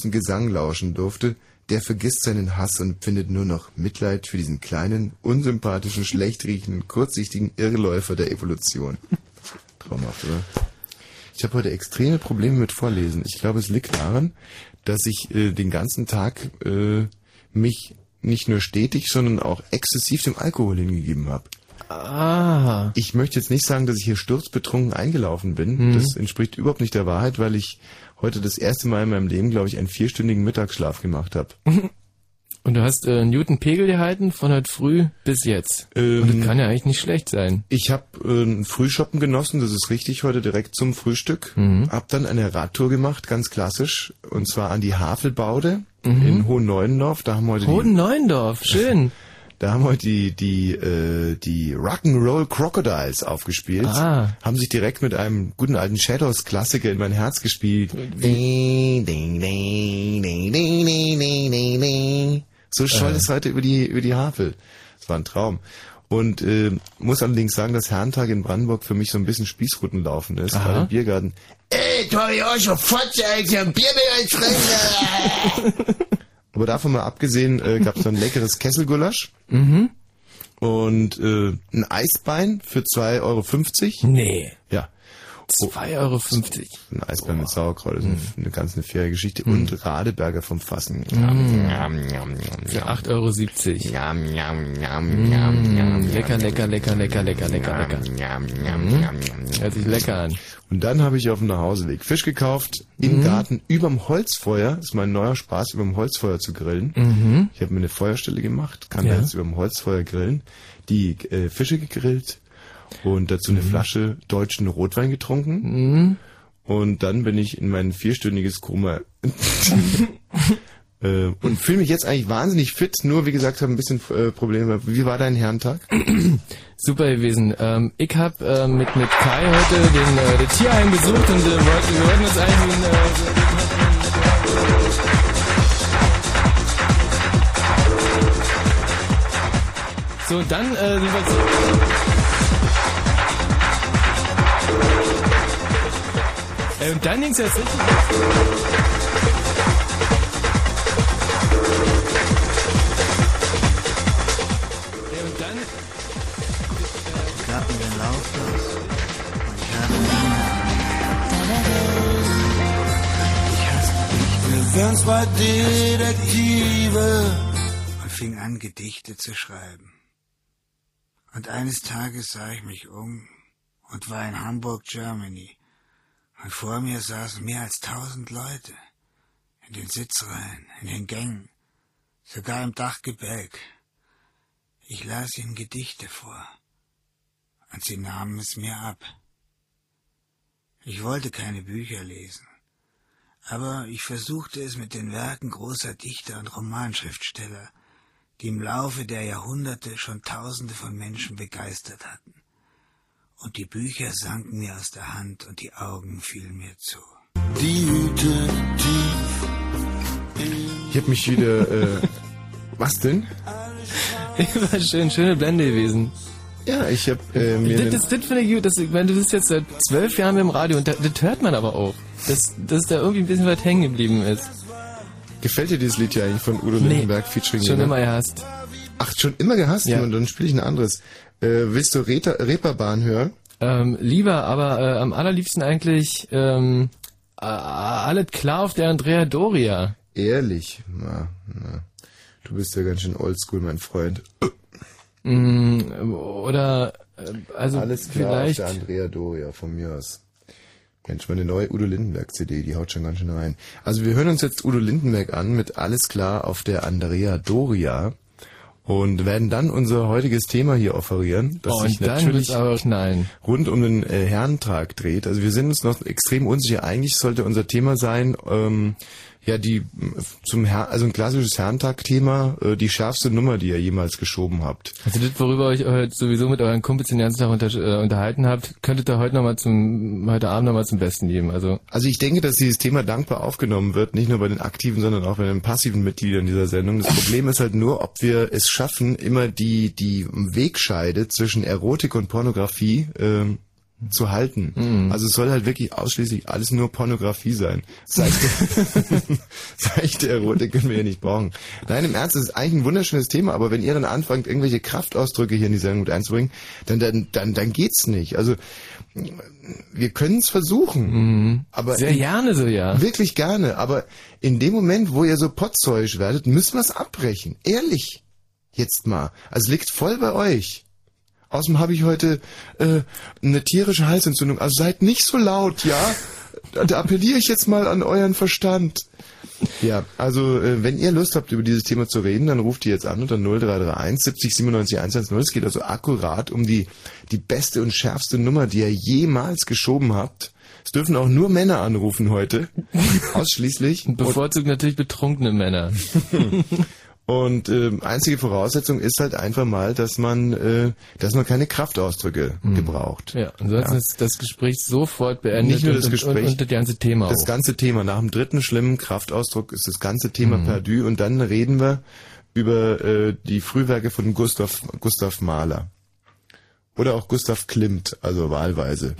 süßen Gesang lauschen durfte, der vergisst seinen Hass und empfindet nur noch Mitleid für diesen kleinen, unsympathischen, schlecht riechenden, kurzsichtigen Irrläufer der Evolution. Traumhaft, oder? Ich habe heute extreme Probleme mit Vorlesen. Ich glaube, es liegt daran, dass ich den ganzen Tag mich nicht nur stetig, sondern auch exzessiv dem Alkohol hingegeben habe. Ah. Ich möchte jetzt nicht sagen, dass ich hier sturzbetrunken eingelaufen bin. Das entspricht überhaupt nicht der Wahrheit, weil ich heute das erste Mal in meinem Leben, glaube ich, einen 4-stündigen Mittagsschlaf gemacht habe. Und du hast Newton-Pegel gehalten von heute früh bis jetzt. Und das kann ja eigentlich nicht schlecht sein. Ich habe Frühshoppen genossen, das ist richtig, heute direkt zum Frühstück. Hab dann eine Radtour gemacht, ganz klassisch, und zwar an die Havelbaude in Hohen-Neuendorf. Da haben heute Hohen-Neuendorf, schön. Da haben heute die Rock'n'Roll Crocodiles aufgespielt. Ah. Haben sich direkt mit einem guten alten Shadows-Klassiker in mein Herz gespielt. So scholl es heute über die Havel. Das war ein Traum. Und muss allerdings sagen, dass Herrentag in Brandenburg für mich so ein bisschen Spießrutenlaufen ist. Bei dem Biergarten. Ey, Tori, auch schon Fotze, ich hab Bier mit euch. Aber davon mal abgesehen, gab es noch ein leckeres Kesselgulasch. Und ein Eisbein für 2,50 €. Nee. Ja. 2,50 €. Ein Eisbein mit Sauerkraut, das ist eine ganz faire Geschichte. Und Radeberger vom Fassen. Für 8,70 €. Lecker, lecker, lecker, lecker, lecker, lecker, lecker. Hört sich lecker an. Und dann habe ich auf dem Nachhauseweg Fisch gekauft, im Garten, überm Holzfeuer. Das ist mein neuer Spaß, überm Holzfeuer zu grillen. Ich habe mir eine Feuerstelle gemacht, kann da jetzt überm Holzfeuer grillen. Die Fische gegrillt und dazu eine Flasche deutschen Rotwein getrunken. Und dann bin ich in mein 4-stündiges Koma und fühle mich jetzt eigentlich wahnsinnig fit, nur wie gesagt, habe ein bisschen Probleme. Wie war dein Herrentag? Super gewesen. Ich habe mit Kai heute das Tierheim besucht und wir wollten uns eigentlich so, dann sind wir und dann ging's jetzt richtig. Und dann gab mir den Lauflos und ich habe ihn. Ich hasste dich. Wir wären zwei Detektive und fing an, Gedichte zu schreiben. Und eines Tages sah ich mich um und war in Hamburg, Germany. Und vor mir saßen mehr als 1000 Leute. In den Sitzreihen, in den Gängen, sogar im Dachgebälk. Ich las ihnen Gedichte vor. Und sie nahmen es mir ab. Ich wollte keine Bücher lesen. Aber ich versuchte es mit den Werken großer Dichter und Romanschriftsteller, die im Laufe der Jahrhunderte schon Tausende von Menschen begeistert hatten. Und die Bücher sanken mir aus der Hand und die Augen fielen mir zu. Ich habe mich wieder... was denn? war schöne Blende gewesen. Ja, ich habe mir... Das finde ich gut. Ich meine, du bist jetzt seit 12 Jahren im Radio und das hört man aber auch. Dass da irgendwie ein bisschen was hängen geblieben ist. Gefällt dir dieses Lied hier eigentlich von Udo Lindenberg featuring? Schon immer gehasst. Ach, schon immer gehasst? Ja. Und dann spiele ich ein anderes. Willst du Reeperbahn hören? Lieber, aber am allerliebsten eigentlich alles klar auf der Andrea Doria. Ehrlich? Na. Du bist ja ganz schön oldschool, mein Freund. Oder also alles klar vielleicht auf der Andrea Doria, von mir aus. Mensch, meine neue Udo Lindenberg-CD, die haut schon ganz schön rein. Also wir hören uns jetzt Udo Lindenberg an mit Alles klar auf der Andrea Doria und werden dann unser heutiges Thema hier offerieren, das sich natürlich rund um den Herrentag dreht. Also wir sind uns noch extrem unsicher. Eigentlich sollte unser Thema sein, also ein klassisches Herrentag-Thema, die schärfste Nummer, die ihr jemals geschoben habt. Also das, worüber ihr euch sowieso mit euren Kumpels den ganzen Tag unterhalten habt, könntet ihr heute Abend nochmal zum Besten geben. Also ich denke, dass dieses Thema dankbar aufgenommen wird, nicht nur bei den aktiven, sondern auch bei den passiven Mitgliedern dieser Sendung. Das Problem ist halt nur, ob wir es schaffen, immer die Wegscheide zwischen Erotik und Pornografie zu halten. Also es soll halt wirklich ausschließlich alles nur Pornografie sein. Seichte Erotik können wir ja nicht brauchen. Nein, im Ernst, das ist eigentlich ein wunderschönes Thema, aber wenn ihr dann anfangt, irgendwelche Kraftausdrücke hier in die Sendung mit einzubringen, dann geht's nicht. Also wir können es versuchen. Aber sehr gerne so, ja. Wirklich gerne, aber in dem Moment, wo ihr so potzeugisch werdet, müssen wir es abbrechen. Ehrlich. Jetzt mal. Also liegt voll bei euch. Außerdem habe ich heute eine tierische Halsentzündung. Also seid nicht so laut, ja? Da appelliere ich jetzt mal an euren Verstand. Ja, also wenn ihr Lust habt, über dieses Thema zu reden, dann ruft ihr jetzt an unter 0331 70 97 110. Es geht also akkurat um die beste und schärfste Nummer, die ihr jemals geschoben habt. Es dürfen auch nur Männer anrufen heute. Ausschließlich. Bevorzugt natürlich betrunkene Männer. Und einzige Voraussetzung ist halt einfach mal, dass man keine Kraftausdrücke gebraucht. Ja, ansonsten ist das Gespräch sofort beendet. Nicht nur das Gespräch, und das ganze Thema das auch. ganze Thema. Nach dem dritten schlimmen Kraftausdruck ist das ganze Thema perdu und dann reden wir über die Frühwerke von Gustav Mahler. Oder auch Gustav Klimt, also wahlweise.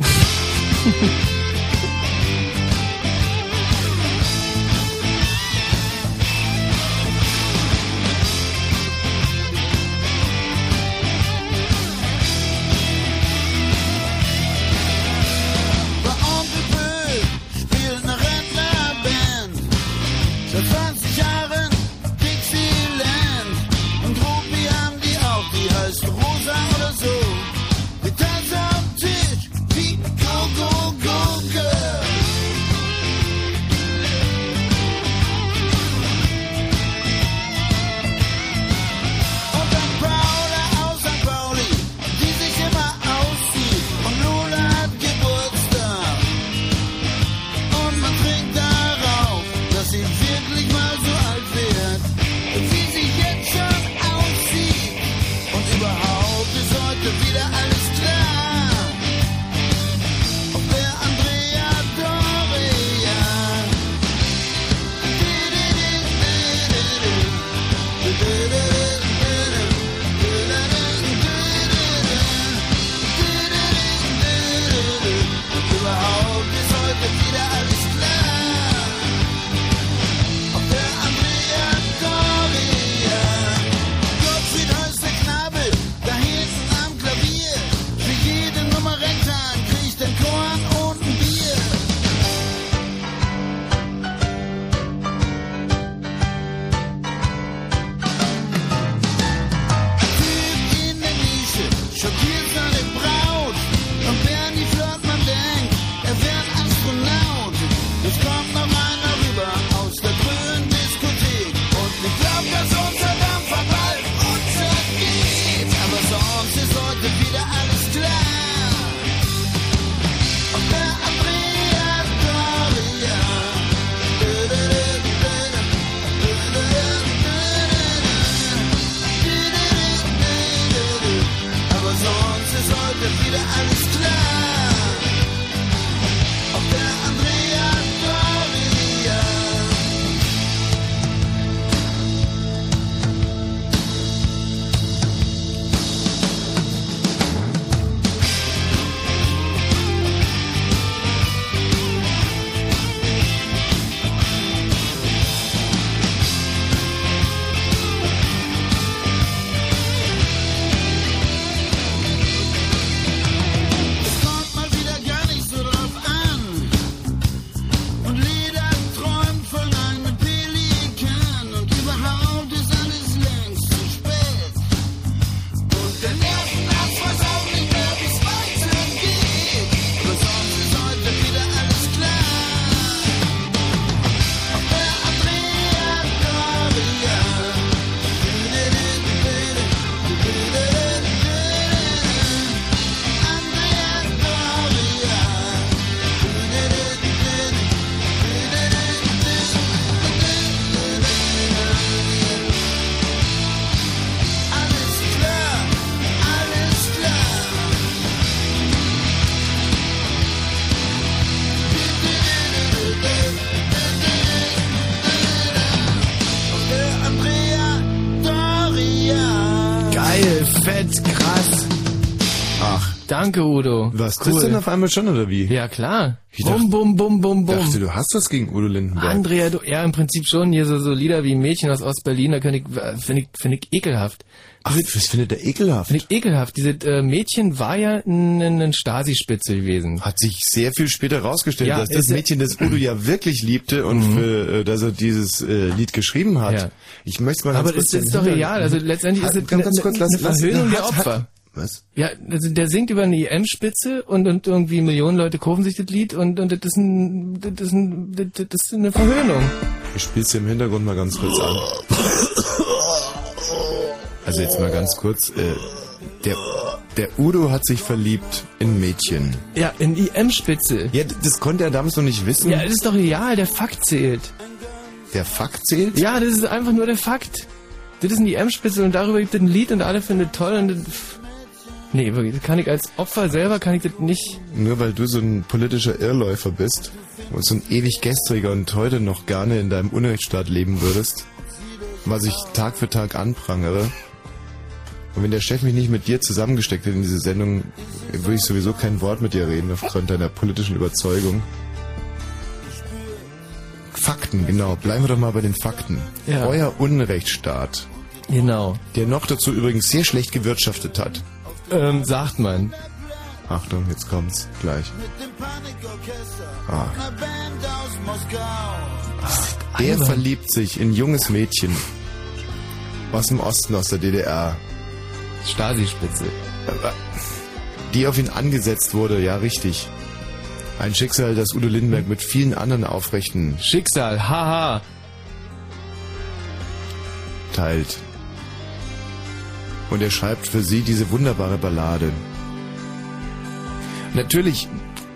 Fett, krass. Ach. Danke, Udo. Was, cool. Christian auf einmal schon, oder wie? Ja, klar. Ich Bum. Ich dachte, du hast was gegen Udo Lindenberg. Andrea, ja, im Prinzip schon. Hier so Lieder wie Mädchen aus Ostberlin, da finde ich ekelhaft. Ach, was findet der ekelhaft? Finde ich ekelhaft. Diese Mädchen war ja ein Stasi-Spitze gewesen. Hat sich sehr viel später rausgestellt, Ja, dass das Mädchen, das Udo ja wirklich liebte und dass er dieses Lied geschrieben hat. Ja. Ich möchte mal ganz Aber kurz... ist doch real. Also letztendlich ist es eine Verhöhnung der Opfer. Was? Ja, also der singt über eine EM-Spitze und irgendwie Millionen Leute kaufen sich das Lied und das ist eine Verhöhnung. Ich spiel's dir im Hintergrund mal ganz kurz an. Also jetzt mal ganz kurz, der Udo hat sich verliebt in Mädchen. Ja, in EM-Spitze. Ja, das konnte er damals noch nicht wissen. Ja, das ist doch real, der Fakt zählt. Der Fakt zählt? Ja, das ist einfach nur der Fakt. Das ist eine EM-Spitze und darüber gibt es ein Lied und alle finden es toll und nee, wirklich, das kann ich als Opfer selber, kann ich das nicht. Nur weil du so ein politischer Irrläufer bist und so ein ewig gestriger und heute noch gerne in deinem Unrechtsstaat leben würdest, was ich Tag für Tag anprangere. Und wenn der Chef mich nicht mit dir zusammengesteckt hätte in diese Sendung, würde ich sowieso kein Wort mit dir reden aufgrund deiner politischen Überzeugung. Fakten, genau. Bleiben wir doch mal bei den Fakten. Ja. Euer Unrechtsstaat. Genau. Der noch dazu übrigens sehr schlecht gewirtschaftet hat. Sagt man. Achtung, jetzt kommt's gleich. Der verliebt sich in junges Mädchen aus dem Osten, aus der DDR. Stasi-Spitze. Die auf ihn angesetzt wurde, ja richtig. Ein Schicksal, das Udo Lindenberg mit vielen anderen Aufrechten Schicksal, haha. teilt. Und er schreibt für sie diese wunderbare Ballade. Natürlich.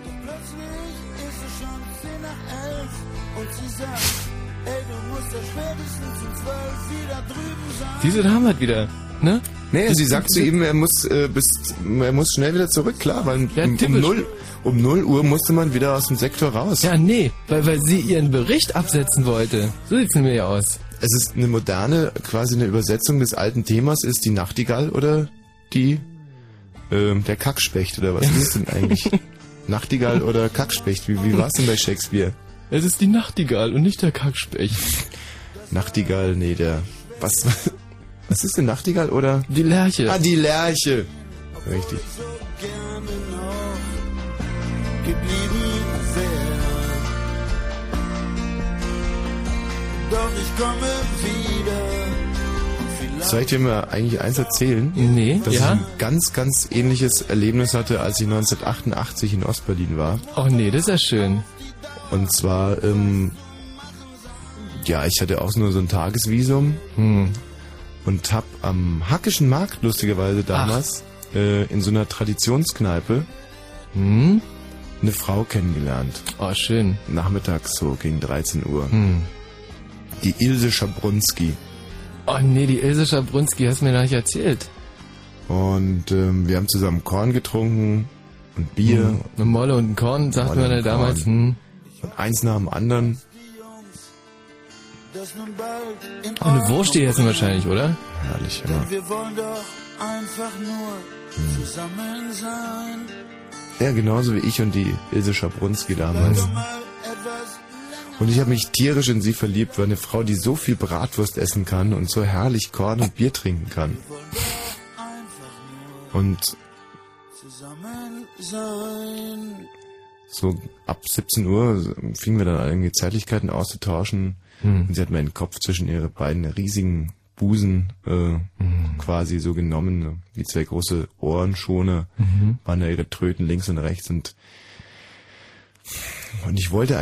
Diese Dame hat wieder, ne? Nee, sie sagt zu ihm, er muss schnell wieder zurück, klar, weil Ja, um 0 Uhr musste man wieder aus dem Sektor raus. Ja, nee, weil sie ihren Bericht absetzen wollte. So sieht's nämlich aus. Es ist eine moderne, quasi eine Übersetzung des alten Themas, ist die Nachtigall oder der Kackspecht, oder was ist es denn eigentlich? Nachtigall oder Kackspecht, wie war's denn bei Shakespeare? Es ist die Nachtigall und nicht der Kackspecht. Nachtigall, nee, was ist denn Nachtigall oder? Die Lerche. Ah, die Lerche. Richtig. Doch ich komme wieder. Soll ich dir mal eigentlich eins erzählen? Nee, dass ja? ich ein ganz, ganz ähnliches Erlebnis hatte, als ich 1988 in Ostberlin war. Ach nee, das ist ja schön. Und zwar, ich hatte auch nur so ein Tagesvisum und hab am Hackischen Markt, lustigerweise damals, in so einer Traditionskneipe eine Frau kennengelernt. Oh, schön. Nachmittags so gegen 13 Uhr. Die Ilse Schabrunski. Oh nee, die Ilse Schabrunski, hast du mir noch nicht erzählt. Und wir haben zusammen Korn getrunken und Bier. Eine Molle und ein Korn, sagt man ja damals. Und eins nach dem anderen. Oh, eine Wurst die essen wahrscheinlich, oder? Herrlich, ja. Wir wollen doch einfach nur zusammen sein. Ja, genauso wie ich und die Ilse Schabrunski damals. Und ich habe mich tierisch in sie verliebt, weil eine Frau, die so viel Bratwurst essen kann und so herrlich Korn und Bier trinken kann. Und so ab 17 Uhr fingen wir dann irgendwie Zärtlichkeiten auszutauschen. Und sie hat meinen Kopf zwischen ihre beiden riesigen Busen quasi so genommen, wie zwei große Ohrenschoner, waren da ihre Tröten links und rechts und ich wollte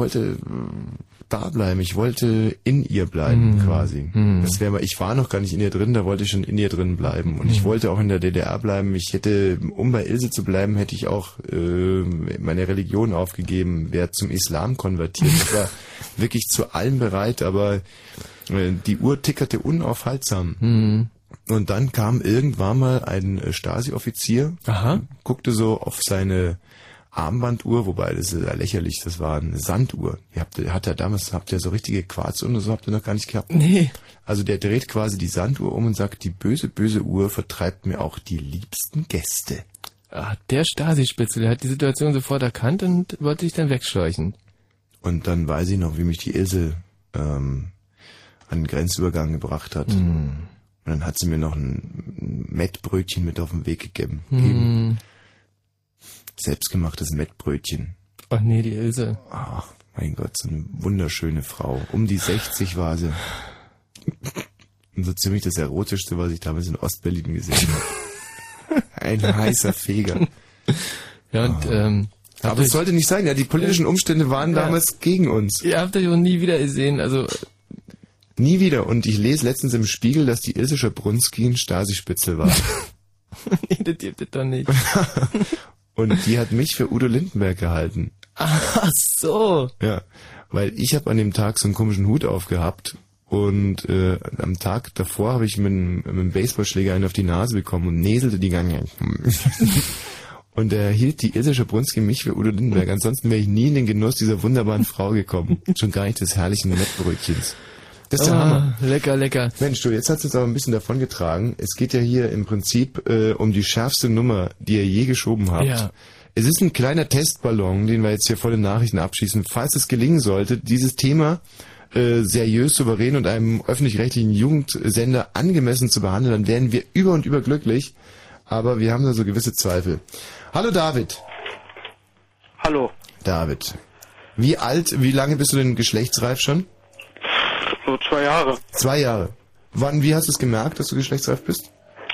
da bleiben, ich wollte in ihr bleiben quasi. Ich war noch gar nicht in ihr drin, da wollte ich schon in ihr drin bleiben und ich wollte auch in der DDR bleiben. Um bei Ilse zu bleiben, hätte ich auch meine Religion aufgegeben, wäre zum Islam konvertiert. Ich war wirklich zu allem bereit, aber die Uhr tickerte unaufhaltsam. Und dann kam irgendwann mal ein Stasi-Offizier, guckte so auf seine Armbanduhr, wobei das ist ja lächerlich, das war eine Sanduhr. Habt ihr so richtige Quarzuhren oder so, habt ihr noch gar nicht gehabt? Nee. Also der dreht quasi die Sanduhr um und sagt, die böse, böse Uhr vertreibt mir auch die liebsten Gäste. Der Stasi-Spitzel, der hat die Situation sofort erkannt und wollte sich dann wegscheuchen. Und dann weiß ich noch, wie mich die Ilse an den Grenzübergang gebracht hat. Und dann hat sie mir noch ein Mettbrötchen mit auf den Weg gegeben. Selbstgemachtes Mettbrötchen. Ach nee, die Ilse. Ach, mein Gott, so eine wunderschöne Frau. Um die 60 war sie. Und so ziemlich das Erotischste, was ich damals in Ostberlin gesehen habe. Ein heißer Feger. Ja, und, aber es sollte nicht sein, ja, die politischen Umstände waren damals gegen uns. Ihr habt euch auch nie wieder gesehen, also... Nie wieder. Und ich lese letztens im Spiegel, dass die Ilse Schabrunski ein Stasi-Spitzel war. Nee, das gibt es doch nicht. Und die hat mich für Udo Lindenberg gehalten. Ach so. Ja, weil ich habe an dem Tag so einen komischen Hut aufgehabt und am Tag davor habe ich mit einem Baseballschläger einen auf die Nase bekommen und näselte die ganze Und er hielt die Ilse Schabrunski mich für Udo Lindenberg. Ansonsten wäre ich nie in den Genuss dieser wunderbaren Frau gekommen. Schon gar nicht des herrlichen Mettbrötchens. Das ist der Hammer. Lecker, lecker. Mensch, du, jetzt hast du es aber ein bisschen davon getragen. Es geht ja hier im Prinzip um die schärfste Nummer, die ihr je geschoben habt. Ja. Es ist ein kleiner Testballon, den wir jetzt hier vor den Nachrichten abschießen. Falls es gelingen sollte, dieses Thema seriös, souverän und einem öffentlich-rechtlichen Jugendsender angemessen zu behandeln, dann wären wir über und über glücklich. Aber wir haben da so gewisse Zweifel. Hallo David. Hallo. David. Wie lange bist du denn geschlechtsreif schon? So 2 Jahre. 2 Jahre. Wie hast du es gemerkt, dass du geschlechtsreif bist?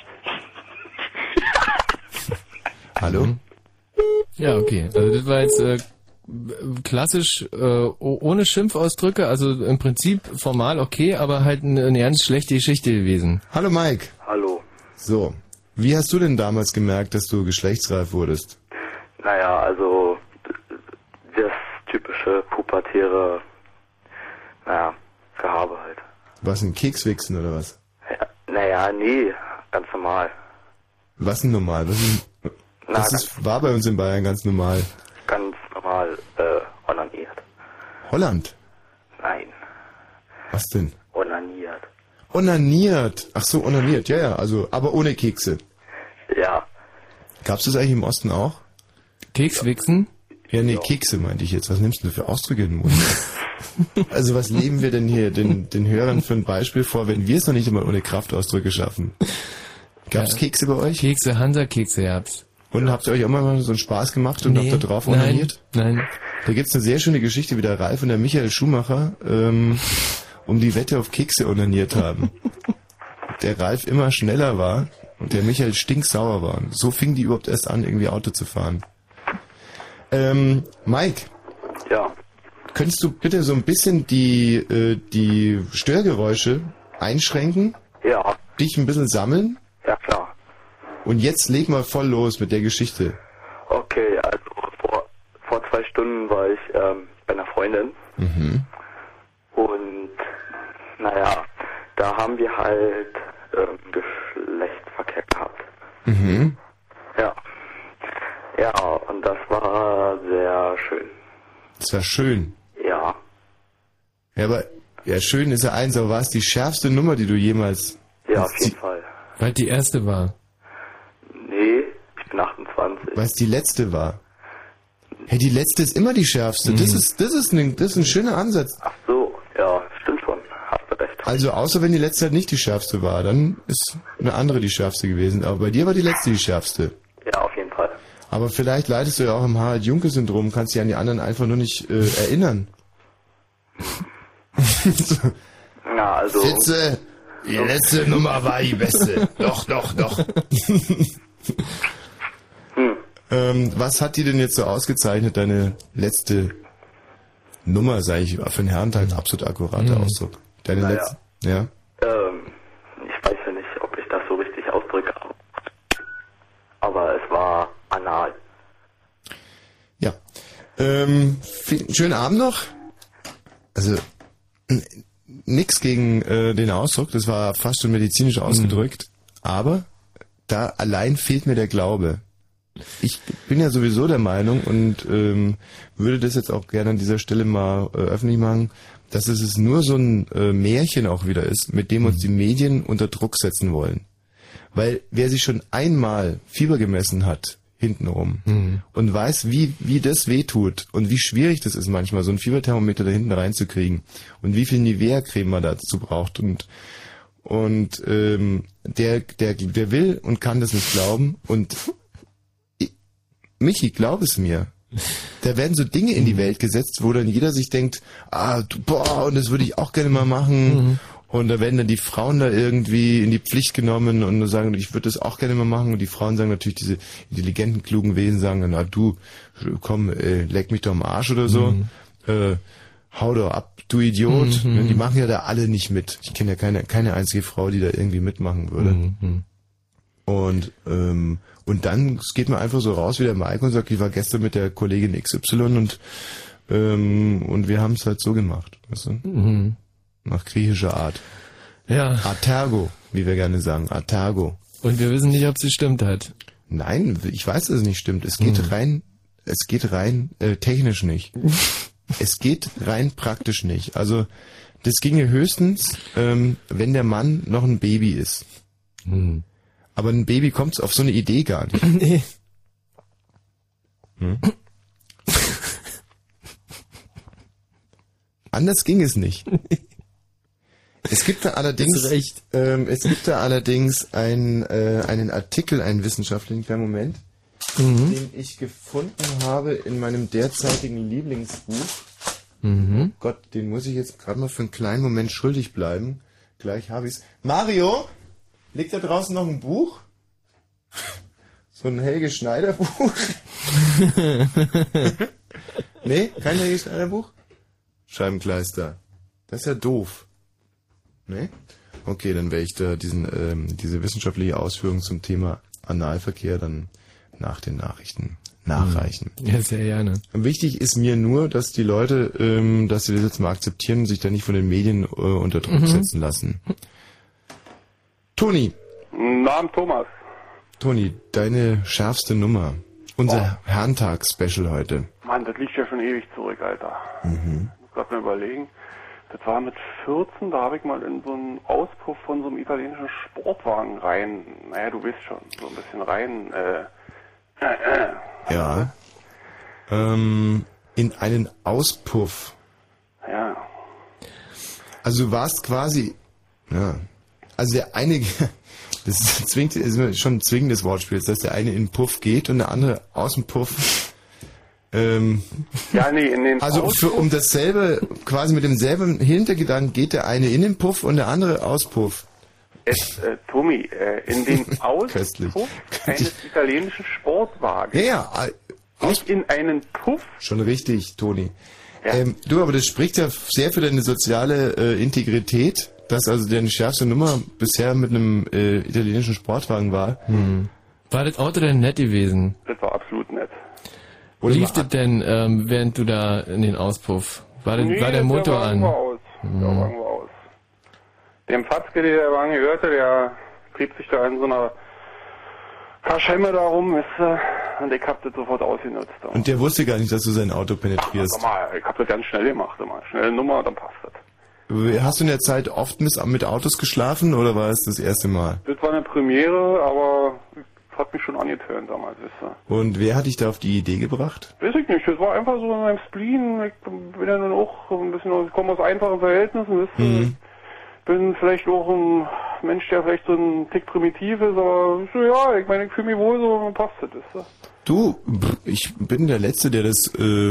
Hallo? Ja, okay. Also das war jetzt klassisch ohne Schimpfausdrücke, also im Prinzip formal okay, aber halt eine ganz schlechte Geschichte gewesen. Hallo Mike. Hallo. So. Wie hast du denn damals gemerkt, dass du geschlechtsreif wurdest? Naja, also das typische pubertäre, Gehabe halt. Was, ein Kekswichsen oder was? Ja, naja, nee, ganz normal. Was denn normal? War bei uns in Bayern ganz normal. Ganz normal, onaniert. Holland? Nein. Was denn? Onaniert. Onaniert. Ach so, onaniert. Ja, also, aber ohne Kekse. Ja. Gab's das eigentlich im Osten auch? Kekswichsen? Ja, nee, Kekse meinte ich jetzt. Was nimmst du für Ausdrücke in den Mund? Also was leben wir denn hier den Hörern für ein Beispiel vor, wenn wir es noch nicht einmal ohne Kraftausdrücke schaffen? Gab's Kekse bei euch? Kekse, Hansa-Kekse gab's. Und habt ihr euch auch mal so einen Spaß gemacht und habt da drauf onaniert? Nein. Da gibt's eine sehr schöne Geschichte, wie der Ralf und der Michael Schumacher um die Wette auf Kekse onaniert haben. Der Ralf immer schneller war und der Michael stinksauer war. Und so fing die überhaupt erst an, irgendwie Auto zu fahren. Mike. Ja. Könntest du bitte so ein bisschen die Störgeräusche einschränken? Ja. Dich ein bisschen sammeln? Ja, klar. Und jetzt leg mal voll los mit der Geschichte. Okay, also vor 2 Stunden war ich bei einer Freundin. Mhm. Und da haben wir halt Geschlechtsverkehr gehabt. Mhm. Ja. Ja, und das war sehr schön. Das war schön. Ja. Ja, aber ja, schön ist ja eins, aber war es die schärfste Nummer, die du jemals... Ja, auf jeden Fall. Weil die erste war. Nee, ich bin 28. Weil es die letzte war. Hey, die letzte ist immer die schärfste. Mhm. Das ist ein schöner Ansatz. Ach so, ja, stimmt schon. Hast du recht. Also außer wenn die letzte halt nicht die schärfste war, dann ist eine andere die schärfste gewesen. Aber bei dir war die letzte die schärfste. Ja, auf jeden Fall. Aber vielleicht leidest du ja auch im Harald-Junke-Syndrom, kannst dich an die anderen einfach nur nicht erinnern. Na, also... Fitze, die letzte Nummer war die beste. Doch. Was hat die denn jetzt so ausgezeichnet, deine letzte Nummer, sage ich, für den Herrentag ein absolut akkurater Ausdruck. Deine letzte, ja? Ich weiß ja nicht, ob ich das so richtig ausdrücke, aber es war anal. Ja. Schönen Abend noch. Also, nix gegen den Ausdruck, das war fast schon medizinisch ausgedrückt, aber da allein fehlt mir der Glaube. Ich bin ja sowieso der Meinung und würde das jetzt auch gerne an dieser Stelle mal öffentlich machen, dass es nur so ein Märchen auch wieder ist, mit dem uns die Medien unter Druck setzen wollen. Weil wer sich schon einmal Fieber gemessen hat, hintenrum. Und weiß, wie das wehtut und wie schwierig das ist manchmal, so ein Fieberthermometer da hinten reinzukriegen und wie viel Nivea-Creme man dazu braucht und der will und kann das nicht glauben und Michi, glaub es mir. Da werden so Dinge in die Welt gesetzt, wo dann jeder sich denkt, und das würde ich auch gerne mal machen. Und da werden dann die Frauen da irgendwie in die Pflicht genommen und sagen, ich würde das auch gerne mal machen. Und die Frauen sagen natürlich, diese intelligenten, klugen Wesen sagen dann, na du, komm, leck mich doch am Arsch oder so. Hau doch ab, du Idiot. Die machen ja da alle nicht mit. Ich kenne ja keine einzige Frau, die da irgendwie mitmachen würde. Und dann geht man einfach so raus wie der Mike und sagt, ich war gestern mit der Kollegin XY und wir haben es halt so gemacht. Weißt du? Nach griechischer Art. Ja. Atergo, wie wir gerne sagen. Atergo. Und wir wissen nicht, ob sie stimmt hat. Nein, ich weiß, dass es nicht stimmt. Es geht rein technisch nicht. Es geht rein praktisch nicht. Also das ginge höchstens, wenn der Mann noch ein Baby ist. Aber ein Baby kommt auf so eine Idee gar nicht. Nee. Anders ging es nicht. Es gibt da allerdings, einen Artikel, einen wissenschaftlichen, kleinen Moment, den ich gefunden habe in meinem derzeitigen Lieblingsbuch. Oh Gott, den muss ich jetzt gerade mal für einen kleinen Moment schuldig bleiben. Gleich habe ich's. Mario, liegt da draußen noch ein Buch? So ein Helge Schneider Buch? Nee, kein Helge Schneider Buch? Scheibenkleister. Das ist ja doof. Nee? Okay, dann werde ich da diese wissenschaftliche Ausführung zum Thema Analverkehr dann nach den Nachrichten nachreichen. Ja, sehr gerne. Wichtig ist mir nur, dass die Leute, dass sie das jetzt mal akzeptieren und sich da nicht von den Medien unter Druck setzen lassen. Toni. Namen Thomas. Toni, deine schärfste Nummer. Unser Herrentag-Special heute. Mann, das liegt ja schon ewig zurück, Alter. Ich muss gerade mal überlegen. Das war mit 14, da habe ich mal in so einen Auspuff von so einem italienischen Sportwagen rein. Naja, du weißt schon, so ein bisschen rein. Ja. In einen Auspuff. Ja. Also du warst quasi, ja. Also der eine, das ist schon ein zwingendes Wortspiel, dass der eine in den Puff geht und der andere aus dem Puff. Ja, nee, in den also um dasselbe, quasi mit demselben Hintergedanken geht der eine in den Puff und der andere aus Puff. Tommy, in den Auspuff eines italienischen Sportwagens. Ja, nicht in einen Puff. Schon richtig, Toni. Ja. Du, aber das spricht ja sehr für deine soziale Integrität, dass also deine schärfste Nummer bisher mit einem italienischen Sportwagen war. War das Auto denn nett gewesen? Das war absolut nett. Wie lief das denn, während du da in den Auspuff? War der Motor an? Der Wagen war aus. Dem Fatzke, der der Wagen gehörte, der trieb sich da in so einer Kaschemme da rum, und ich hab das sofort ausgenutzt. Und der wusste gar nicht, dass du sein Auto penetrierst. Ich hab das ganz schnell gemacht, schnelle Nummer, dann passt das. Hast du in der Zeit oft mit Autos geschlafen oder war es das erste Mal? Das war eine Premiere, aber hat mich schon angetönt damals, weißt du. Und wer hat dich da auf die Idee gebracht? Weiß ich nicht, das war einfach so in meinem Spleen. Ich bin ja nun auch ein bisschen, ich komme aus einfachen Verhältnissen, weißt du. Ich bin vielleicht auch ein Mensch, der vielleicht so ein Tick primitiv ist, aber so, ja, ich meine, ich fühle mich wohl so, passt das, weißt du. Ich bin der Letzte, der das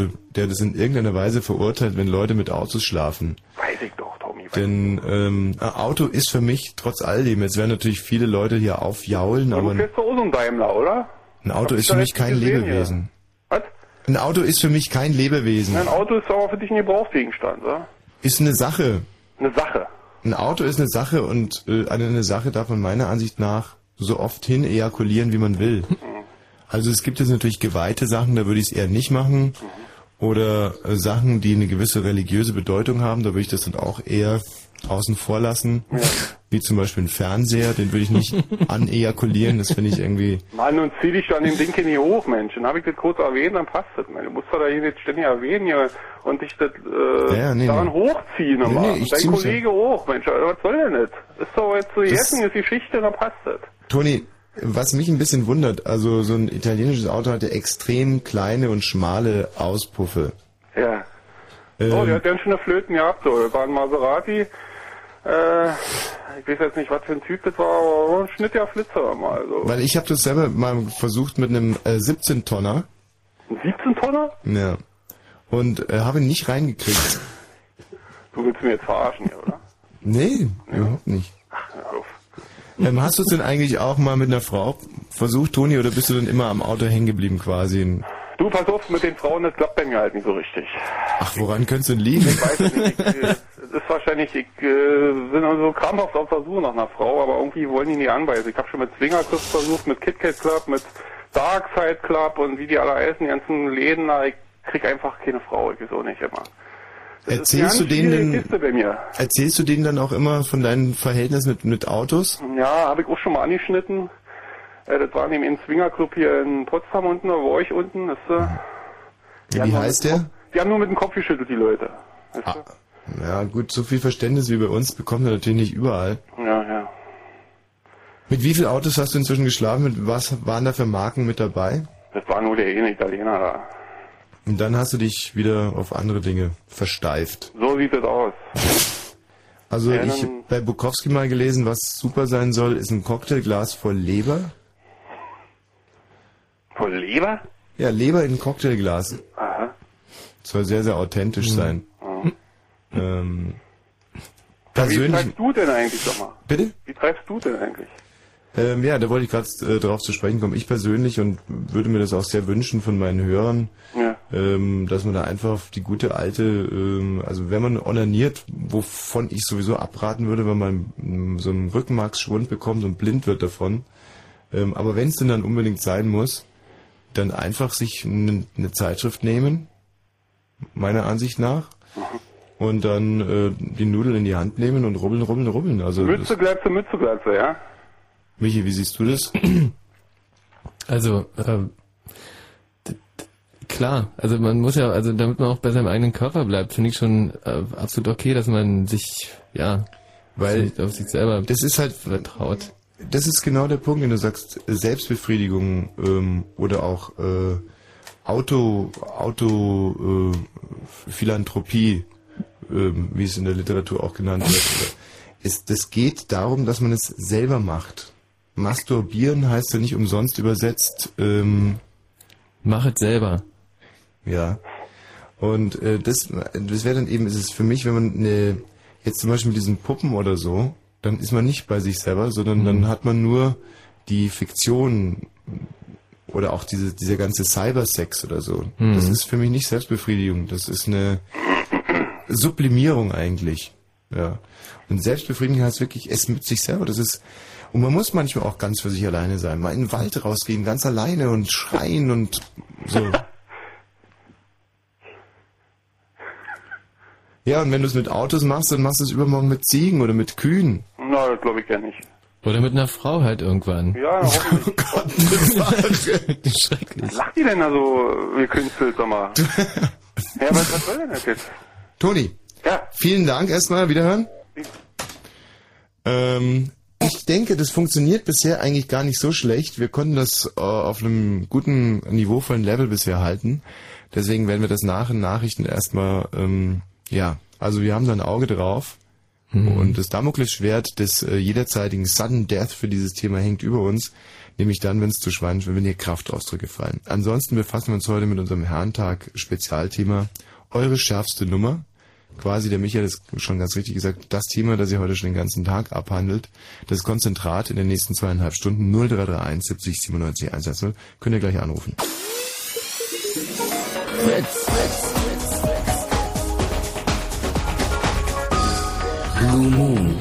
in irgendeiner Weise verurteilt, wenn Leute mit Autos schlafen. Weiß ich doch, Tommy. Denn ein Auto ist für mich, trotz alledem, jetzt werden natürlich viele Leute hier aufjaulen, aber... Du fährst doch auch so ein Daimler, oder? Ein Auto ist für mich kein Lebewesen. Was? Ein Auto ist für mich kein Lebewesen. Ein Auto ist aber für dich ein Gebrauchsgegenstand, oder? Ist eine Sache. Eine Sache? Ein Auto ist eine Sache und eine Sache darf man meiner Ansicht nach so oft hin ejakulieren, wie man will. Also es gibt jetzt natürlich geweihte Sachen, da würde ich es eher nicht machen. Oder Sachen, die eine gewisse religiöse Bedeutung haben, da würde ich das dann auch eher außen vor lassen. Ja. Wie zum Beispiel ein Fernseher, den würde ich nicht anejakulieren, das finde ich irgendwie... Mann, und zieh dich an dem Ding nicht hoch, Mensch. Dann habe ich das kurz erwähnt, dann passt das. Du musst doch da hier jetzt ständig erwähnen hier und dich das daran hochziehen. Nee, dein Kollege hoch, Mensch. Was soll denn das? Ist doch jetzt so die Geschichte, dann passt das. Toni, Was mich ein bisschen wundert, also so ein italienisches Auto hat ja extrem kleine und schmale Auspuffe. Ja. Oh, der hat ganz schöne Flöten gehabt, so. Das war ein Maserati. Ich weiß jetzt nicht, was für ein Typ das war, aber ein Schnitt ja Flitzer mal. So. Weil ich habe das selber mal versucht mit einem 17-Tonner. Ein 17-Tonner? Ja. Und habe ihn nicht reingekriegt. Du willst mir jetzt verarschen, oder? Nee, überhaupt nicht. Ach, hör auf. Hast du es denn eigentlich auch mal mit einer Frau versucht, Toni, oder bist du dann immer am Auto hängen geblieben quasi? Du, pass auf, mit den Frauen, das klappt bei mir halt nicht so richtig. Ach, woran könnte es denn liegen? Ich weiß es nicht. Es ist wahrscheinlich, bin also krampfhaft auf der Suche nach einer Frau, aber irgendwie wollen die nie anbeißen. Ich habe schon mit Swingerclub versucht, mit KitKat Club, mit Dark Side Club und wie die alle heißen, die ganzen Läden, ich krieg einfach keine Frau, ich weiß auch nicht immer. Erzählst du denen dann auch immer von deinen Verhältnissen mit Autos? Ja, habe ich auch schon mal angeschnitten. Das war nämlich ein Swingerclub hier in Potsdam unten, da war ich unten. Wie heißt der? Die haben nur mit dem Kopf geschüttelt, die Leute. Ja gut, so viel Verständnis wie bei uns bekommt man natürlich nicht überall. Ja. Mit wie vielen Autos hast du inzwischen geschlafen? Mit was waren da für Marken mit dabei? Das war nur der eine Italiener da. Und dann hast du dich wieder auf andere Dinge versteift. So sieht es aus. Also ich habe bei Bukowski mal gelesen, was super sein soll, ist ein Cocktailglas voll Leber. Voll Leber? Ja, Leber in ein Cocktailglas. Aha. Soll sehr, sehr authentisch sein. Wie treibst du denn eigentlich, sag mal? Bitte? Wie treibst du denn eigentlich? Ja, da wollte ich gerade drauf zu sprechen kommen. Ich persönlich und würde mir das auch sehr wünschen von meinen Hörern, dass man da einfach auf die gute alte, also wenn man onaniert, wovon ich sowieso abraten würde, wenn man so einen Rückenmarksschwund bekommt und blind wird davon. Aber wenn es denn dann unbedingt sein muss, dann einfach sich eine Zeitschrift nehmen, meiner Ansicht nach, und dann die Nudeln in die Hand nehmen und rubbeln. Also Mütze, Glatze, ja? Michi, wie siehst du das? Also, klar, also man muss ja, also damit man auch bei seinem eigenen Körper bleibt, finde ich schon absolut okay, dass man sich, weil auf sich selber das ist halt vertraut. Das ist genau der Punkt, wenn du sagst, Selbstbefriedigung oder auch Philanthropie, wie es in der Literatur auch genannt wird. Das geht darum, dass man es selber macht. Masturbieren heißt ja nicht umsonst übersetzt. Mach es selber. Ja. Und das wäre dann eben, ist es für mich, wenn man jetzt zum Beispiel mit diesen Puppen oder so, dann ist man nicht bei sich selber, sondern dann hat man nur die Fiktion oder auch dieser ganze Cybersex oder so. Das ist für mich nicht Selbstbefriedigung, das ist eine Sublimierung eigentlich. Ja. Und Selbstbefriedigung heißt wirklich, es mit sich selber, das ist, und man muss manchmal auch ganz für sich alleine sein, mal in den Wald rausgehen, ganz alleine und schreien und so. Ja, und wenn du es mit Autos machst, dann machst du es übermorgen mit Ziegen oder mit Kühen. Na, das glaube ich ja nicht. Oder mit einer Frau halt irgendwann. Ja, hoffentlich. Oh Gott, das schrecklich. Was lacht die denn da so gekünstelt, sag mal? Ja, was soll denn das jetzt? Toni, vielen Dank erstmal, wiederhören. Ich denke, das funktioniert bisher eigentlich gar nicht so schlecht. Wir konnten das auf einem guten, niveauvollen Level bisher halten. Deswegen werden wir das nach den Nachrichten erstmal, also wir haben da ein Auge drauf. Und das Damoklesschwert des jederzeitigen Sudden Death für dieses Thema hängt über uns. Nämlich dann, wenn es zu schweinisch wird, wenn hier Kraftausdrücke fallen. Ansonsten befassen wir uns heute mit unserem Herrentag-Spezialthema. Eure schärfste Nummer. Quasi, der Michael ist schon ganz richtig gesagt, das Thema, das ihr heute schon den ganzen Tag abhandelt, das Konzentrat in den nächsten 2,5 Stunden 0331 70 97 110. Könnt ihr gleich anrufen. Fritz. Blue Moon.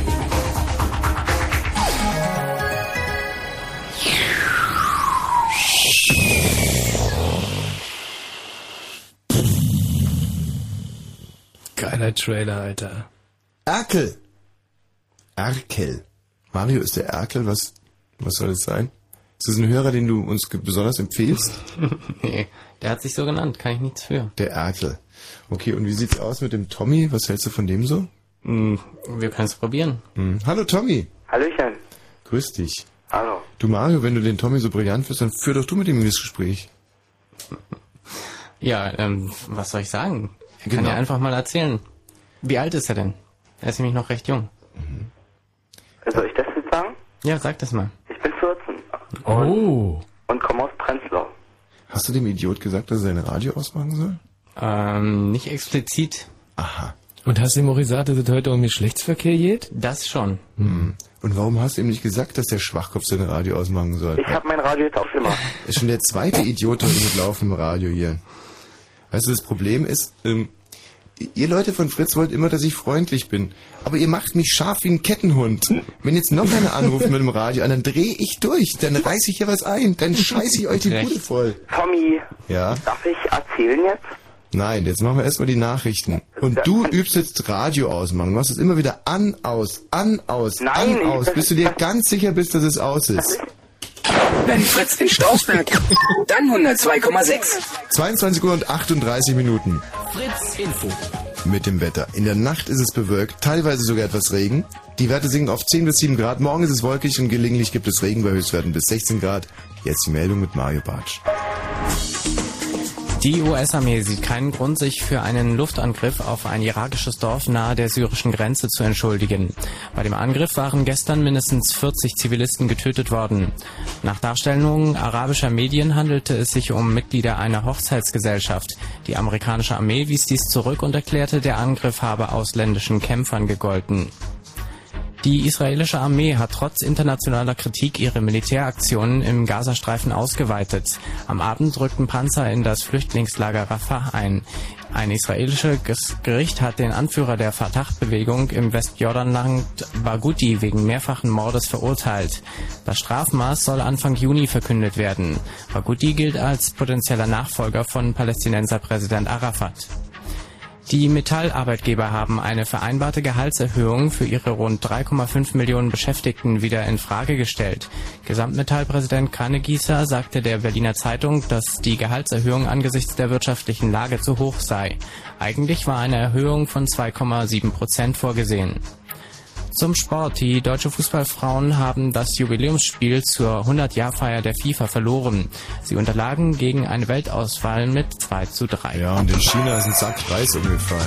Geiler Trailer, Alter. Erkel. Mario, ist der Erkel? Was soll das sein? Ist das ein Hörer, den du uns besonders empfehlst? Nee, der hat sich so genannt, kann ich nichts für. Der Erkel. Okay, und wie sieht's aus mit dem Tommy? Was hältst du von dem so? Wir können es probieren. Hallo Tommy. Hallöchen. Grüß dich. Hallo. Du Mario, wenn du den Tommy so brillant wirst, dann führ doch du mit ihm das Gespräch. Ja, was soll ich sagen? Er kann ja einfach mal erzählen. Wie alt ist er denn? Er ist nämlich noch recht jung. Soll ich das jetzt sagen? Ja, sag das mal. Ich bin 14. Und komme aus Prenzlau. Hast du dem Idiot gesagt, dass er sein Radio ausmachen soll? Nicht explizit. Aha. Und hast du ihm auch gesagt, dass es heute um Geschlechtsverkehr geht? Das schon. Und warum hast du ihm nicht gesagt, dass der Schwachkopf sein Radio ausmachen soll? Ich habe mein Radio jetzt auch gemacht. Ist schon der zweite Idiot heute mit laufendem Radio hier. Weißt du, das Problem ist, ihr Leute von Fritz wollt immer, dass ich freundlich bin. Aber ihr macht mich scharf wie ein Kettenhund. Wenn jetzt noch einer anruft mit dem Radio an, dann drehe ich durch. Dann reiß ich hier was ein. Dann scheiße ich euch die Bude voll. Tommy, Ja? darf ich erzählen jetzt? Nein, jetzt machen wir erstmal die Nachrichten. Und du übst jetzt Radio ausmachen. Du machst es immer wieder an, aus, Nein, aus. Bis du dir ganz sicher bist, dass es aus ist. Wenn Fritz in Strausberg, dann 102,6. 22 Uhr und 38 Minuten. Fritz Info. Mit dem Wetter. In der Nacht ist es bewölkt, teilweise sogar etwas Regen. Die Werte sinken auf 10 bis 7 Grad. Morgen ist es wolkig und gelegentlich gibt es Regen bei Höchstwerten bis 16 Grad. Jetzt die Meldung mit Mario Bartsch. Die US-Armee sieht keinen Grund, sich für einen Luftangriff auf ein irakisches Dorf nahe der syrischen Grenze zu entschuldigen. Bei dem Angriff waren gestern mindestens 40 Zivilisten getötet worden. Nach Darstellungen arabischer Medien handelte es sich um Mitglieder einer Hochzeitsgesellschaft. Die amerikanische Armee wies dies zurück und erklärte, der Angriff habe ausländischen Kämpfern gegolten. Die israelische Armee hat trotz internationaler Kritik ihre Militäraktionen im Gazastreifen ausgeweitet. Am Abend rückten Panzer in das Flüchtlingslager Rafah ein. Ein israelisches Gericht hat den Anführer der Fatah-Bewegung im Westjordanland Barghouti wegen mehrfachen Mordes verurteilt. Das Strafmaß soll Anfang Juni verkündet werden. Barghouti gilt als potenzieller Nachfolger von Palästinenserpräsident Arafat. Die Metallarbeitgeber haben eine vereinbarte Gehaltserhöhung für ihre rund 3,5 Millionen Beschäftigten wieder in Frage gestellt. Gesamtmetallpräsident Kannegießer sagte der Berliner Zeitung, dass die Gehaltserhöhung angesichts der wirtschaftlichen Lage zu hoch sei. Eigentlich war eine Erhöhung von 2,7% vorgesehen. Zum Sport. Die deutsche Fußballfrauen haben das Jubiläumsspiel zur 100-Jahr-Feier der FIFA verloren. Sie unterlagen gegen eine Weltauswahl mit 2:3. Ja, und in China ist ein Sack Reis umgefallen.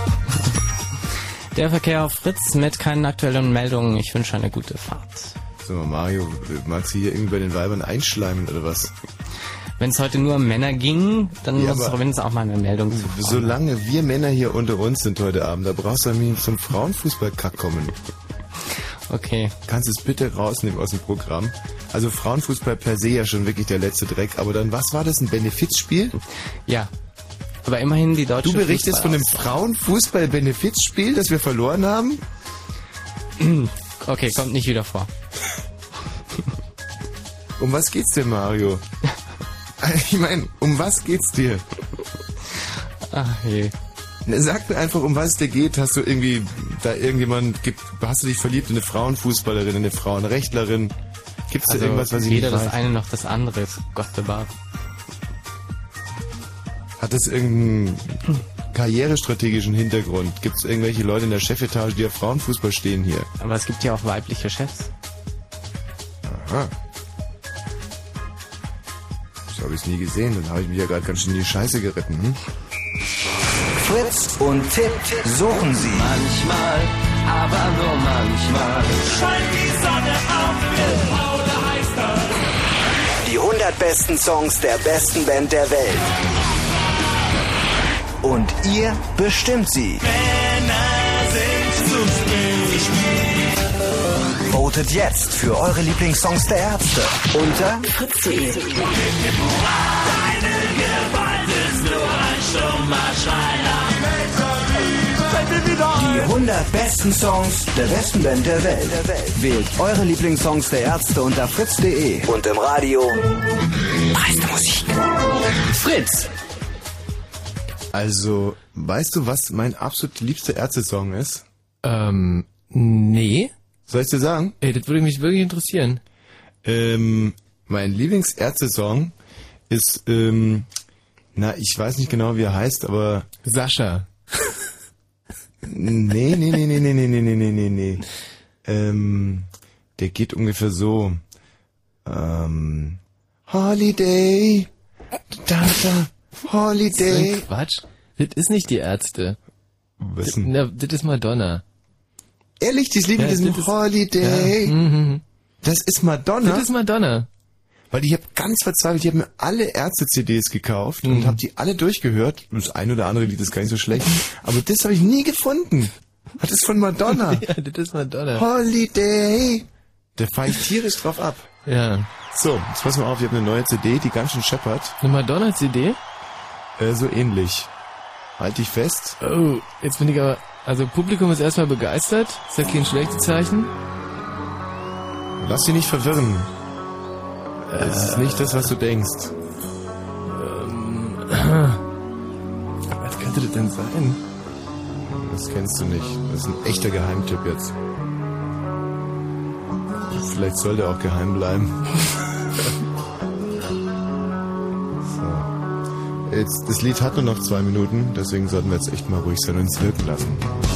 Der Verkehr auf Fritz mit keinen aktuellen Meldungen. Ich wünsche eine gute Fahrt. Sag mal, Mario, magst du hier irgendwie bei den Weibern einschleimen oder was? Wenn es heute nur um Männer ging, dann Ja, muss es aber doch wenigstens auch mal eine Meldung zu Frauen. Solange wir Männer hier unter uns sind heute Abend, da brauchst du nicht zum Frauenfußball-Kack kommen. Okay. Kannst du es bitte rausnehmen aus dem Programm? Also Frauenfußball per se ja schon wirklich der letzte Dreck, aber dann, was war das, ein Benefizspiel? Ja. Aber immerhin die deutsche Du berichtest von einem Fußballauswahl. Frauenfußball-Benefizspiel, das wir verloren haben? Okay, kommt nicht wieder vor. Um was geht's denn, Mario? Ich meine, um was geht's dir? Ach je. Sag mir einfach, um was es dir geht. Hast du irgendwie da hast du dich verliebt in eine Frauenfußballerin, in eine Frauenrechtlerin? Gibt's da irgendwas, was ich nicht weder weiß? das eine noch das andere ist. Gott bewahrt. Hat das irgendeinen karrierestrategischen Hintergrund? Gibt's irgendwelche Leute in der Chefetage, die auf Frauenfußball stehen hier? Aber es gibt ja auch weibliche Chefs. Aha. So habe ich es nie gesehen. Dann habe ich mich ja gerade ganz schön in die Scheiße geritten. Hm? Fritz und Tipp suchen Sie. Manchmal, aber nur manchmal scheint die Sonne auf, wird Paul heißt es. Die 100 besten Songs der besten Band der Welt. Und ihr bestimmt sie. Männer sind zu spät. Votet jetzt für eure Lieblingssongs der Ärzte unter fritz.de. Deine Gewalt ist nur ein stummer Schreiner. die 100 besten Songs der besten Band der Welt. Wählt eure Lieblingssongs der Ärzte unter fritz.de und im Radio. Preis der Musik. Fritz. Also, weißt du, was mein absolut liebster Ärzte-Song ist? Nee. Soll ich dir sagen? Ey, das würde mich wirklich interessieren. Mein Lieblingsärzte-Song ist, ich weiß nicht genau, wie er heißt, aber... Sascha. Nee. Der geht ungefähr so. Holiday. Holiday. Das ist Quatsch. Das ist nicht die Ärzte. Was denn? Das ist Madonna. Ehrlich, dieses Lied mit diesem Holiday. Ja. Das ist Madonna? Das ist Madonna. Weil ich habe ganz verzweifelt, ich habe mir alle Ärzte-CDs gekauft und habe die alle durchgehört. Das ein oder andere Lied ist gar nicht so schlecht. Aber das habe ich nie gefunden. Das ist von Madonna. Ja, das ist Madonna. Holiday. Da fahre ich tierisch drauf ab. Ja. So, jetzt pass mal auf, ich habe eine neue CD, die ganz schön scheppert. Eine Madonna-CD? So ähnlich. Halt dich fest. Oh, jetzt bin ich aber... Also Publikum ist erstmal begeistert. Ist ja kein schlechtes Zeichen. Lass dich nicht verwirren. Es ist nicht das, was du denkst. Was könnte das denn sein? Das kennst du nicht. Das ist ein echter Geheimtipp jetzt. Vielleicht soll der auch geheim bleiben. So. Jetzt, das Lied hat nur noch 2 Minuten, deswegen sollten wir jetzt echt mal ruhig sein und uns wirken lassen.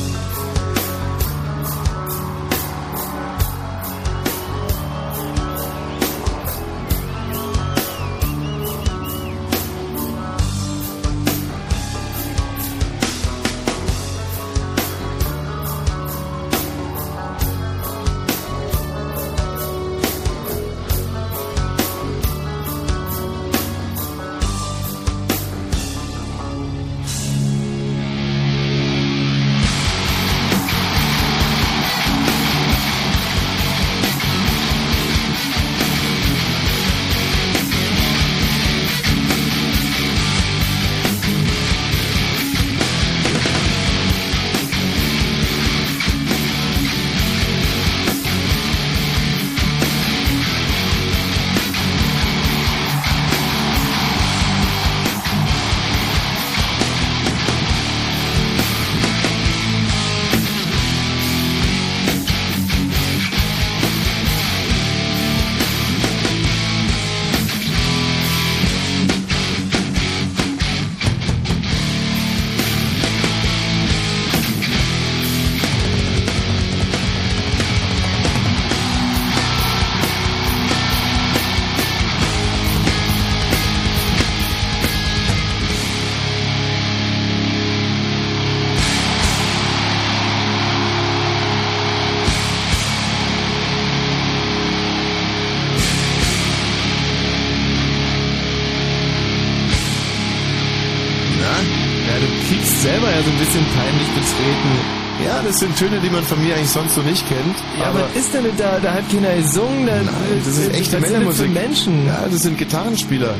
selber ja so ein bisschen peinlich betreten. Ja, das sind Töne, die man von mir eigentlich sonst so nicht kennt. Ja, aber was ist denn da? Da hat keiner gesungen. Nein, das ist echte Männermusik. Für Menschen. Ja, das sind Gitarrenspieler.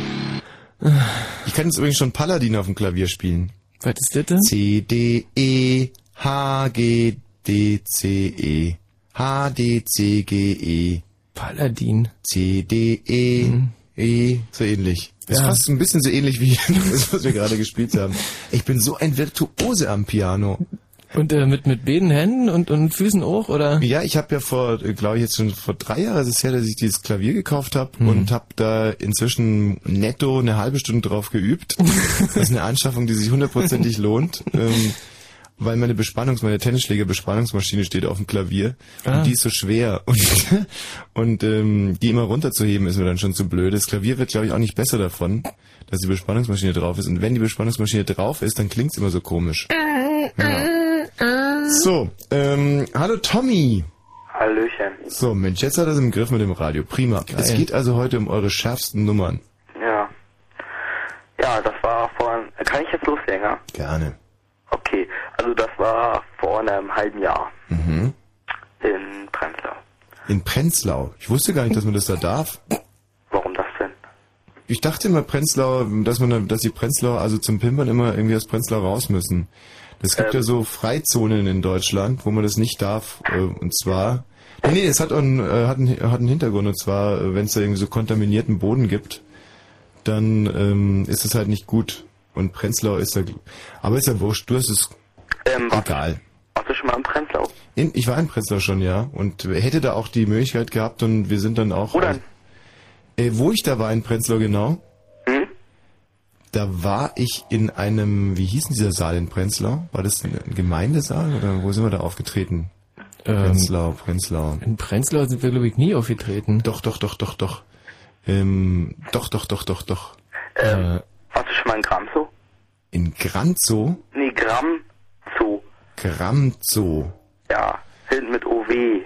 Ich kann jetzt übrigens schon Paladin auf dem Klavier spielen. Was ist das denn? C, D, E, H, G, D, C, E. H, D, C, G, E. Paladin. C, D, E, E. So ähnlich. Das ist fast ein bisschen so ähnlich wie das, was wir gerade gespielt haben. Ich bin so ein Virtuose am Piano. Und mit beiden Händen und Füßen auch, oder? Ja, ich habe ja glaube ich jetzt schon vor 3 Jahren ist es her, dass ich dieses Klavier gekauft habe und habe da inzwischen netto eine halbe Stunde drauf geübt. Das ist eine Anschaffung, die sich 100%ig lohnt, weil meine Tennisschläger-Bespannungsmaschine steht auf dem Klavier und die ist so schwer und die immer runterzuheben ist mir dann schon zu blöd. Das Klavier wird, glaube ich, auch nicht besser davon, dass die Bespannungsmaschine drauf ist. Und wenn die Bespannungsmaschine drauf ist, dann klingt's immer so komisch. Ja. So, hallo Tommy. Hallöchen. So, Mensch, jetzt hat er es im Griff mit dem Radio. Prima. Geil. Es geht also heute um eure schärfsten Nummern. Ja. Ja, das war kann ich jetzt loslegen, ja? Gerne. Okay, also das war vor einem halben Jahr. Mhm. In Prenzlau. In Prenzlau? Ich wusste gar nicht, dass man das da darf. Warum das denn? Ich dachte immer Prenzlau, dass die Prenzlauer also zum Pimpern immer irgendwie aus Prenzlau raus müssen. Es gibt ja so Freizonen in Deutschland, wo man das nicht darf, und zwar... Nee, es hat einen Hintergrund, und zwar, wenn es da irgendwie so kontaminierten Boden gibt, dann ist es halt nicht gut. Und Prenzlau ist ja... Aber ist ja wurscht, du hast es... egal. Warst du schon mal in Prenzlau? Ich war in Prenzlau schon, ja, und hätte da auch die Möglichkeit gehabt und wir sind dann auch... Wo denn? Wo ich da war in Prenzlau genau... Da war ich in einem, wie hieß denn dieser Saal in Prenzlau? War das ein Gemeindesaal oder wo sind wir da aufgetreten? Prenzlau. In Prenzlau sind wir, glaube ich, nie aufgetreten. Doch. Doch. Warst du schon mal in Gramzow? In Granzow? Nee, Gramzow. Gramzow. Ja, hinten mit OW.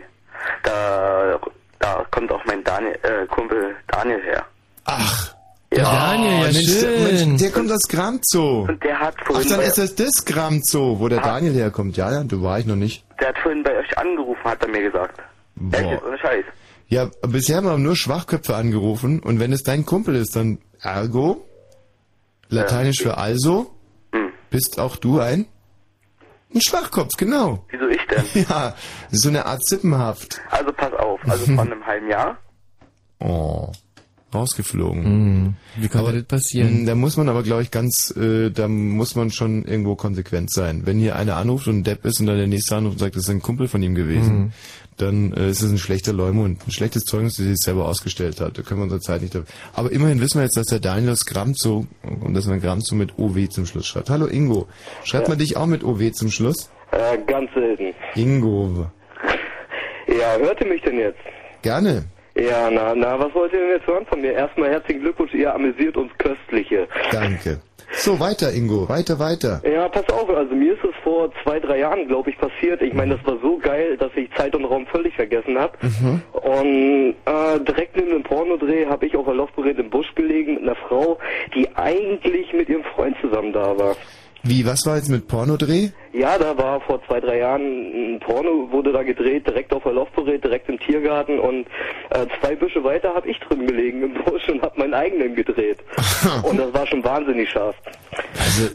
Da kommt auch mein Kumpel Daniel her. Ach. Ja, Daniel, ja, Mensch, schön. der kommt aus Gramzow. Und der hat Ach, vorhin dann ist das Gramzow, wo der Daniel herkommt. Ja, da war ich noch nicht. der hat vorhin bei euch angerufen, hat er mir gesagt. Echt, ohne Scheiß. Ja, bisher haben wir nur Schwachköpfe angerufen und wenn es dein Kumpel ist, dann ergo, lateinisch für also, bist auch du ein Schwachkopf, genau. Wieso ich denn? Ja, so eine Art Sippenhaft. Also pass auf, also von einem halben Jahr. Oh, rausgeflogen. Wie konnte das passieren? Da muss man aber, glaube ich, da muss man schon irgendwo konsequent sein. Wenn hier einer anruft und ein Depp ist und dann der nächste anruft und sagt, das ist ein Kumpel von ihm gewesen, dann ist es ein schlechter Leume und ein schlechtes Zeugnis, das er sich selber ausgestellt hat. Da können wir unsere Zeit nicht... Aber immerhin wissen wir jetzt, dass der Daniel aus Gramzow und dass man Gramzow mit OW zum Schluss schreibt. Hallo Ingo, schreibt man dich auch mit OW zum Schluss? Ganz selten. Ingo. Ja, hört ihr mich denn jetzt? Gerne. Ja, na, was wollt ihr denn jetzt hören von mir? Erstmal herzlichen Glückwunsch, ihr amüsiert uns köstliche. Danke. So, weiter Ingo, weiter. Ja, pass auf, also mir ist es vor 2-3 Jahren, glaube ich, passiert. Ich meine, das war so geil, dass ich Zeit und Raum völlig vergessen habe. Und direkt neben dem Pornodreh habe ich auf der Laufgerät im Busch gelegen mit einer Frau, die eigentlich mit ihrem Freund zusammen da war. Wie, was war jetzt mit Pornodreh? Ja, da war vor 2-3 Jahren ein Porno, wurde da gedreht, direkt auf der Laufgerät, direkt im Tiergarten und 2 Büsche weiter habe ich drin gelegen im Busch und habe meinen eigenen gedreht. Und das war schon wahnsinnig scharf. Also,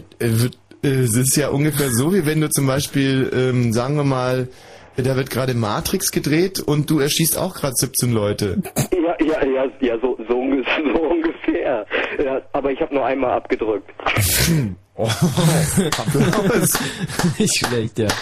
es ist ja ungefähr so, wie wenn du zum Beispiel, sagen wir mal, da wird gerade Matrix gedreht und du erschießt auch gerade 17 Leute. Ja, so ungefähr. Ja, aber ich habe nur einmal abgedrückt. Oh, nicht schlecht, ja.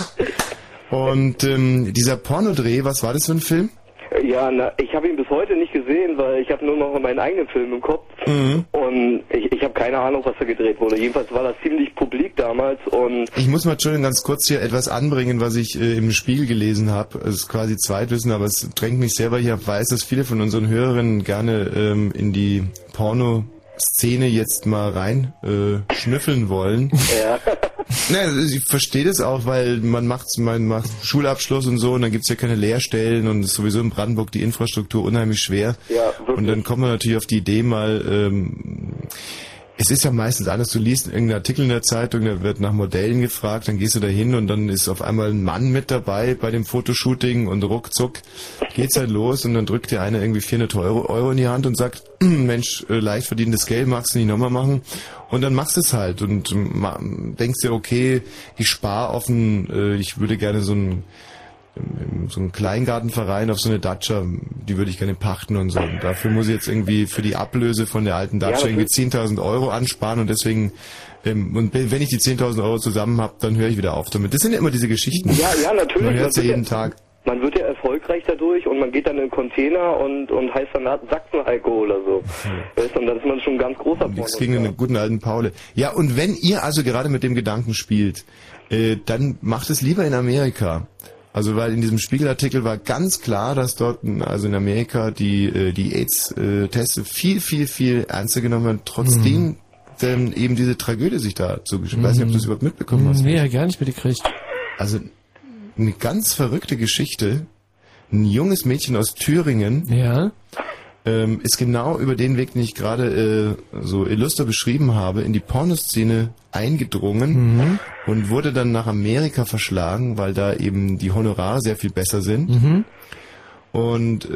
Und dieser Pornodreh, was war das für ein Film? Ja, ich habe ihn bis heute nicht gesehen, weil ich habe nur noch meinen eigenen Film im Kopf. Und ich habe keine Ahnung, was da gedreht wurde. Jedenfalls war das ziemlich publik damals und... Ich muss mal, Entschuldigung, ganz kurz hier etwas anbringen, was ich im Spiegel gelesen habe. Es ist quasi Zweitwissen, aber es drängt mich sehr, weil ich weiß, dass viele von unseren Hörerinnen gerne in die Porno-Szene jetzt mal rein schnüffeln wollen. Ja. Ne, ich verstehe das auch, weil man macht Schulabschluss und so und dann gibt's ja keine Lehrstellen und es ist sowieso in Brandenburg die Infrastruktur unheimlich schwer. Ja, wirklich. Und dann kommt man natürlich auf die Idee mal, es ist ja meistens alles, du liest irgendeinen Artikel in der Zeitung, da wird nach Modellen gefragt, dann gehst du da hin und dann ist auf einmal ein Mann mit dabei bei dem Fotoshooting und ruckzuck geht's halt los und dann drückt dir einer irgendwie 400 Euro in die Hand und sagt, Mensch, leicht verdientes Geld, magst du nicht nochmal machen? Und dann machst du es halt und denkst dir, okay, ich spare auf ich würde gerne so einen Kleingartenverein auf so eine Datscha, die würde ich gerne pachten und so. Und dafür muss ich jetzt irgendwie für die Ablöse von der alten Datscha irgendwie 10.000 Euro ansparen und deswegen, und wenn ich die 10.000 Euro zusammen habe, dann höre ich wieder auf damit. Das sind ja immer diese Geschichten. Ja, natürlich. Man hört ja jeden Tag. Man wird ja erfolgreich dadurch und man geht dann in den Container und heißt dann Sachsenalkohol oder so. Weißt du, und dann ist man schon ein ganz großer Nichts gegen einen guten alten Paule. Ja, und wenn ihr also gerade mit dem Gedanken spielt, dann macht es lieber in Amerika. Also weil in diesem Spiegelartikel war ganz klar, dass dort, also in Amerika, die AIDS-Teste viel ernster genommen werden, trotzdem eben diese Tragödie sich da zugeschrieben. Ich weiß nicht, ob du das überhaupt mitbekommen hast. Nee, gar nicht mitgekriegt. Also eine ganz verrückte Geschichte. Ein junges Mädchen aus Thüringen ist genau über den Weg, den ich gerade so illuster beschrieben habe, in die Pornoszene eingedrungen und wurde dann nach Amerika verschlagen, weil da eben die Honorare sehr viel besser sind. Und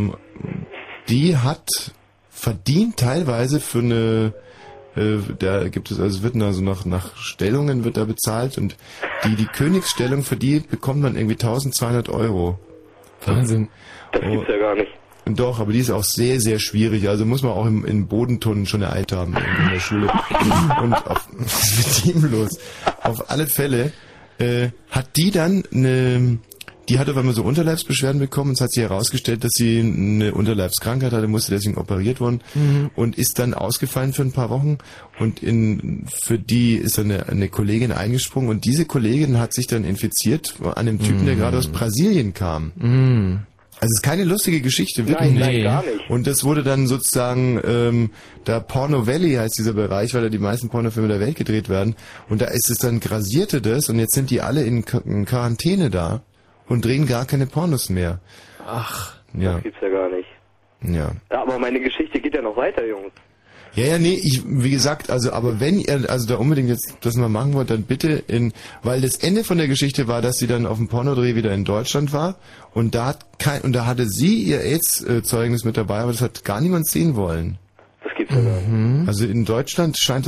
die hat verdient teilweise für eine da gibt es, also wird also nach Stellungen wird da bezahlt und die Königsstellung, für die bekommt man irgendwie 1.200 Euro. Wahnsinn. Das gibt's ja gar nicht. Doch, aber die ist auch sehr, sehr schwierig. Also muss man auch in Bodentunneln schon eine Eid haben in der Schule. Und was ist mit ihm los? Auf alle Fälle hat die dann die hat auf einmal so Unterleibsbeschwerden bekommen und es hat sich herausgestellt, dass sie eine Unterleibskrankheit hatte, musste deswegen operiert worden und ist dann ausgefallen für ein paar Wochen und für die ist dann eine Kollegin eingesprungen und diese Kollegin hat sich dann infiziert an einem Typen, der gerade aus Brasilien kam. Also es ist keine lustige Geschichte, wirklich Nein, nein, gar nicht. Und das wurde dann sozusagen, da Porno Valley heißt dieser Bereich, weil da die meisten Pornofilme der Welt gedreht werden. Und da ist es dann, grasierte das und jetzt sind die alle in Quarantäne da und drehen gar keine Pornos mehr. Ach. Ja. Das gibt's ja gar nicht. Ja. Ja, aber meine Geschichte geht ja noch weiter, Jungs. Ja, nee, wie gesagt, also, aber wenn ihr, also da unbedingt jetzt das mal machen wollt, dann bitte weil das Ende von der Geschichte war, dass sie dann auf dem Pornodreh wieder in Deutschland war und da hatte sie ihr AIDS-Zeugnis mit dabei, aber das hat gar niemand sehen wollen. Das gibt's ja gar nicht. Also in Deutschland scheint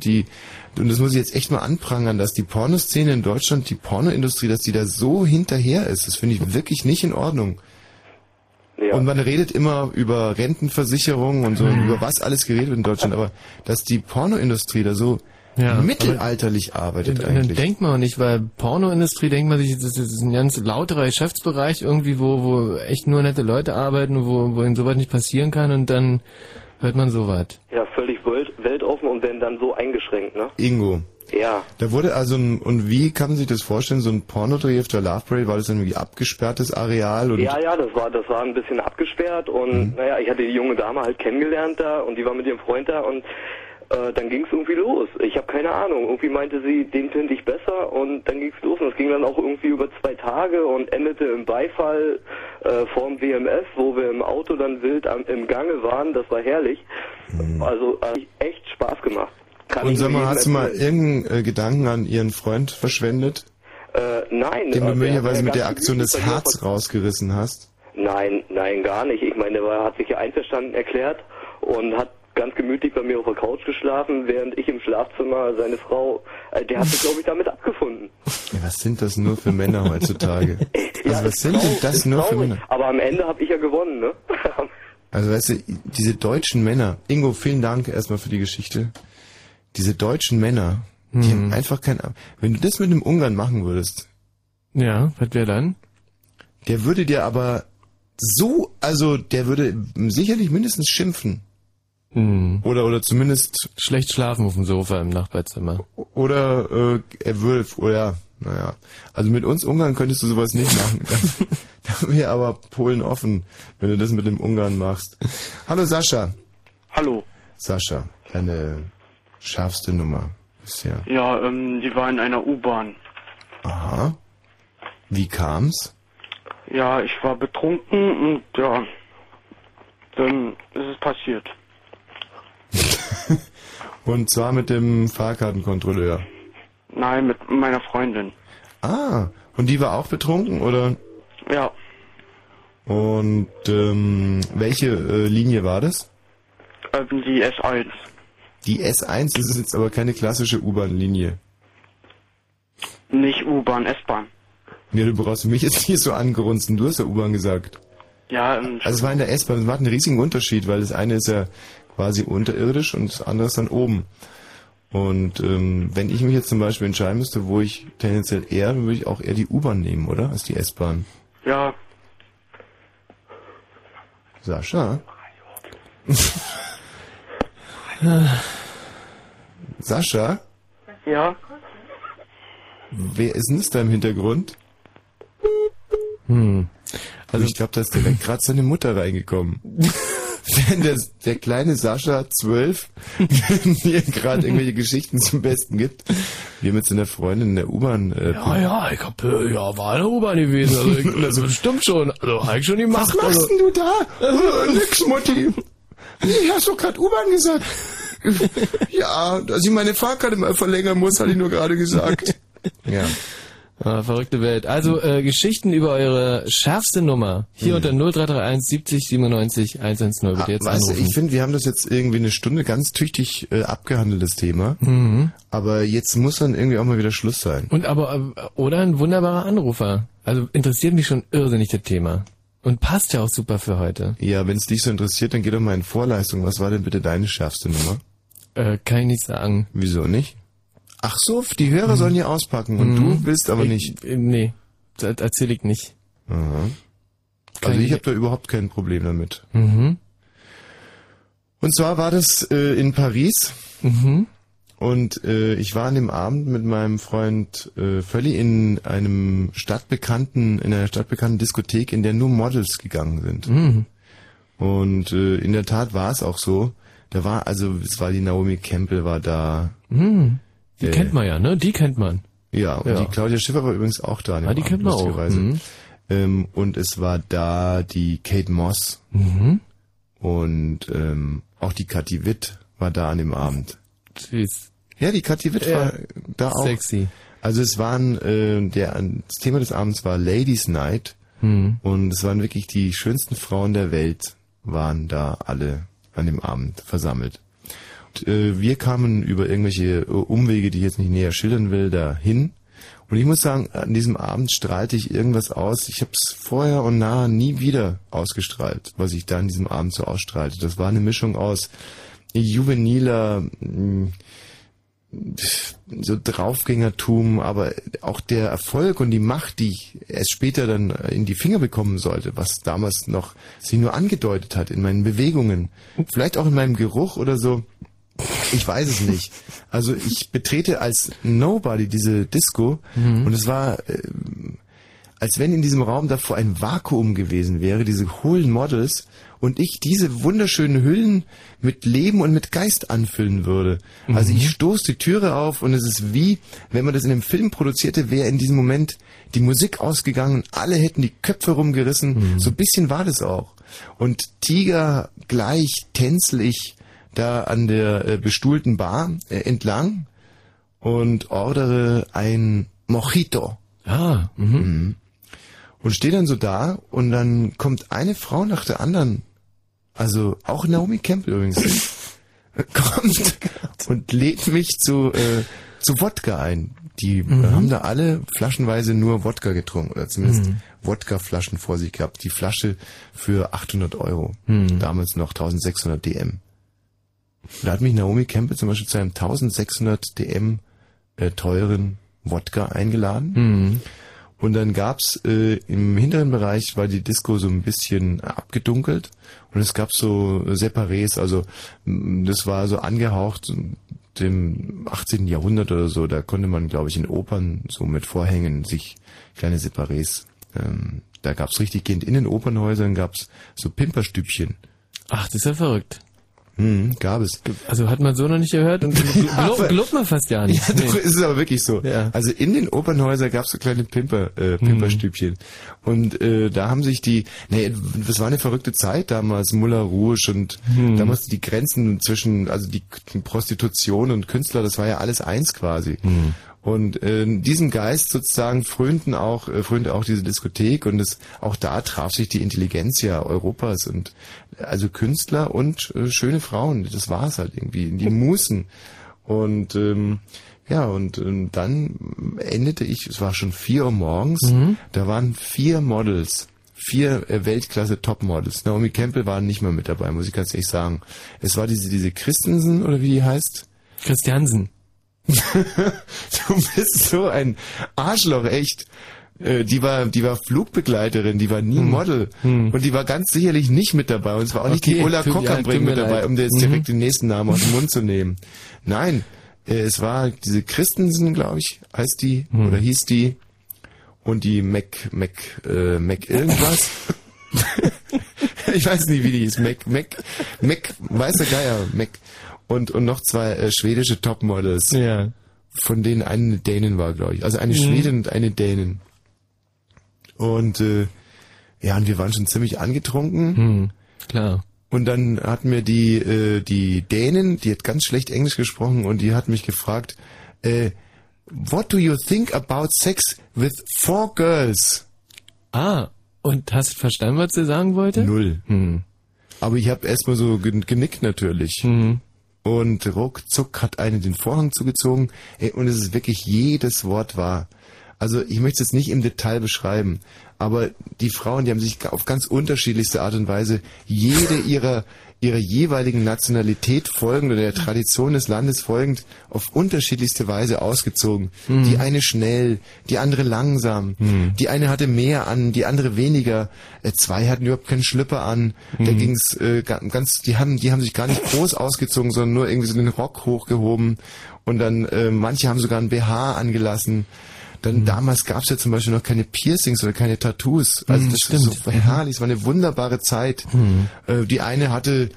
und das muss ich jetzt echt mal anprangern, dass die Pornoszene in Deutschland, die Pornoindustrie, dass die da so hinterher ist. Das finde ich wirklich nicht in Ordnung. Ja. Und man redet immer über Rentenversicherung und so, und über was alles geredet wird in Deutschland, aber dass die Pornoindustrie da so mittelalterlich arbeitet eigentlich. Dann denkt man auch nicht, weil Pornoindustrie, denkt man sich, das ist ein ganz lauterer Geschäftsbereich irgendwie, wo echt nur nette Leute arbeiten, wo ihnen sowas nicht passieren kann und dann hört man sowas. Ja, völlig weltoffen und werden dann so eingeschränkt, ne? Ingo. Ja. Da wurde also und wie kann man sich das vorstellen, so ein Pornodreh auf der Love Parade, war das dann irgendwie abgesperrtes Areal? Und Ja, das war ein bisschen abgesperrt und naja, ich hatte die junge Dame halt kennengelernt da und die war mit ihrem Freund da und dann ging's irgendwie los. Ich habe keine Ahnung. Irgendwie meinte sie, den finde ich besser und dann ging's los und es ging dann auch irgendwie über 2 Tage und endete im Beifall vorm WMF, wo wir im Auto dann wild im Gange waren. Das war herrlich. Also hat echt Spaß gemacht. Und sag mal, hast du mal irgendeinen Gedanken an ihren Freund verschwendet? Nein. Dem du möglicherweise mit der Aktion das Herz rausgerissen hast? Nein, gar nicht. Ich meine, der hat sich ja einverstanden erklärt und hat ganz gemütlich bei mir auf der Couch geschlafen, während ich im Schlafzimmer seine Frau, der hat sich, glaube ich, damit abgefunden. Ja, was sind das nur für Männer heutzutage? Also was sind denn das nur für Männer? Aber am Ende habe ich ja gewonnen, ne? Also weißt du, diese deutschen Männer, Ingo, vielen Dank erstmal für die Geschichte. Diese deutschen Männer, die haben einfach wenn du das mit einem Ungarn machen würdest. Ja, was wäre dann? Der würde dir aber der würde sicherlich mindestens schimpfen. Oder zumindest schlecht schlafen auf dem Sofa im Nachbarzimmer. Oder er würde, naja. Also mit uns Ungarn könntest du sowas nicht machen. Da wäre aber Polen offen, wenn du das mit dem Ungarn machst. Hallo Sascha. Hallo. Sascha, deine schärfste Nummer bisher. Ja, die war in einer U-Bahn. Aha. Wie kam's? Ja, ich war betrunken und ja, dann ist es passiert. Und zwar mit dem Fahrkartenkontrolleur? Nein, mit meiner Freundin. Ah, und die war auch betrunken, oder? Ja. Und welche Linie war das? Die S1. Die S1, das ist jetzt aber keine klassische U-Bahn-Linie. Nicht U-Bahn, S-Bahn. Ja, du brauchst mich jetzt nicht so angerunzen, du hast ja U-Bahn gesagt. Ja, also es war in der S-Bahn, es macht einen riesigen Unterschied, weil das eine ist ja quasi unterirdisch und das andere ist dann oben. Und wenn ich mich jetzt zum Beispiel entscheiden müsste, wo ich tendenziell dann würde ich auch eher die U-Bahn nehmen, oder? Als die S-Bahn. Ja. Sascha? Sascha? Ja? Wer ist denn das da im Hintergrund? Also ich glaube, da ist direkt gerade seine Mutter reingekommen. Wenn der kleine Sascha 12 mir gerade irgendwelche Geschichten zum Besten gibt, wie er mit seiner Freundin in der U-Bahn... ich hab, war in der U-Bahn gewesen, also bestimmt schon, also hab ich schon gemacht. Was machst denn du da? Nix, Mutti. Ich hast doch gerade U-Bahn gesagt. Ja, dass ich meine Fahrkarte mal verlängern muss, hatte ich nur gerade gesagt. Ja. Ah, verrückte Welt. Also Geschichten über eure schärfste Nummer. Hier unter 0331 70 97 110 bitte jetzt anrufen. Ich finde, wir haben das jetzt irgendwie eine Stunde ganz tüchtig abgehandeltes Thema. Aber jetzt muss dann irgendwie auch mal wieder Schluss sein. Und oder ein wunderbarer Anrufer. Also interessiert mich schon irrsinnig das Thema. Und passt ja auch super für heute. Ja, wenn es dich so interessiert, dann geh doch mal in Vorleistung. Was war denn bitte deine schärfste Nummer? Kann ich nicht sagen. Wieso nicht? Ach so, die Hörer sollen hier auspacken und du willst aber nicht. Nee, das erzähl ich nicht. Aha. Also ich habe da überhaupt kein Problem damit. Und zwar war das in Paris Und ich war an dem Abend mit meinem Freund Völli in einer stadtbekannten Diskothek, in der nur Models gegangen sind. Mhm. Und in der Tat war es auch so. Es war die Naomi Campbell war da. Mhm. Die kennt man ja, ne? Die kennt man. Ja, und die Claudia Schiffer war übrigens auch da. Die kennt man auch. Und es war da die Kate Moss. Mhm. Und auch die Kathi Witt war da an dem Abend. Süß. Ja, die Kathi Witt war da auch. Sexy. Also es waren, das Thema des Abends war Ladies Night. Und es waren wirklich die schönsten Frauen der Welt, waren da alle an dem Abend versammelt. Und wir kamen über irgendwelche Umwege, die ich jetzt nicht näher schildern will, dahin. Und ich muss sagen, an diesem Abend strahlte ich irgendwas aus. Ich habe es vorher und nachher nie wieder ausgestrahlt, was ich da an diesem Abend so ausstrahlte. Das war eine Mischung aus juveniler, so Draufgängertum, aber auch der Erfolg und die Macht, die ich erst später dann in die Finger bekommen sollte, was damals noch sich nur angedeutet hat in meinen Bewegungen, vielleicht auch in meinem Geruch oder so. Ich weiß es nicht. Also ich betrete als Nobody diese Disco und es war, als wenn in diesem Raum davor ein Vakuum gewesen wäre, diese hohlen Models und ich diese wunderschönen Hüllen mit Leben und mit Geist anfüllen würde. Also ich stoße die Türe auf und es ist wie, wenn man das in einem Film produzierte, wäre in diesem Moment die Musik ausgegangen, alle hätten die Köpfe rumgerissen. So ein bisschen war das auch. Und Tiger gleich tänzel ich da an der bestuhlten Bar entlang und ordere ein Mojito. Und stehe dann so da und dann kommt eine Frau nach der anderen, also auch Naomi Campbell übrigens, kommt und lädt mich zu Wodka ein. Die haben da alle flaschenweise nur Wodka getrunken oder zumindest Wodkaflaschen vor sich gehabt. Die Flasche für 800 €, damals noch 1600 DM. Da hat mich Naomi Campbell zum Beispiel zu einem 1600 DM teuren Wodka eingeladen. Und dann gab's im hinteren Bereich war die Disco so ein bisschen abgedunkelt und es gab so Separés, also das war so angehaucht dem 18. Jahrhundert oder so, da konnte man, glaube ich, in Opern so mit Vorhängen sich kleine Separés, da gab's richtig gehend in den Opernhäusern gab's so Pimperstübchen. Ach, das ist ja verrückt. Gab es. Also hat man so noch nicht gehört und glaubt man fast ja nicht. Ja, doch, ist es aber wirklich so. Ja. Also in den Opernhäusern gab es so kleine Pimperstübchen. Und da haben sich das war eine verrückte Zeit damals, Moulin Rouge und damals die Grenzen zwischen, also die Prostitution und Künstler, das war ja alles eins quasi. Und diesem Geist sozusagen frönte auch diese Diskothek und auch da traf sich die Intelligenz ja Europas und also Künstler und schöne Frauen, das war es halt irgendwie, die Musen. Und dann endete ich, es war schon 4 Uhr morgens, da waren 4 Models, 4 Weltklasse-Top-Models. Naomi Campbell war nicht mehr mit dabei, muss ich ganz ehrlich sagen. Es war diese Christensen, oder wie die heißt? Christiansen. Du bist so ein Arschloch, echt. Die war Flugbegleiterin, die war nie Model und die war ganz sicherlich nicht mit dabei und es war auch nicht die Ulla Kockernbrink mit dabei, um dir jetzt direkt den nächsten Namen aus dem Mund zu nehmen. Nein, es war diese Christensen, glaube ich, heißt die oder hieß die und die Mac irgendwas. Ich weiß nicht, wie die hieß. Mac, weißer Geier, Mac. Und noch 2 schwedische Topmodels. Ja. Von denen eine Dänin war, glaube ich. Also eine Schwedin und eine Dänin. Und und wir waren schon ziemlich angetrunken. Klar. Und dann hatten wir die Dänin, die hat ganz schlecht Englisch gesprochen und die hat mich gefragt, what do you think about sex with 4 girls? Und hast du verstanden, was sie sagen wollte? 0. Aber ich habe erstmal so genickt natürlich. Und ruckzuck hat eine den Vorhang zugezogen. Und es ist wirklich, jedes Wort wahr. Also ich möchte es jetzt nicht im Detail beschreiben, aber die Frauen, die haben sich auf ganz unterschiedlichste Art und Weise jede ihrer jeweiligen Nationalität folgend oder der Tradition des Landes folgend auf unterschiedlichste Weise ausgezogen. Die eine schnell, die andere langsam, die eine hatte mehr an, die andere weniger. Zwei hatten überhaupt keinen Schlüpper an. Da ging's ganz, die haben sich gar nicht groß ausgezogen, sondern nur irgendwie so den Rock hochgehoben und dann manche haben sogar einen BH angelassen. Dann damals gab es ja zum Beispiel noch keine Piercings oder keine Tattoos. Also das ist so herrlich, es war eine wunderbare Zeit. Die eine hatte,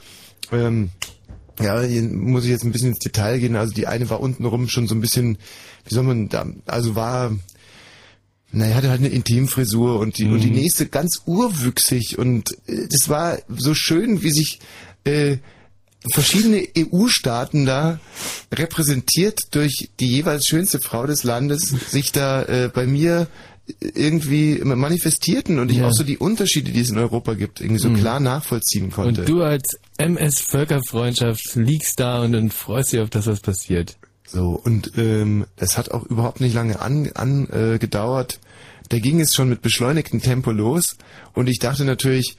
hier muss ich jetzt ein bisschen ins Detail gehen, also die eine war untenrum schon so ein bisschen, wie soll man da, also hatte halt eine Intimfrisur und die nächste ganz urwüchsig und das war so schön, wie sich verschiedene EU-Staaten da repräsentiert durch die jeweils schönste Frau des Landes sich da bei mir irgendwie manifestierten und ich auch so die Unterschiede, die es in Europa gibt, irgendwie so klar nachvollziehen konnte. Und du als MS Völkerfreundschaft liegst da und dann freust dich auf das, was passiert. So, und es hat auch überhaupt nicht lange gedauert. Da ging es schon mit beschleunigtem Tempo los und ich dachte natürlich,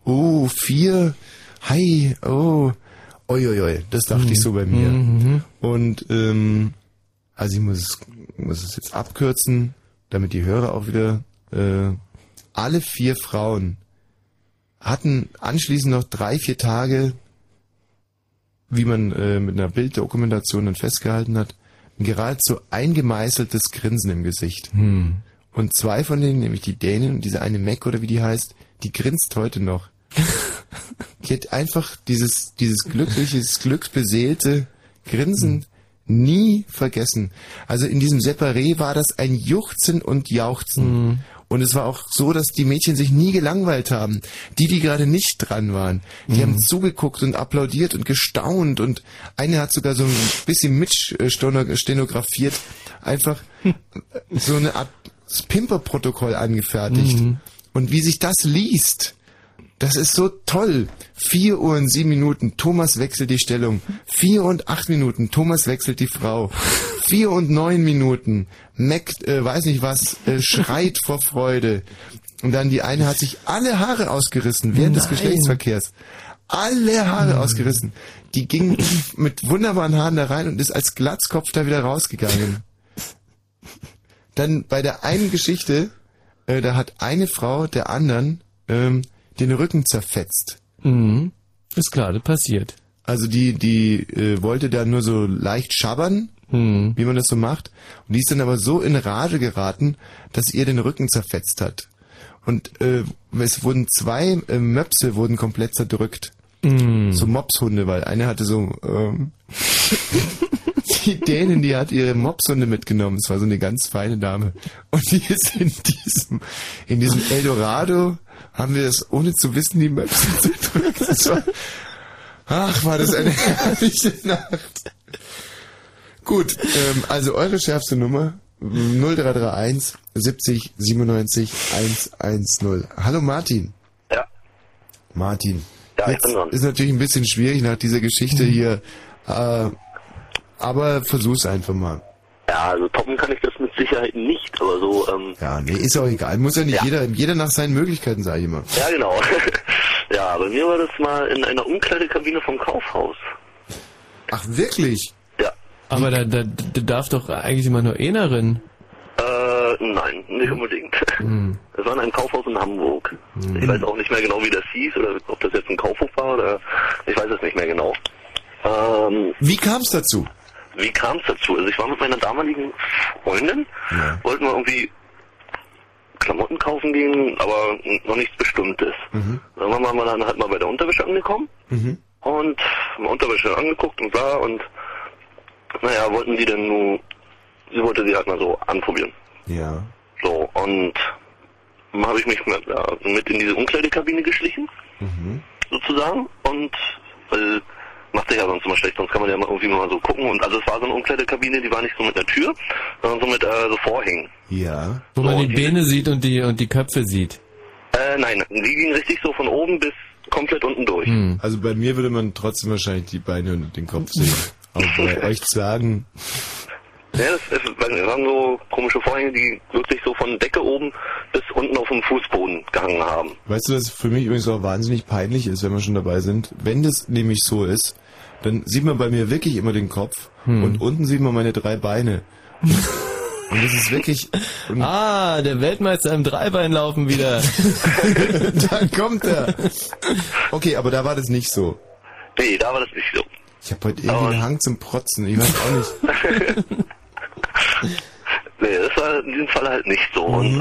4, hi, Uiuiui, das dachte ich so bei mir. Und also ich muss es jetzt abkürzen, damit die Hörer auch wieder alle 4 Frauen hatten anschließend noch 3-4 Tage, wie man mit einer Bilddokumentation dann festgehalten hat, ein geradezu eingemeißeltes Grinsen im Gesicht. Und 2 von denen, nämlich die Dänin und diese eine Mac oder wie die heißt, die grinst heute noch. Die hat einfach dieses glücksbeseelte Grinsen nie vergessen. Also in diesem Separé war das ein Juchzen und Jauchzen. Und es war auch so, dass die Mädchen sich nie gelangweilt haben. Die gerade nicht dran waren, die haben zugeguckt und applaudiert und gestaunt und eine hat sogar so ein bisschen mitstenografiert, einfach so eine Art Pimper-Protokoll angefertigt. Und wie sich das liest, das ist so toll. 4 Uhr und 7 Minuten, Thomas wechselt die Stellung. 4 und 8 Minuten, Thomas wechselt die Frau. 4 und 9 Minuten, Mac, weiß nicht was, schreit vor Freude. Und dann die eine hat sich alle Haare ausgerissen während des Geschlechtsverkehrs. Alle Haare ausgerissen. Die ging mit wunderbaren Haaren da rein und ist als Glatzkopf da wieder rausgegangen. Dann bei der einen Geschichte, da hat eine Frau der anderen den Rücken zerfetzt. Ist klar, das passiert. Also die wollte da nur so leicht schabbern, wie man das so macht. Und die ist dann aber so in Rage geraten, dass ihr den Rücken zerfetzt hat. Und es wurden 2 Möpse wurden komplett zerdrückt. So Mopshunde, weil eine hatte so die Dänin, die hat ihre Mopshunde mitgenommen. Es war so eine ganz feine Dame. Und die ist in diesem Eldorado, haben wir es ohne zu wissen die Möpse zerdrückt. War das eine herrliche Nacht. Gut, also eure schärfste Nummer 0331 70 97 110. Hallo Martin. Ja. Martin. Ja, jetzt ist natürlich ein bisschen schwierig nach dieser Geschichte hier, aber versuch's einfach mal. Ja, also toppen kann ich das mit Sicherheit nicht, aber so, ja, nee, ist auch egal. Muss ja nicht jeder nach seinen Möglichkeiten, sag ich immer. Ja, genau. Ja, bei mir war das mal in einer Umkleidekabine vom Kaufhaus. Ach, wirklich? Ja. Aber da darf doch eigentlich immer nur einer rein. Nein, nicht unbedingt. Es war in einem Kaufhaus in Hamburg. Ich weiß auch nicht mehr genau, wie das hieß, oder ob das jetzt ein Kaufhof war, oder ich weiß es nicht mehr genau. Wie kam es dazu? Wie kam es dazu? Also ich war mit meiner damaligen Freundin, wollten wir irgendwie Klamotten kaufen gehen, aber noch nichts Bestimmtes. Irgendwann waren wir dann halt mal bei der Unterwäsche angekommen und haben Unterwäsche angeguckt und bla und naja, sie wollte sie halt mal so anprobieren. Ja. So, und dann habe ich mich mit in diese Umkleidekabine geschlichen, sozusagen, und weil macht sich ja sonst immer schlecht, sonst kann man ja mal irgendwie mal so gucken. Und also es war so eine Umkleidekabine, die war nicht so mit einer Tür, sondern so mit so Vorhängen. Ja. Wo man die Beine sieht und die Köpfe sieht. Nein, die ging richtig so von oben bis komplett unten durch. Also bei mir würde man trotzdem wahrscheinlich die Beine und den Kopf sehen. Aber bei euch sagen... Ja, das waren so komische Vorhänge, die wirklich so von Decke oben bis unten auf dem Fußboden gehangen haben. Weißt du, dass für mich übrigens auch wahnsinnig peinlich ist, wenn wir schon dabei sind? Wenn das nämlich so ist, dann sieht man bei mir wirklich immer den Kopf und unten sieht man meine 3 Beine. Und das ist wirklich... der Weltmeister im Dreibeinlaufen wieder. Da kommt er. Okay, aber da war das nicht so. Nee, da war das nicht so. Ich habe heute irgendwie einen Hang zum Protzen, ich weiß auch nicht. Nee, das war in diesem Fall halt nicht so. Und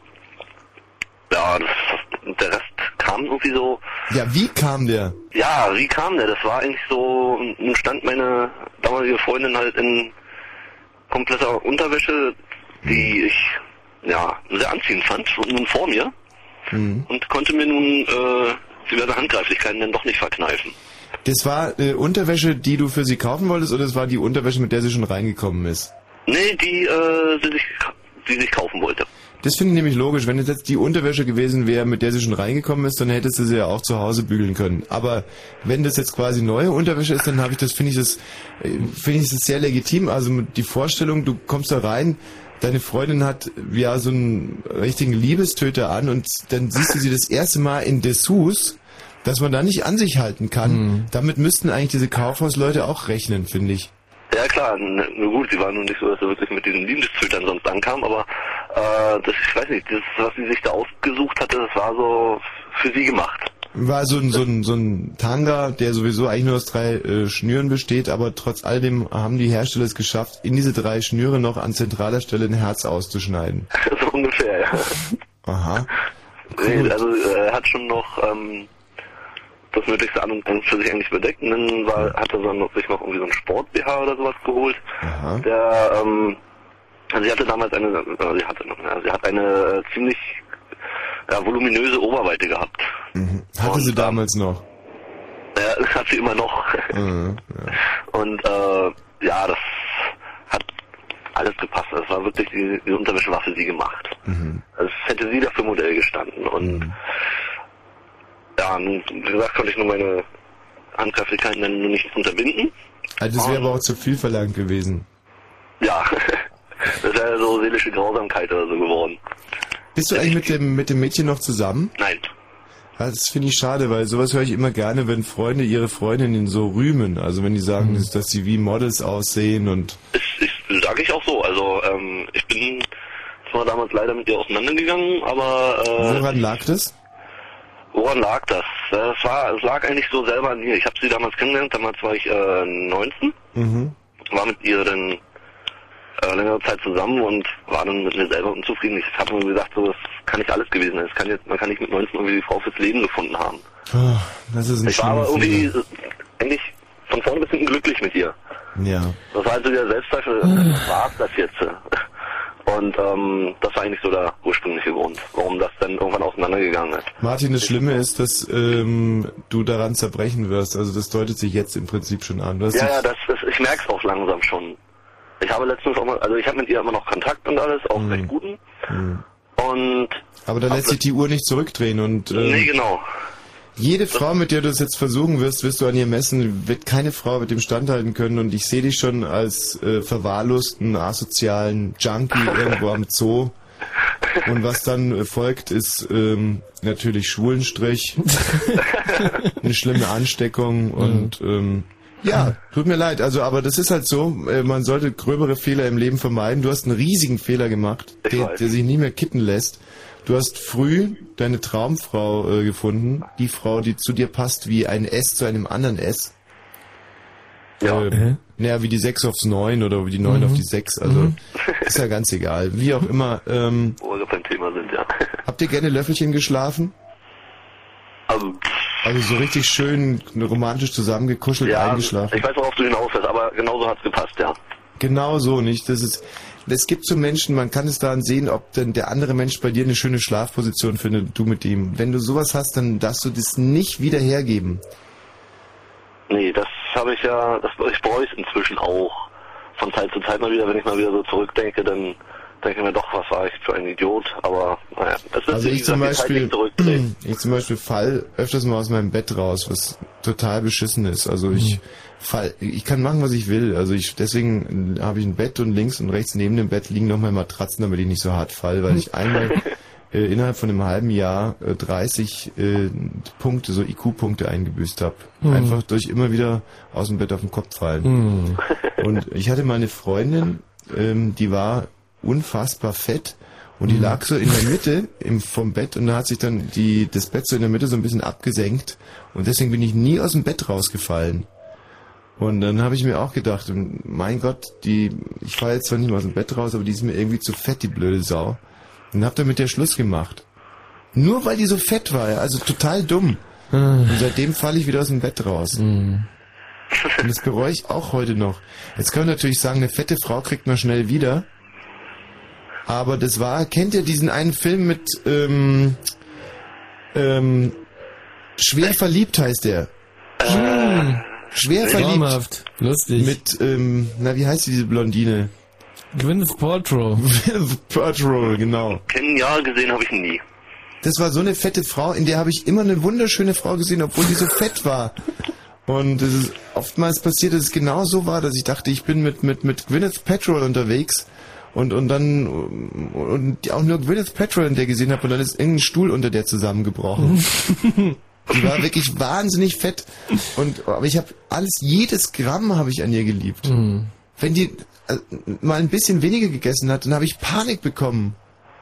der Rest kam irgendwie so... Ja, wie kam der? Ja, wie kam der? Das war eigentlich so, nun stand meine damalige Freundin halt in kompletter Unterwäsche, die ich sehr anziehend fand, nun vor mir und konnte mir nun diverse Handgreiflichkeiten dann doch nicht verkneifen. Das war Unterwäsche, die du für sie kaufen wolltest, oder das war die Unterwäsche, mit der sie schon reingekommen ist? Nee, die sie sich kaufen wollte. Das finde ich nämlich logisch. Wenn es jetzt die Unterwäsche gewesen wäre, mit der sie schon reingekommen ist, dann hättest du sie ja auch zu Hause bügeln können. Aber wenn das jetzt quasi neue Unterwäsche ist, dann finde ich das sehr legitim. Also die Vorstellung, du kommst da rein, deine Freundin hat ja so einen richtigen Liebestöter an und dann siehst du sie das erste Mal in Dessous, dass man da nicht an sich halten kann. Damit müssten eigentlich diese Kaufhausleute auch rechnen, finde ich. Ja klar, nur gut, sie waren nun nicht so, dass er wirklich mit diesen Liebeszötern sonst ankam, aber ich weiß nicht, das, was sie sich da ausgesucht hatte, das war so für sie gemacht. War so ein Tanga, der sowieso eigentlich nur aus 3 Schnüren besteht, aber trotz alledem haben die Hersteller es geschafft, in diese 3 Schnüre noch an zentraler Stelle ein Herz auszuschneiden. So ungefähr, ja. Aha. Nee, also er hat schon noch das Nötigste an und für sich eigentlich bedeckt. Und dann hat er sich noch irgendwie so einen Sport-BH oder sowas geholt. Aha. Der, sie hatte damals sie hat eine ziemlich voluminöse Oberweite gehabt. Hatte sie damals noch? Ja, das hat sie immer noch. Und das hat alles gepasst. Das war wirklich, die Unterwäsche war für sie gemacht. Also es hätte sie dafür Modell gestanden. Und wie gesagt, konnte ich nur meine Handgreiflichkeiten dann nur nicht unterbinden. Also das wäre aber auch zu viel verlangt gewesen. Ja, das wäre so seelische Grausamkeit oder so geworden. Bist du eigentlich mit dem Mädchen noch zusammen? Nein. Ja, das finde ich schade, weil sowas höre ich immer gerne, wenn Freunde ihre Freundinnen so rühmen. Also wenn die sagen, dass sie wie Models aussehen und... Sage ich auch so. Also ich bin zwar damals leider mit ihr auseinandergegangen, aber... Woran lag das? Woran lag das? Es lag eigentlich so selber an mir. Ich habe sie damals kennengelernt, damals war ich 19, war mit ihr dann längere Zeit zusammen und war dann mit mir selber unzufrieden. Ich habe mir gesagt, so, das kann nicht alles gewesen sein. Man kann nicht mit 19 irgendwie die Frau fürs Leben gefunden haben. Oh, das ist ein Ich war aber irgendwie eigentlich von vorne bis hinten glücklich mit ihr. Ja. Das war also der Selbstzweifel, war das jetzt? Und das war eigentlich so der ursprüngliche Grund, warum das dann irgendwann auseinandergegangen ist. Martin, das Schlimme ist, dass du daran zerbrechen wirst. Also das deutet sich jetzt im Prinzip schon an. Ich merke es auch langsam schon. Ich habe letztens auch mal, also ich habe mit ihr immer noch Kontakt und alles, auch recht guten. Und aber da lässt sich die Uhr nicht zurückdrehen und nee, genau. Jede Frau, mit der du es jetzt versuchen wirst du an ihr messen, wird keine Frau mit dem standhalten können und ich sehe dich schon als verwahrlosten, asozialen Junkie irgendwo am Zoo. Und was dann folgt, ist natürlich Schwulenstrich, eine schlimme Ansteckung und ja, tut mir leid, also aber das ist halt so, man sollte gröbere Fehler im Leben vermeiden. Du hast einen riesigen Fehler gemacht, der sich nie mehr kitten lässt. Du hast früh deine Traumfrau gefunden, die Frau, die zu dir passt wie ein S zu einem anderen S. Ja. Naja, wie die 6 aufs 9 oder wie die 9 auf die 6, also ist ja ganz egal. Wie auch immer. Wo wir beim Thema sind, ja. Habt ihr gerne Löffelchen geschlafen? Also so richtig schön romantisch zusammengekuschelt eingeschlafen. Ich weiß, worauf du hinaus willst, aber genauso hat's gepasst, ja. Genau so, nicht? Es gibt so Menschen, man kann es daran sehen, ob denn der andere Mensch bei dir eine schöne Schlafposition findet, du mit ihm. Wenn du sowas hast, dann darfst du das nicht wieder hergeben. Nee, das habe ich ja, ich bereue es inzwischen auch. Von Zeit zu Zeit mal wieder, wenn ich mal wieder so zurückdenke, dann denke ich mir doch, was war ich für ein Idiot, aber naja, das wird Also ich zum Beispiel zurückdrehen. fall öfters mal aus meinem Bett raus, was total beschissen ist. Also ich kann machen, was ich will. Also deswegen habe ich ein Bett und links und rechts neben dem Bett liegen nochmal Matratzen, damit ich nicht so hart fall, weil ich einmal innerhalb von einem halben Jahr 30 Punkte, so IQ-Punkte eingebüßt habe. Einfach durch immer wieder aus dem Bett auf den Kopf fallen. Und ich hatte mal eine Freundin, die war unfassbar fett und die lag so in der Mitte vom Bett und da hat sich dann das Bett so in der Mitte so ein bisschen abgesenkt und deswegen bin ich nie aus dem Bett rausgefallen. Und dann habe ich mir auch gedacht, mein Gott, ich falle jetzt zwar nicht mehr aus dem Bett raus, aber die ist mir irgendwie zu fett, die blöde Sau. Und hab dann mit der Schluss gemacht. Nur weil die so fett war, ja, also total dumm. Und seitdem falle ich wieder aus dem Bett raus. Und das bereue ich auch heute noch. Jetzt kann man natürlich sagen, eine fette Frau kriegt man schnell wieder. Aber kennt ihr diesen einen Film mit, Schwer verliebt heißt der. Schwer verliebt. Traumhaft. Lustig. Mit, wie heißt diese Blondine? Gwyneth Paltrow. Gwyneth Paltrow, genau. Ja, gesehen habe ich ihn nie. Das war so eine fette Frau, in der habe ich immer eine wunderschöne Frau gesehen, obwohl die so fett war. Und es ist oftmals passiert, dass es genau so war, dass ich dachte, ich bin mit Gwyneth Paltrow unterwegs und auch nur Gwyneth Paltrow in der gesehen habe und dann ist irgendein Stuhl unter der zusammengebrochen. Die war wirklich wahnsinnig fett aber ich habe jedes Gramm habe ich an ihr geliebt. Wenn die mal ein bisschen weniger gegessen hat, dann habe ich Panik bekommen.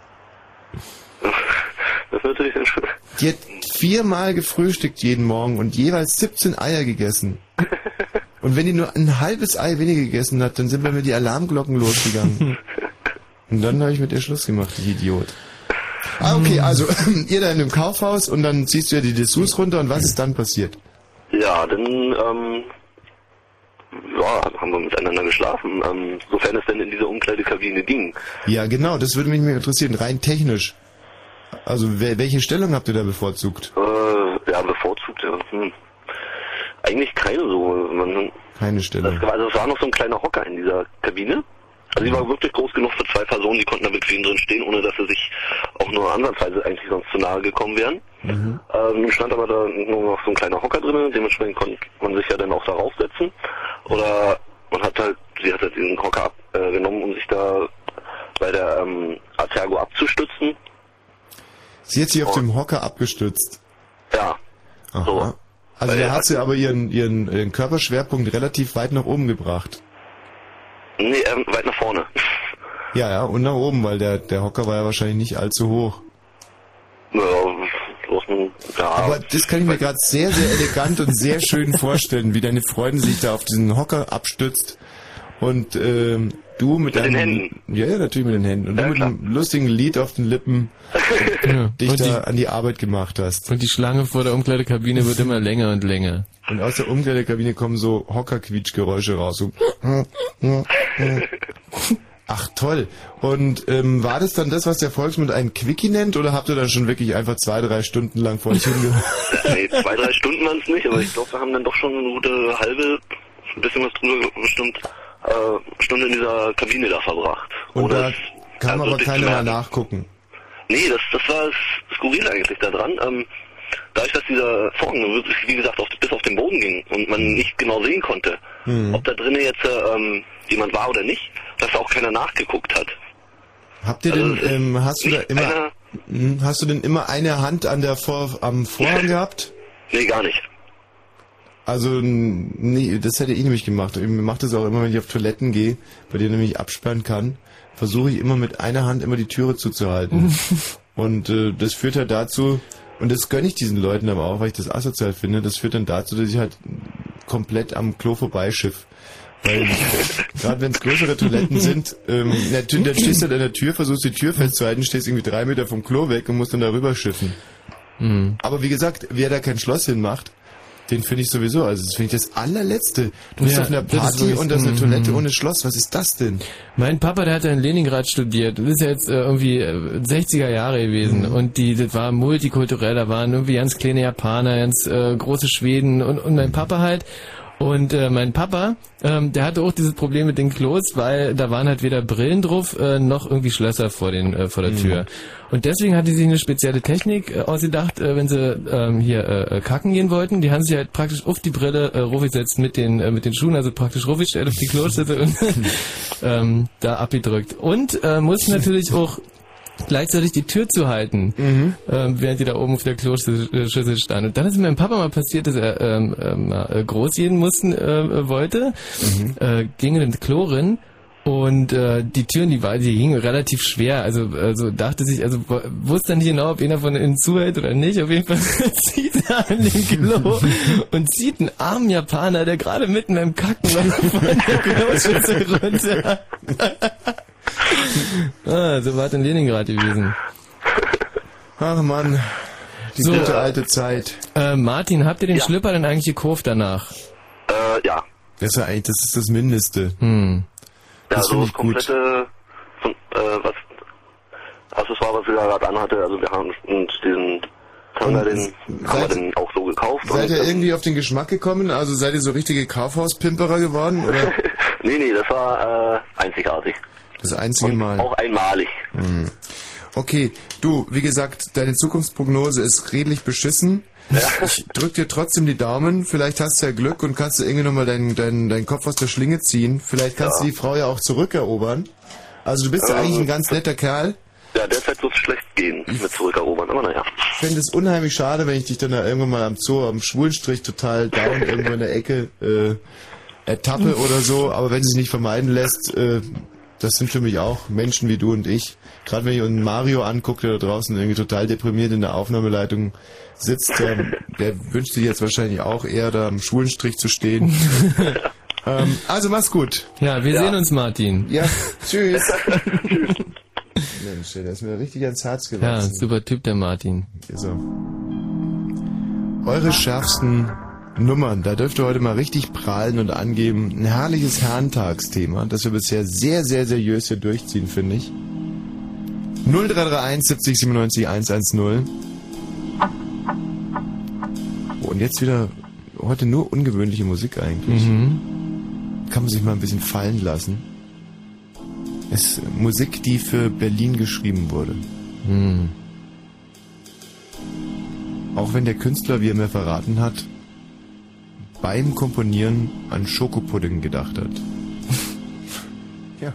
Das ist natürlich schon. Die hat 4-mal gefrühstückt jeden Morgen und jeweils 17 Eier gegessen. Und wenn die nur ein halbes Ei weniger gegessen hat, dann sind bei mir die Alarmglocken losgegangen. Und dann habe ich mit ihr Schluss gemacht, ich Idiot. Okay, also ihr da in dem Kaufhaus und dann ziehst du ja die Dessous runter und was ist dann passiert? Ja, dann haben wir miteinander geschlafen, sofern es denn in dieser Umkleidekabine ging. Ja, genau, das würde mich interessieren, rein technisch. Also welche Stellung habt ihr da bevorzugt? Bevorzugt, ja. Eigentlich keine so. Keine Stellung. Es war noch so ein kleiner Hocker in dieser Kabine. Also die war wirklich groß genug für 2 Personen, die konnten da bequem drin stehen, ohne dass sie sich auch nur ansatzweise eigentlich sonst zu nahe gekommen wären. Stand aber da nur noch so ein kleiner Hocker drin, dementsprechend konnte man sich ja dann auch da raufsetzen. Oder sie hat halt diesen Hocker genommen, um sich da bei der Artergo abzustützen. Sie hat sich auf dem Hocker abgestützt? Ja. Aha. So. Also da hat sie aber ihren Körperschwerpunkt relativ weit nach oben gebracht. Nee, weit nach vorne. Ja, und nach oben, weil der Hocker war ja wahrscheinlich nicht allzu hoch. Ja, aber das kann ich mir gerade sehr, sehr elegant und sehr schön vorstellen, wie deine Freundin sich da auf diesen Hocker abstützt und du mit den Händen. Ja, natürlich mit den Händen. Und du mit einem lustigen Lied auf den Lippen dich da an die Arbeit gemacht hast. Und die Schlange vor der Umkleidekabine wird immer länger und länger. Und aus der Umkleidekabine kommen so Hockerquietschgeräusche raus. So. Ach toll. Und war das dann das, was der Volksmund einen Quickie nennt, oder habt ihr dann schon wirklich einfach 2-3 Stunden lang vor euch hingehört? Nee, 2-3 Stunden waren es nicht, aber ich glaube, wir haben dann doch schon eine gute halbe, ein bisschen was drüber bestimmt, Stunde in dieser Kabine da verbracht. Und da kam aber keiner mal nachgucken. Nee, das war das Skurrile eigentlich da dran. Dadurch, dass dieser Vorhang wirklich, wie gesagt, bis auf den Boden ging und man nicht genau sehen konnte, ob da drinnen jetzt jemand war oder nicht, dass auch keiner nachgeguckt hat. Habt ihr denn, hast du denn immer eine Hand am Vorhang gehabt? Nee, gar nicht. Also, nee, das hätte ich nämlich gemacht. Ich mache das auch immer, wenn ich auf Toiletten gehe, bei denen ich mich absperren kann, versuche ich immer mit einer Hand immer die Türe zuzuhalten. Und das führt halt dazu, und das gönne ich diesen Leuten aber auch, weil ich das asozial finde, das führt dann dazu, dass ich halt komplett am Klo vorbeischiff. Weil, gerade wenn es größere Toiletten sind, dann stehst du halt an der Tür, versuchst die Tür festzuhalten, stehst irgendwie 3 Meter vom Klo weg und musst dann darüber schiffen. Aber wie gesagt, wer da kein Schloss hinmacht, den finde ich sowieso, also das finde ich das allerletzte. Du bist auf einer Party und da ist eine Toilette ohne Schloss, was ist das denn? Mein Papa, der hat ja in Leningrad studiert, das ist ja jetzt irgendwie 60er Jahre gewesen und das war multikulturell, da waren irgendwie ganz kleine Japaner, ganz große Schweden und mein Papa halt. Und mein Papa, der hatte auch dieses Problem mit den Klos, weil da waren halt weder Brillen drauf, noch irgendwie Schlösser vor der Tür. Und deswegen hat die sich eine spezielle Technik ausgedacht, wenn sie hier kacken gehen wollten. Die haben sich halt praktisch auf die Brille raufgesetzt mit den Schuhen, also praktisch raufgestellt auf die Kloschüssel und da abgedrückt. Und mussten natürlich auch gleichzeitig die Tür zu halten, während die da oben auf der Kloschüssel stand. Und dann ist meinem Papa mal passiert, dass er groß gehen wollte, ging in den Klo rein und die Türen, die hingen relativ schwer, also dachte sich, also wusste dann nicht genau, ob einer von innen zuhält oder nicht. Auf jeden Fall zieht er an den Klo und zieht einen armen Japaner, der gerade mitten beim Kacken war, von der Kloschüssel runter. So war es in Leningrad gewesen. Ach Mann, die gute alte Zeit. Martin, habt ihr den Schlüpper denn eigentlich gekauft danach? Ja. Das ist das Mindeste. Ja, so das komplette, was Accessoire, was wir da gerade anhatte, also wir haben uns haben wir den auch so gekauft. Seid ihr irgendwie auf den Geschmack gekommen? Also seid ihr so richtige Kaufhauspimperer geworden? Oder? Nee, das war einzigartig. Das einzige Mal. Auch einmalig. Okay, du, wie gesagt, deine Zukunftsprognose ist redlich beschissen. Ja. Ich drück dir trotzdem die Daumen. Vielleicht hast du ja Glück und kannst du irgendwie nochmal deinen Kopf aus der Schlinge ziehen. Vielleicht kannst du die Frau ja auch zurückerobern. Also du bist ja eigentlich ein ganz netter Kerl. Ja, derzeit wird es schlecht gehen mit zurückerobern, aber naja. Ich fände es unheimlich schade, wenn ich dich dann da irgendwann mal am Zoo, am Schwulenstrich total down irgendwo in der Ecke ertappe oder so. Aber wenn es sich nicht vermeiden lässt, das sind für mich auch Menschen wie du und ich. Gerade wenn ich einen Mario angucke, der da draußen irgendwie total deprimiert in der Aufnahmeleitung sitzt, der wünscht sich jetzt wahrscheinlich auch eher da am Schulenstrich zu stehen. Also mach's gut. Ja, wir sehen uns, Martin. Ja, tschüss. Tschüss. Mensch, der ist mir richtig ans Herz gewachsen. Ja, super Typ, der Martin. So. Eure schärfsten Nummern, da dürft ihr heute mal richtig prahlen und angeben. Ein herrliches Herrentagsthema, das wir bisher sehr, sehr seriös hier durchziehen, finde ich. 0331 70 97 110. Und jetzt wieder, heute nur ungewöhnliche Musik eigentlich. Kann man sich mal ein bisschen fallen lassen. Es ist Musik, die für Berlin geschrieben wurde. Auch wenn der Künstler, wie er mir verraten hat, beim Komponieren an Schokopudding gedacht hat. Ja.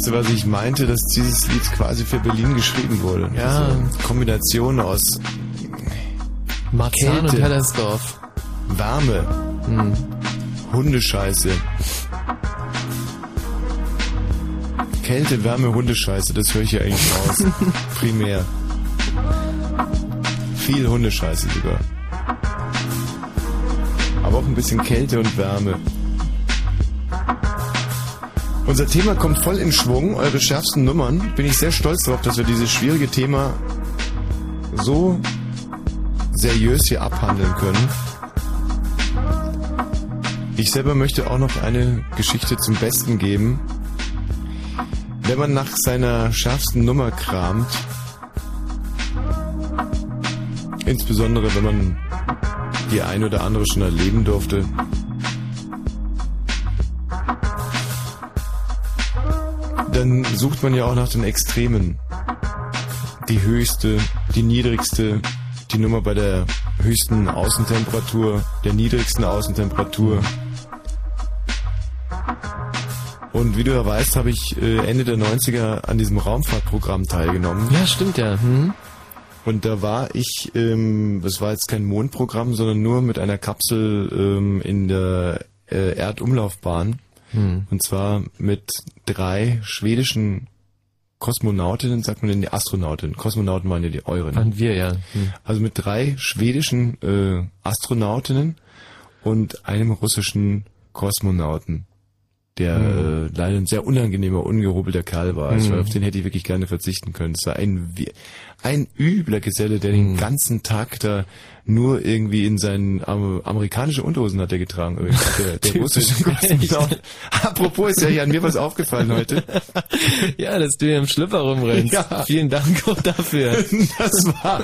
du, was ich meinte, dass dieses Lied quasi für Berlin geschrieben wurde? Ja. Also Kombination aus Marzahn und Kälte, Hellersdorf. Wärme, Hundescheiße. Kälte, Wärme, Hundescheiße, das höre ich ja eigentlich raus. Primär. Viel Hundescheiße sogar. Aber auch ein bisschen Kälte und Wärme. Unser Thema kommt voll in Schwung, eure schärfsten Nummern. Bin ich sehr stolz darauf, dass wir dieses schwierige Thema so seriös hier abhandeln können. Ich selber möchte auch noch eine Geschichte zum Besten geben. Wenn man nach seiner schärfsten Nummer kramt, insbesondere wenn man die ein oder andere schon erleben durfte, dann sucht man ja auch nach den Extremen. Die höchste, die niedrigste, die Nummer bei der höchsten Außentemperatur, der niedrigsten Außentemperatur. Und wie du ja weißt, habe ich Ende der 90er an diesem Raumfahrtprogramm teilgenommen. Ja, stimmt ja. Und da war ich, das war jetzt kein Mondprogramm, sondern nur mit einer Kapsel in der Erdumlaufbahn. Und zwar mit 3 schwedischen Kosmonautinnen, sagt man denn die Astronautinnen? Kosmonauten waren ja die euren. Waren wir, ja. Also mit 3 schwedischen Astronautinnen und einem russischen Kosmonauten, der leider ein sehr unangenehmer, ungehobelter Kerl war. Also auf den hätte ich wirklich gerne verzichten können. Es war ein übler Geselle, der den ganzen Tag da nur irgendwie in seinen amerikanischen Unterhosen hat er getragen. Der russische Kosmonaut. Apropos, ist ja hier an mir was aufgefallen heute. Ja, dass du hier im Schlüpper rumrennst. Ja. Vielen Dank auch dafür. Das war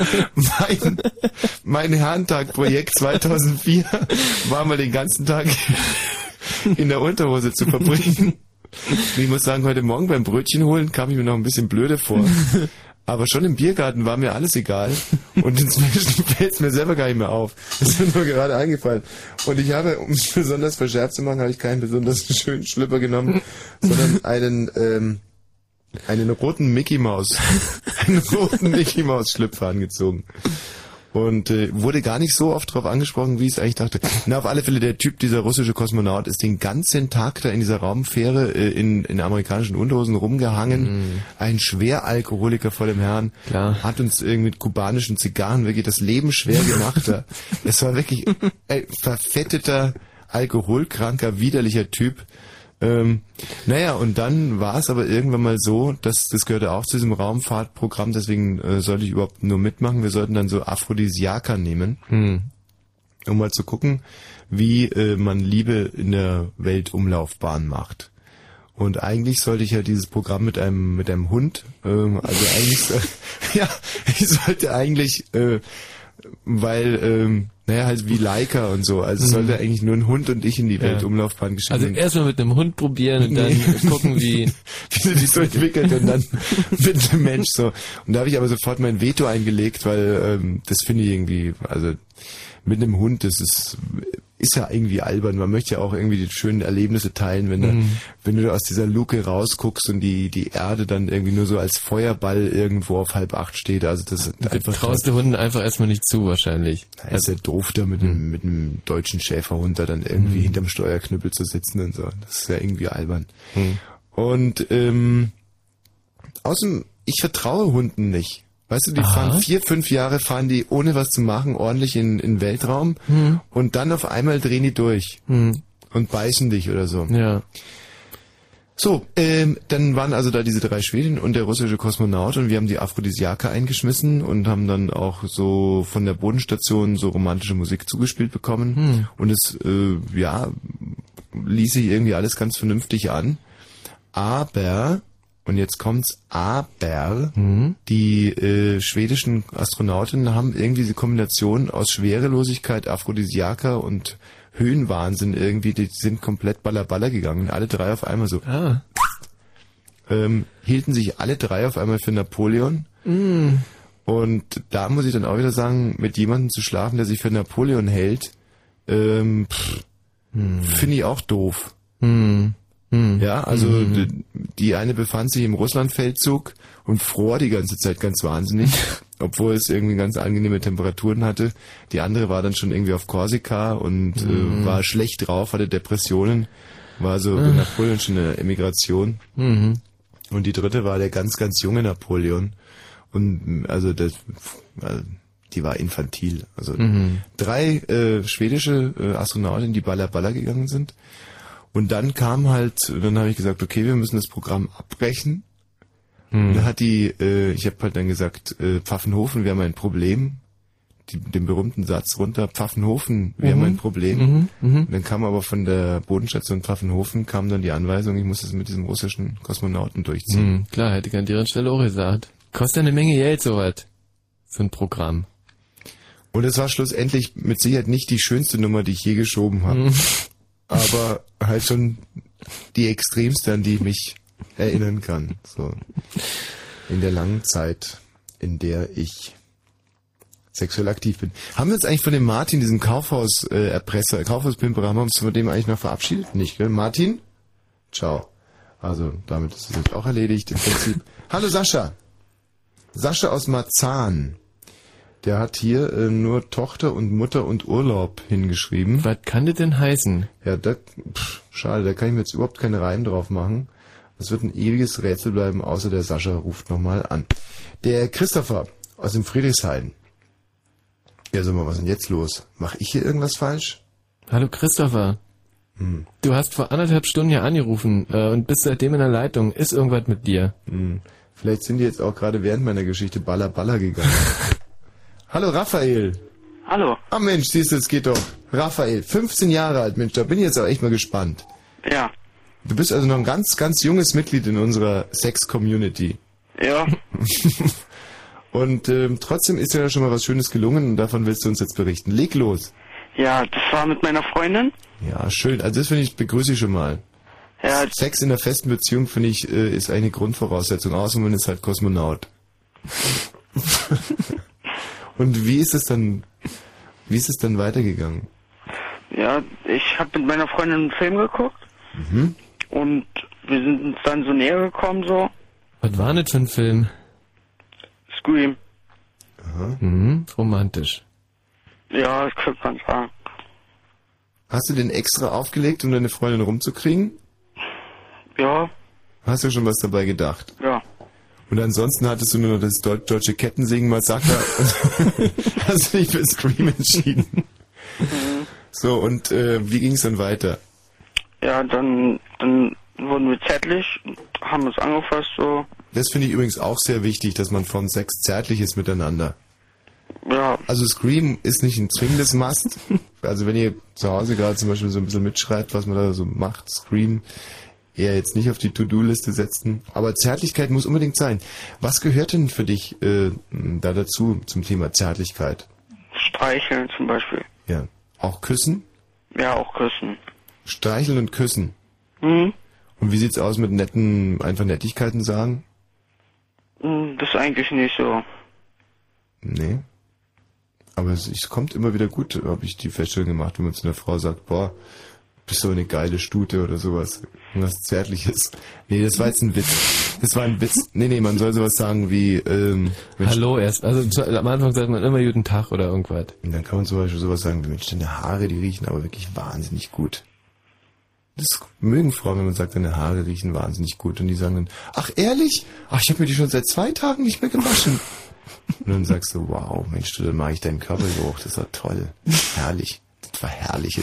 mein Herrentag-Projekt 2004. War mal den ganzen Tag in der Unterhose zu verbringen. Ich muss sagen, heute Morgen beim Brötchen holen kam ich mir noch ein bisschen blöde vor. Aber schon im Biergarten war mir alles egal. Und inzwischen fällt es mir selber gar nicht mehr auf. Das ist mir nur gerade eingefallen. Und ich habe, um es besonders verschärft zu machen, habe ich keinen besonders schönen Schlüpper genommen, sondern einen roten Mickey Maus Schlüpfer angezogen. Und wurde gar nicht so oft drauf angesprochen, wie ich es eigentlich dachte. Na, auf alle Fälle, der Typ, dieser russische Kosmonaut, ist den ganzen Tag da in dieser Raumfähre in amerikanischen Unterhosen rumgehangen. Ein Schweralkoholiker vor dem Herrn. Klar. Hat uns irgendwie mit kubanischen Zigarren wirklich das Leben schwer gemacht. Es war wirklich ein verfetteter, alkoholkranker, widerlicher Typ. Naja, und dann war es aber irgendwann mal so, das gehörte auch zu diesem Raumfahrtprogramm, deswegen sollte ich überhaupt nur mitmachen. Wir sollten dann so Aphrodisiaker nehmen, um mal zu gucken, wie man Liebe in der Weltumlaufbahn macht. Und eigentlich sollte ich ja dieses Programm mit einem Hund, also eigentlich, ja, ich sollte eigentlich, weil, naja, halt wie Leica und so. Also es sollte eigentlich nur ein Hund und ich in die Weltumlaufbahn geschickt werden. Also erstmal mit einem Hund probieren und dann gucken, wie sich so entwickelt und dann mit einem Mensch so. Und da habe ich aber sofort mein Veto eingelegt, weil das finde ich irgendwie, also mit einem Hund, das ist ja irgendwie albern. Man möchte ja auch irgendwie die schönen Erlebnisse teilen, wenn du aus dieser Luke rausguckst und die Erde dann irgendwie nur so als Feuerball irgendwo auf 7:30 steht. Also das einfach traust du Hunden einfach erstmal nicht zu, wahrscheinlich. Das ist ja doof, da mit einem deutschen Schäferhund da dann irgendwie hinterm Steuerknüppel zu sitzen und so. Das ist ja irgendwie albern. Und außerdem, ich vertraue Hunden nicht. Weißt du, die fahren 4-5 Jahre, fahren die ohne was zu machen, ordentlich in Weltraum und dann auf einmal drehen die durch und beißen dich oder so. Ja. So, dann waren also da diese 3 Schweden und der russische Kosmonaut und wir haben die Aphrodisiaker eingeschmissen und haben dann auch so von der Bodenstation so romantische Musik zugespielt bekommen und es, ließ sich irgendwie alles ganz vernünftig an. Aber, und jetzt kommt's, die schwedischen Astronautinnen haben irgendwie diese Kombination aus Schwerelosigkeit, Aphrodisiaker und Höhenwahnsinn irgendwie, die sind komplett ballerballer gegangen. Alle 3 auf einmal so. Hielten sich alle 3 auf einmal für Napoleon. Und da muss ich dann auch wieder sagen, mit jemandem zu schlafen, der sich für Napoleon hält, finde ich auch doof. Ja, also die eine befand sich im Russlandfeldzug und fror die ganze Zeit ganz wahnsinnig, obwohl es irgendwie ganz angenehme Temperaturen hatte. Die andere war dann schon irgendwie auf Korsika und war schlecht drauf, hatte Depressionen, war so in Napoleon schon eine Emigration. Und die dritte war der ganz, ganz junge Napoleon. Und also die war infantil. Also 3 schwedische Astronauten, die Baller gegangen sind. Und dann kam halt, dann habe ich gesagt, okay, wir müssen das Programm abbrechen. Und dann hat ich habe halt dann gesagt, Pfaffenhofen, wir haben ein Problem. Den berühmten Satz runter, Pfaffenhofen, wir haben ein Problem. Und dann kam aber von der Bodenstation Pfaffenhofen, kam dann die Anweisung, ich muss das mit diesem russischen Kosmonauten durchziehen. Klar, hätte ich an deren Stelle auch gesagt. Kostet eine Menge Geld, sowas. So ein Programm. Und es war schlussendlich mit Sicherheit nicht die schönste Nummer, die ich je geschoben habe. Aber halt schon die extremste, an die ich mich erinnern kann. So in der langen Zeit, in der ich sexuell aktiv bin. Haben wir uns eigentlich von dem Martin, diesem Kaufhaus-Erpresser, Kaufhauspimperer, haben wir uns von dem eigentlich noch verabschiedet? Nicht, gell? Martin? Ciao. Also, damit ist es jetzt auch erledigt im Prinzip. Hallo Sascha. Sascha aus Marzahn. Der hat hier nur Tochter und Mutter und Urlaub hingeschrieben. Was kann das denn heißen? Ja, schade, da kann ich mir jetzt überhaupt keine Reihen drauf machen. Das wird ein ewiges Rätsel bleiben, außer der Sascha ruft nochmal an. Der Christopher aus dem Friedrichshain. Ja, sag mal, was ist denn jetzt los? Mach ich hier irgendwas falsch? Hallo Christopher. Du hast vor 1,5 Stunden hier angerufen und bist seitdem in der Leitung. Ist irgendwas mit dir? Vielleicht sind die jetzt auch gerade während meiner Geschichte Baller gegangen. Hallo Raphael. Hallo. Ah Mensch, siehst du, es geht doch. Raphael, 15 Jahre alt, Mensch, da bin ich jetzt aber echt mal gespannt. Ja. Du bist also noch ein ganz, ganz junges Mitglied in unserer Sex-Community. Ja. Und trotzdem ist ja schon mal was Schönes gelungen und davon willst du uns jetzt berichten. Leg los. Ja, das war mit meiner Freundin. Ja, schön. Also das finde ich, begrüße ich schon mal. Ja. Sex in einer festen Beziehung, finde ich, ist eine Grundvoraussetzung, außer man ist halt Kosmonaut. Und wie ist es dann weitergegangen? Ja, ich habe mit meiner Freundin einen Film geguckt. Und wir sind uns dann so näher gekommen, so. Was war das für ein Film? Scream. Aha. Romantisch. Ja, das könnte man sagen. Hast du den extra aufgelegt, um deine Freundin rumzukriegen? Ja. Hast du schon was dabei gedacht? Ja. Und ansonsten hattest du nur noch das deutsche Kettensingen Massaker und hast dich für Scream entschieden. So, und wie ging es dann weiter? Ja, dann wurden wir zärtlich, haben uns angefasst, so. Das finde ich übrigens auch sehr wichtig, dass man vom Sex zärtlich ist miteinander. Ja. Also Scream ist nicht ein zwingendes Must. Also wenn ihr zu Hause gerade zum Beispiel so ein bisschen mitschreibt, was man da so macht, Scream eher jetzt nicht auf die To-Do-Liste setzen. Aber Zärtlichkeit muss unbedingt sein. Was gehört denn für dich da dazu zum Thema Zärtlichkeit? Streicheln zum Beispiel. Ja. Auch küssen? Ja, auch küssen. Streicheln und küssen. Und wie sieht's aus mit einfach Nettigkeiten sagen? Das ist eigentlich nicht so. Nee. Aber es kommt immer wieder gut, habe ich die Feststellung gemacht, wenn man zu einer Frau sagt, boah, bist du eine geile Stute oder sowas. Was Zärtliches. Nee, das war jetzt ein Witz. Das war ein Witz. Nee, man soll sowas sagen wie, Hallo erst. Also am Anfang sagt man immer guten Tag oder irgendwas. Und dann kann man zum Beispiel sowas sagen wie, Mensch, deine Haare, die riechen aber wirklich wahnsinnig gut. Das mögen Frauen, wenn man sagt, deine Haare riechen wahnsinnig gut. Und die sagen dann, ach ehrlich? Ach, ich habe mir die schon seit 2 Tagen nicht mehr gewaschen. Und dann sagst du, wow, Mensch, dann mag ich deinen Körpergeruch, das war toll. Herrlich. Das war herrlich.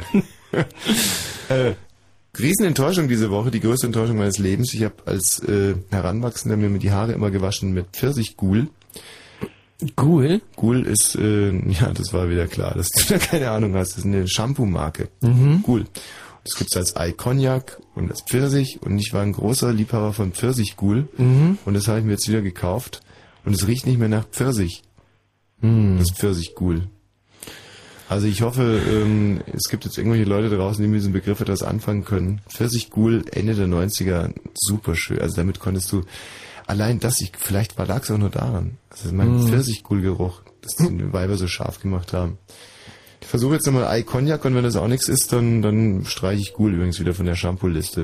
Riesenenttäuschung diese Woche, die größte Enttäuschung meines Lebens. Ich habe als Heranwachsender mir die Haare immer gewaschen mit Pfirsichgul. Gul? Gul ist, ja, das war wieder klar, dass du da keine Ahnung hast. Das ist eine Shampoo-Marke. Gul. Das gibt's als Ei-Cognac und als Pfirsich. Und ich war ein großer Liebhaber von Pfirsichgul. Und das habe ich mir jetzt wieder gekauft. Und es riecht nicht mehr nach Pfirsich. Das Pfirsichgul. Also ich hoffe, es gibt jetzt irgendwelche Leute draußen, die mit diesem Begriff etwas anfangen können. Pfirsichgul, Ende der 90er, super schön. Also damit konntest du, allein das, vielleicht lag es auch nur daran. Das ist mein Pfirsichgul-Geruch, dass die Weiber so scharf gemacht haben. Ich versuche jetzt nochmal Ei-Cognac und wenn das auch nichts ist, dann streiche ich Gul übrigens wieder von der Shampoo-Liste.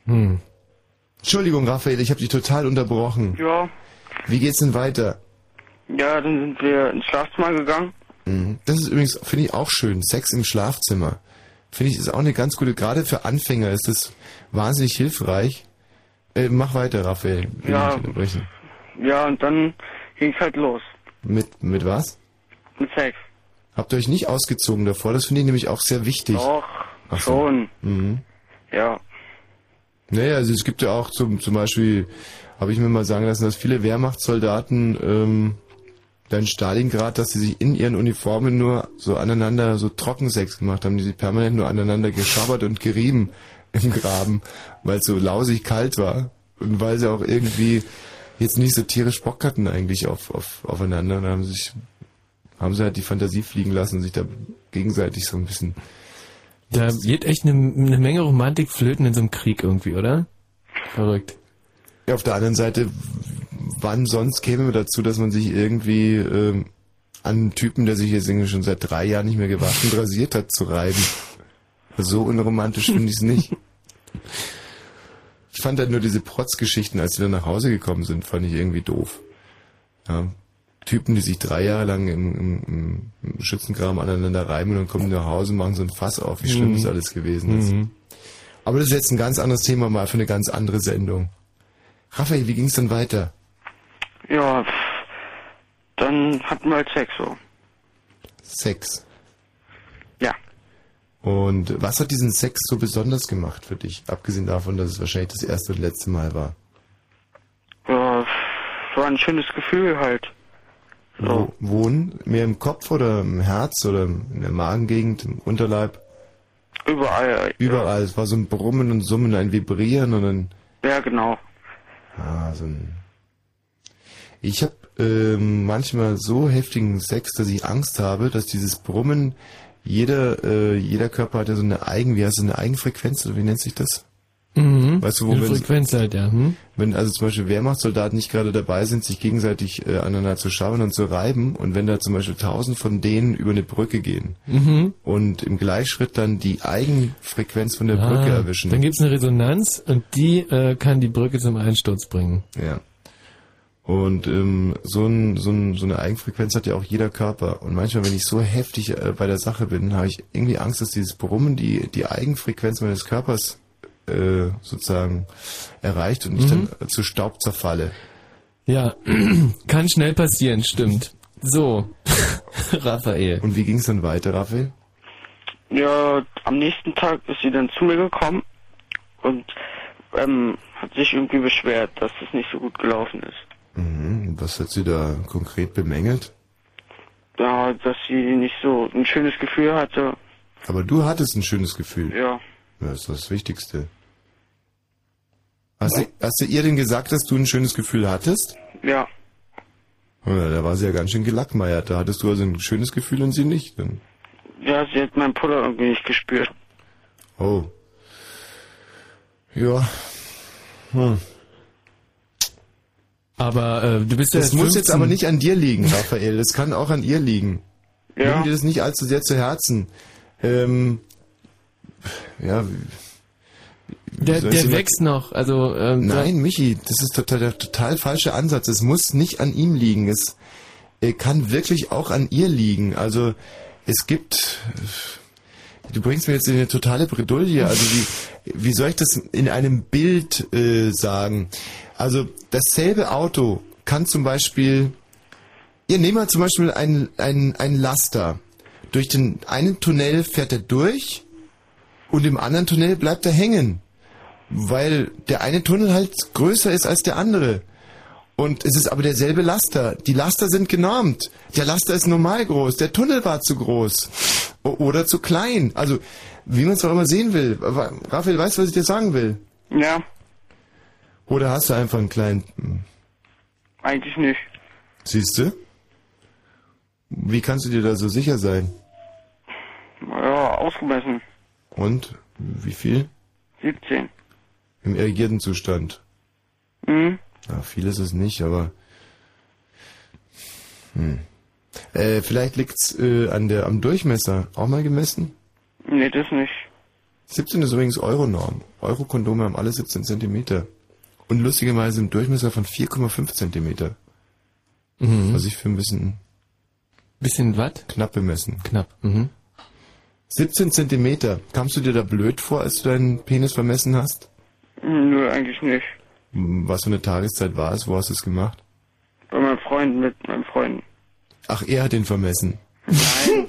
Entschuldigung, Raphael, ich habe dich total unterbrochen. Ja. Wie geht's denn weiter? Ja, dann sind wir ins Schlafzimmer gegangen. Das ist übrigens, finde ich, auch schön. Sex im Schlafzimmer. Finde ich, ist auch eine ganz gute, gerade für Anfänger ist das wahnsinnig hilfreich. Mach weiter, Raphael. Ja, und dann ging es halt los. Mit was? Mit Sex. Habt ihr euch nicht ausgezogen davor? Das finde ich nämlich auch sehr wichtig. Doch, schon. Ja. Naja, also es gibt ja auch zum Beispiel, habe ich mir mal sagen lassen, dass viele Wehrmachtssoldaten in Stalingrad, dass sie sich in ihren Uniformen nur so aneinander so Trockensex gemacht haben, die sich permanent nur aneinander geschabbert und gerieben im Graben, weil es so lausig kalt war und weil sie auch irgendwie jetzt nicht so tierisch Bock hatten eigentlich aufeinander. Und dann haben sie halt die Fantasie fliegen lassen und sich da gegenseitig so ein bisschen... Da geht echt eine Menge Romantik flöten in so einem Krieg irgendwie, oder? Verrückt. Ja, auf der anderen Seite, wann sonst käme man dazu, dass man sich irgendwie an einen Typen, der sich jetzt irgendwie schon seit 3 Jahren nicht mehr gewaschen und rasiert hat, zu reiben? So unromantisch finde ich es nicht. Ich fand halt nur diese Protzgeschichten, als sie dann nach Hause gekommen sind, fand ich irgendwie doof. Ja. Typen, die sich 3 Jahre lang im Schützengraben aneinander reiben und dann kommen die nach Hause und machen so ein Fass auf, wie schlimm das alles gewesen ist. Aber das ist jetzt ein ganz anderes Thema mal für eine ganz andere Sendung. Raphael, wie ging's denn weiter? Ja, dann hatten wir halt Sex so. Sex? Ja. Und was hat diesen Sex so besonders gemacht für dich? Abgesehen davon, dass es wahrscheinlich das erste und letzte Mal war. Ja, war ein schönes Gefühl halt. So. Wohnen? Mehr im Kopf oder im Herz oder in der Magengegend, im Unterleib? Überall. Überall. Es war so ein Brummen und Summen, ein Vibrieren und ein... Ja, genau. So ein... Ich habe manchmal so heftigen Sex, dass ich Angst habe, dass dieses Brummen, jeder Körper hat ja so eine eine Eigenfrequenz, oder wie nennt sich das? Weißt du, wo eine Frequenz halt, ja. Wenn also zum Beispiel Wehrmachtssoldaten nicht gerade dabei sind, sich gegenseitig aneinander zu schauen und zu reiben, und wenn da zum Beispiel 1000 von denen über eine Brücke gehen und im Gleichschritt dann die Eigenfrequenz von der Brücke erwischen. Dann gibt's eine Resonanz und die kann die Brücke zum Einsturz bringen. Ja. Und so eine Eigenfrequenz hat ja auch jeder Körper. Und manchmal, wenn ich so heftig bei der Sache bin, habe ich irgendwie Angst, dass dieses Brummen die Eigenfrequenz meines Körpers sozusagen erreicht und ich dann zu Staub zerfalle. Ja, kann schnell passieren, stimmt. So, Raphael. Und wie ging es dann weiter, Raphael? Ja, am nächsten Tag ist sie dann zu mir gekommen und hat sich irgendwie beschwert, dass das nicht so gut gelaufen ist. Was hat sie da konkret bemängelt? Ja, dass sie nicht so ein schönes Gefühl hatte. Aber du hattest ein schönes Gefühl. Ja. Das ist das Wichtigste. Hast du ihr denn gesagt, dass du ein schönes Gefühl hattest? Ja. Ja, da war sie ja ganz schön gelackmeiert. Da hattest du also ein schönes Gefühl und sie nicht. Dann. Ja, sie hat meinen Puller irgendwie nicht gespürt. Oh. Ja. Aber du bist ja das muss jetzt aber nicht an dir liegen, Raphael. Das kann auch an ihr liegen. Ja. Nimm dir das nicht allzu sehr zu Herzen. Ja. Der wächst noch. Also nein, Michi, das ist der total falsche Ansatz. Es muss nicht an ihm liegen. Es kann wirklich auch an ihr liegen. Also es gibt... Du bringst mir jetzt in eine totale Bredouille. Also wie soll ich das in einem Bild sagen? Also dasselbe Auto kann zum Beispiel... nehmen wir zum Beispiel einen Laster. Durch den einen Tunnel fährt er durch und im anderen Tunnel bleibt er hängen. Weil der eine Tunnel halt größer ist als der andere. Und es ist aber derselbe Laster. Die Laster sind genormt. Der Laster ist normal groß. Der Tunnel war zu groß. Oder zu klein. Also, wie man es auch immer sehen will. Aber, Raphael, weißt du, was ich dir sagen will? Ja. Oder hast du einfach einen kleinen... Eigentlich nicht. Siehst du? Wie kannst du dir da so sicher sein? Ja, ausgemessen. Und? Wie viel? 17. Im erregierten Zustand. Ja, viel ist es nicht, aber... Vielleicht liegt's am Durchmesser. Auch mal gemessen? Nee, das nicht. 17 ist übrigens Euronorm. Euro-Kondome haben alle 17 Zentimeter. Und lustigerweise im Durchmesser von 4,5 Zentimeter. Was ich für ein bisschen... Bisschen was? Knapp bemessen. Knapp, 17 Zentimeter. Kamst du dir da blöd vor, als du deinen Penis vermessen hast? Nö, eigentlich nicht. Was für eine Tageszeit war es? Wo hast du es gemacht? Bei meinem Freund, mit meinem Freund. Ach, er hat den vermessen. Nein.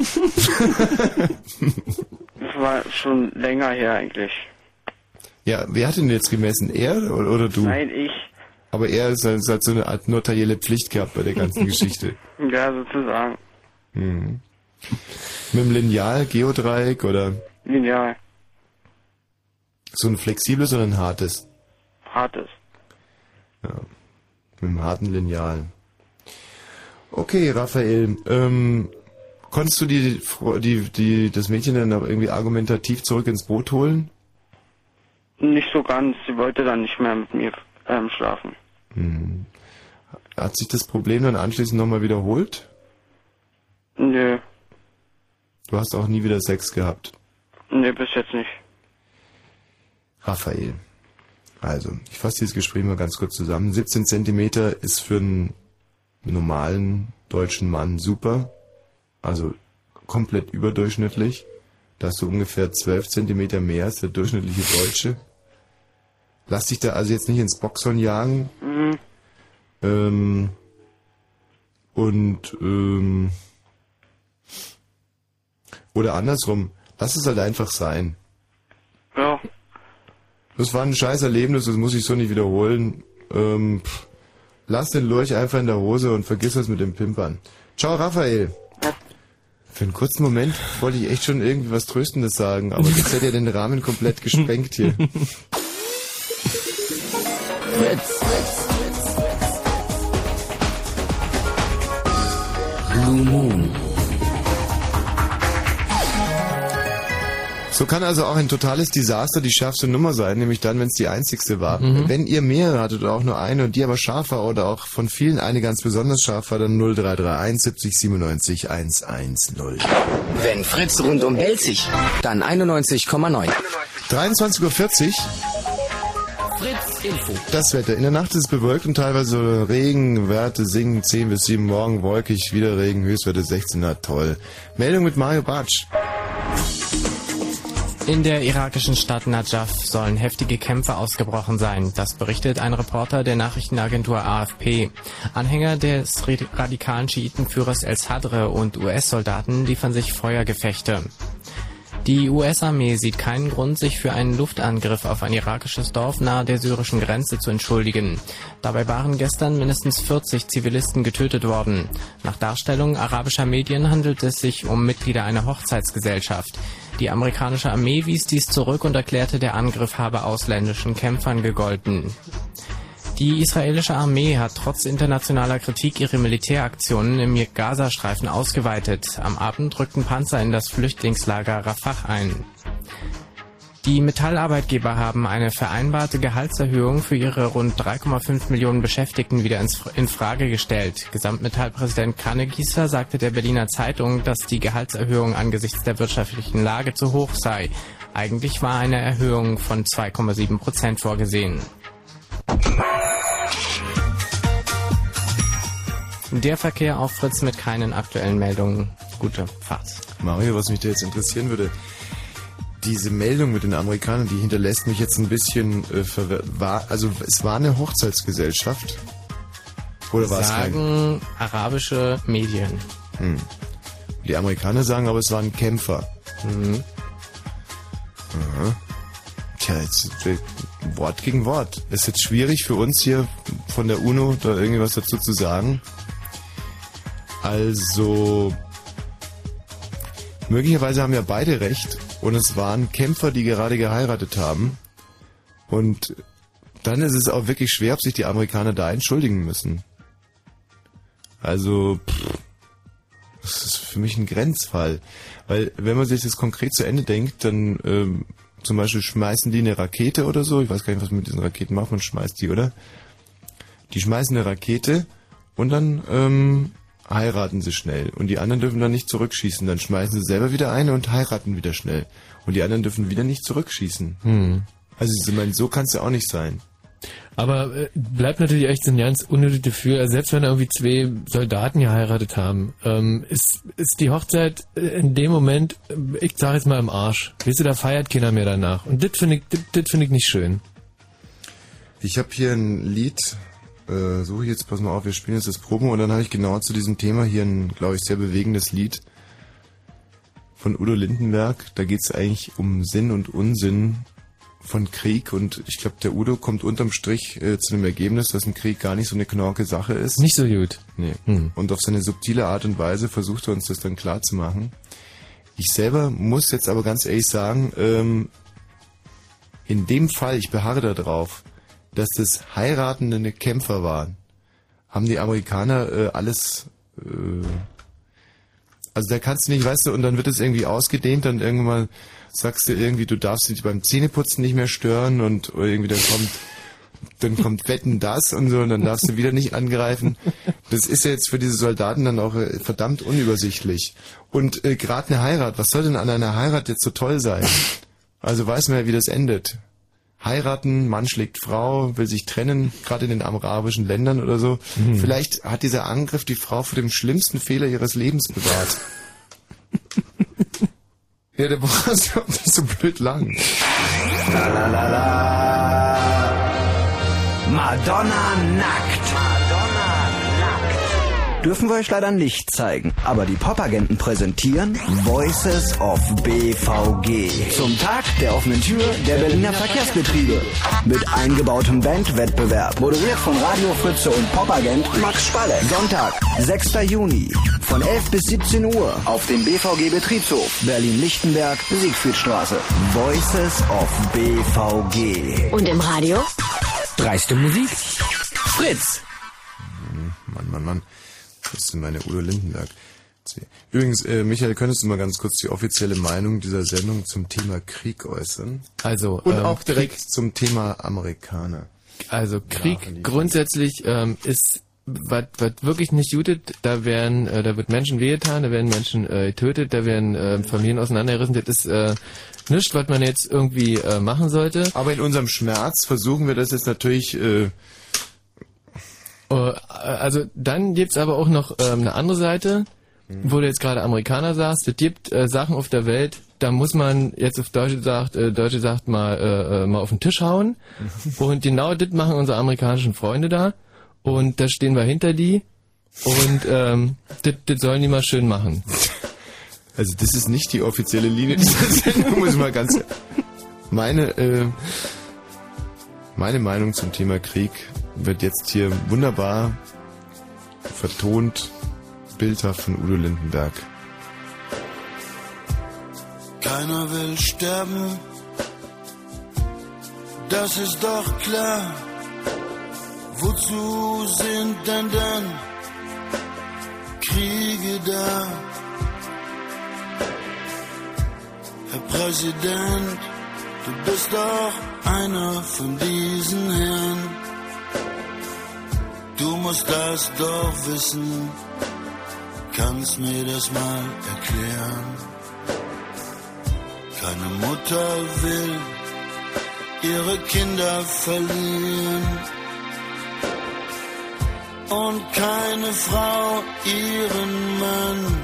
Das war schon länger her eigentlich. Ja, wer hat denn jetzt gemessen? Er oder du? Nein, ich. Aber er hat so eine Art notarielle Pflicht gehabt bei der ganzen Geschichte. Ja, sozusagen. Mit dem Lineal, Geodreieck oder? Lineal. So ein flexibles oder ein hartes? Hartes. Ja, mit dem harten Lineal. Okay, Raphael, konntest du das Mädchen dann auch irgendwie argumentativ zurück ins Boot holen? Nicht so ganz. Sie wollte dann nicht mehr mit mir schlafen. Hat sich das Problem dann anschließend nochmal wiederholt? Nö. Du hast auch nie wieder Sex gehabt? Nö, bis jetzt nicht. Raphael, also, ich fasse dieses Gespräch mal ganz kurz zusammen. 17 Zentimeter ist für einen normalen deutschen Mann super. Also komplett überdurchschnittlich. Da hast du ungefähr 12 Zentimeter mehr als der durchschnittliche Deutsche. Lass dich da also jetzt nicht ins Boxhorn jagen. Oder andersrum, lass es halt einfach sein. Ja. Das war ein scheiß Erlebnis, das muss ich so nicht wiederholen. Lass den Lurch einfach in der Hose und vergiss das mit dem Pimpern. Ciao, Raphael. Für einen kurzen Moment wollte ich echt schon irgendwie was Tröstendes sagen, aber das hätte ja den Rahmen komplett gesprengt hier. Blue Moon. So kann also auch ein totales Desaster die schärfste Nummer sein, nämlich dann, wenn es die einzigste war. Wenn ihr mehrere hattet oder auch nur eine und die aber scharf war oder auch von vielen eine ganz besonders scharf war, dann 0331 70 97 110. Wenn Fritz rundum hält sich, dann 91,9. 23:40 Uhr. Fritz Info. Das Wetter. In der Nacht ist es bewölkt und teilweise Regen, Werte sinken 10 bis 7, morgen wolkig, wieder Regen, Höchstwerte 16, na toll. Meldung mit Mario Bartsch. In der irakischen Stadt Najaf sollen heftige Kämpfe ausgebrochen sein. Das berichtet ein Reporter der Nachrichtenagentur AFP. Anhänger des radikalen Schiitenführers El-Sadr und US-Soldaten liefern sich Feuergefechte. Die US-Armee sieht keinen Grund, sich für einen Luftangriff auf ein irakisches Dorf nahe der syrischen Grenze zu entschuldigen. Dabei waren gestern mindestens 40 Zivilisten getötet worden. Nach Darstellung arabischer Medien handelt es sich um Mitglieder einer Hochzeitsgesellschaft. Die amerikanische Armee wies dies zurück und erklärte, der Angriff habe ausländischen Kämpfern gegolten. Die israelische Armee hat trotz internationaler Kritik ihre Militäraktionen im Gazastreifen ausgeweitet. Am Abend rückten Panzer in das Flüchtlingslager Rafah ein. Die Metallarbeitgeber haben eine vereinbarte Gehaltserhöhung für ihre rund 3,5 Millionen Beschäftigten wieder in Frage gestellt. Gesamtmetallpräsident Kannegießer sagte der Berliner Zeitung, dass die Gehaltserhöhung angesichts der wirtschaftlichen Lage zu hoch sei. Eigentlich war eine Erhöhung von 2,7% vorgesehen. Der Verkehr auf Fritz mit keinen aktuellen Meldungen. Gute Fahrt. Mario, was mich da jetzt interessieren würde, diese Meldung mit den Amerikanern, die hinterlässt mich jetzt ein bisschen verwirrt. Also es war eine Hochzeitsgesellschaft? Oder war es kein? Sagen arabische Medien. Die Amerikaner sagen aber, es waren Kämpfer. Aha. Tja, jetzt Wort gegen Wort. Es ist jetzt schwierig für uns hier von der UNO da irgendwas dazu zu sagen. Also möglicherweise haben ja beide recht und es waren Kämpfer, die gerade geheiratet haben. Und dann ist es auch wirklich schwer, ob sich die Amerikaner da entschuldigen müssen. Also, das ist für mich ein Grenzfall. Weil, wenn man sich das konkret zu Ende denkt, dann zum Beispiel schmeißen die eine Rakete oder so. Ich weiß gar nicht, was man mit diesen Raketen macht. Man schmeißt die, oder? Die schmeißen eine Rakete und dann heiraten sie schnell. Und die anderen dürfen dann nicht zurückschießen. Dann schmeißen sie selber wieder eine und heiraten wieder schnell. Und die anderen dürfen wieder nicht zurückschießen. Also ich meine, so kann es ja auch nicht sein. Aber bleibt natürlich echt so ein ganz unnötiges Gefühl. Also selbst wenn irgendwie 2 Soldaten geheiratet haben, ist die Hochzeit in dem Moment, ich sag jetzt mal, im Arsch. Weißt du, da feiert keiner mehr danach. Und das finde ich nicht schön. Ich habe hier ein Lied, suche ich jetzt, pass mal auf, wir spielen jetzt das Proben und dann habe ich genau zu diesem Thema hier ein, glaube ich, sehr bewegendes Lied von Udo Lindenberg. Da geht es eigentlich um Sinn und Unsinn von Krieg und ich glaube, der Udo kommt unterm Strich zu dem Ergebnis, dass ein Krieg gar nicht so eine knorke Sache ist. Nicht so gut. Nee. Und auf seine subtile Art und Weise versucht er uns das dann klar zu machen. Ich selber muss jetzt aber ganz ehrlich sagen, in dem Fall, ich beharre da drauf, dass das heiratende Kämpfer waren, haben die Amerikaner alles... also da kannst du nicht, weißt du, und dann wird es irgendwie ausgedehnt, dann irgendwann sagst du irgendwie, du darfst dich beim Zähneputzen nicht mehr stören und irgendwie dann kommt Wetten das und so und dann darfst du wieder nicht angreifen. Das ist ja jetzt für diese Soldaten dann auch verdammt unübersichtlich. Und gerade eine Heirat, was soll denn an einer Heirat jetzt so toll sein? Also weiß man ja, wie das endet. Heiraten, Mann schlägt Frau, will sich trennen, gerade in den arabischen Ländern oder so. Vielleicht hat dieser Angriff die Frau vor dem schlimmsten Fehler ihres Lebens bewahrt. Ja, der brauchst du nicht so blöd lang. La la la la. Madonna nackt. Dürfen wir euch leider nicht zeigen, aber die Popagenten präsentieren Voices of BVG. Zum Tag der offenen Tür der Berliner Verkehrsbetriebe. Mit eingebautem Bandwettbewerb. Moderiert von Radio Fritze und Popagent Max Spalle. Sonntag, 6. Juni. Von 11 bis 17 Uhr auf dem BVG-Betriebshof. Berlin-Lichtenberg, Siegfriedstraße. Voices of BVG. Und im Radio? Dreiste Musik. Fritz. Mann. Das ist meine Udo Lindenberg. Übrigens, Michael, könntest du mal ganz kurz die offizielle Meinung dieser Sendung zum Thema Krieg äußern? Also, und auch direkt zum Thema Amerikaner. Also Krieg grundsätzlich ist was wirklich nicht jutet. Da wird Menschen wehgetan, da werden Menschen getötet, da werden Familien auseinandergerissen. Das ist nichts, was man jetzt irgendwie machen sollte. Aber in unserem Schmerz versuchen wir das jetzt natürlich... Also dann gibt's aber auch noch eine andere Seite, wo du jetzt gerade Amerikaner sagst. Es gibt Sachen auf der Welt, da muss man jetzt auf Deutsche sagt mal auf den Tisch hauen. Und genau das machen unsere amerikanischen Freunde da. Und da stehen wir hinter die. Und das sollen die mal schön machen. Also das ist nicht die offizielle Linie dieser Sendung, muss ich mal ganz... Meine Meinung zum Thema Krieg wird jetzt hier wunderbar vertont, bildhaft von Udo Lindenberg. Keiner will sterben, das ist doch klar. Wozu sind denn dann Kriege da? Herr Präsident, du bist doch einer von diesen Herren. Du musst das doch wissen, kannst mir das mal erklären. Keine Mutter will ihre Kinder verlieren und keine Frau ihren Mann.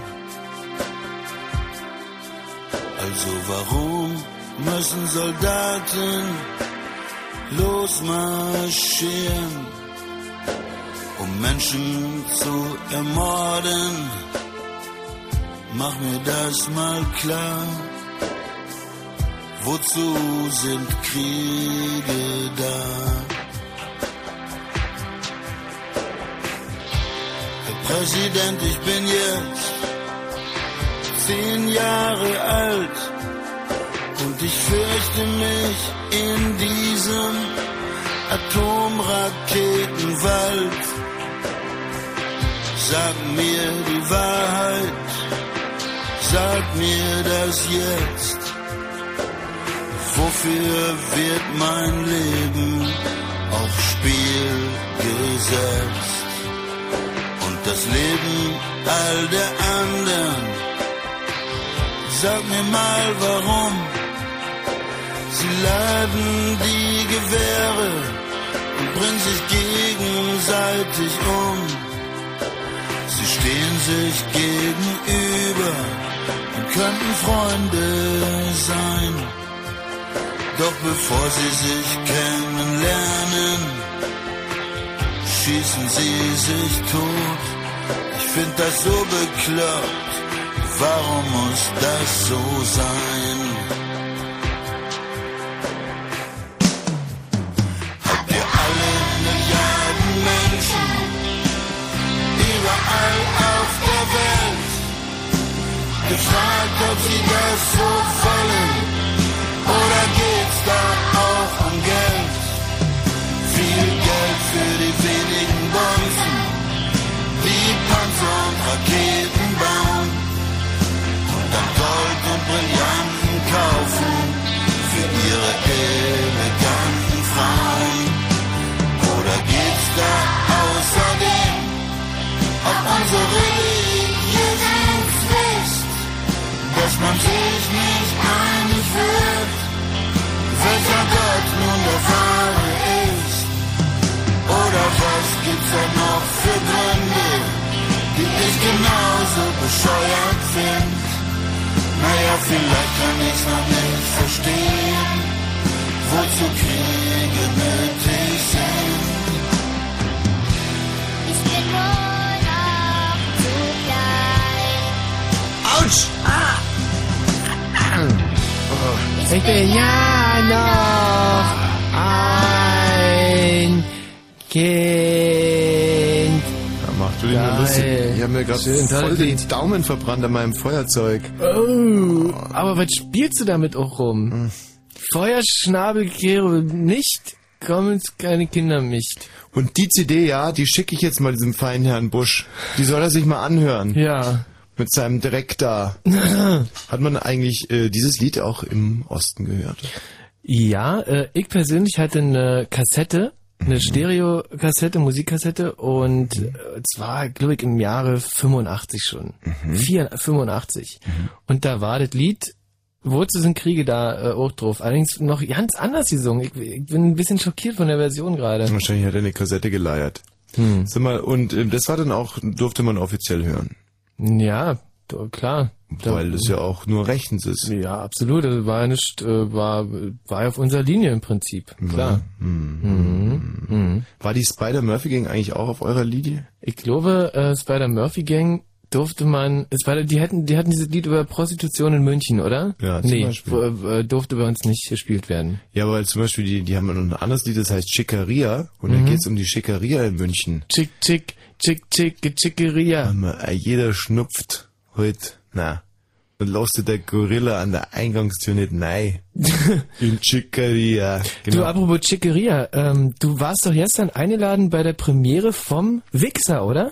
Also warum müssen Soldaten losmarschieren, um Menschen zu ermorden? Mach mir das mal klar. Wozu sind Kriege da? Herr Präsident, ich bin jetzt 10 Jahre alt und ich fürchte mich in diesem Atomraketenwald. Sag mir die Wahrheit, sag mir das jetzt. Wofür wird mein Leben aufs Spiel gesetzt? Und das Leben all der anderen. Sag mir mal warum. Sie laden die Gewehre und bringen sich gegenseitig um. Sie stehen sich gegenüber und könnten Freunde sein. Doch bevor sie sich kennenlernen, schießen sie sich tot. Ich find das so bekloppt. Warum muss das so sein? Habt ihr alle Milliarden Menschen überall auf der Welt gefragt, ob sie das so wollen? Oder geht's da auch um Geld? Viel Geld für die wenigen Bonzen, die Panzer und Raketen bauen und dann Gold und Brillanten kaufen für ihre eleganten Frauen. Oder geht's da außerdem auf unsere religiösen Pflicht, dass man sich nicht einig wird, welcher Gott nun der wahre ist? Oder was gibt's da noch für Gründe, die ich genauso bescheuert find? Naja, vielleicht kann ich's noch nicht verstehen, wozu Kriege nötig sind. Ich bin nur noch zu klein. Autsch! Ich bin ja noch ein Kind. Ja, mach du dich nur lustig. Ich habe mir gerade voll den Daumen verbrannt an meinem Feuerzeug. Oh, aber was spielst du damit auch rum? Feuerschnabelkehre nicht, kommen keine Kinder nicht. Und die CD, ja, die schicke ich jetzt mal diesem feinen Herrn Busch. Die soll er sich mal anhören. Ja. Mit seinem Dreck da. Hat man eigentlich dieses Lied auch im Osten gehört? Ja, ich persönlich hatte eine Kassette, eine Stereo-Kassette, Musikkassette und zwar, glaube ich, im Jahre 85 schon. 85. Und da war das Lied Wurzel sind Kriege da auch drauf. Allerdings noch ganz anders gesungen. Ich bin ein bisschen schockiert von der Version gerade. Wahrscheinlich hat er eine Kassette geleiert. Sag mal, und das war dann auch, durfte man offiziell hören? Ja, klar. Weil das ja auch nur rechtens ist. Ja, absolut. Das war nicht, war auf unserer Linie im Prinzip. Klar. War die Spider-Murphy-Gang eigentlich auch auf eurer Linie? Ich glaube, Spider-Murphy-Gang durfte man, die hatten dieses Lied über Prostitution in München, oder? Ja, zum Beispiel. Durfte bei uns nicht gespielt werden. Ja, weil zum Beispiel die haben noch ein anderes Lied, das heißt Schickeria. Und da geht's um die Schickeria in München. Schickeria. Jeder schnupft heute, und lässt der Gorilla an der Eingangstür nicht nein. In Schickeria. Genau. Du, apropos Schickeria, du warst doch gestern eingeladen bei der Premiere vom Wichser, oder?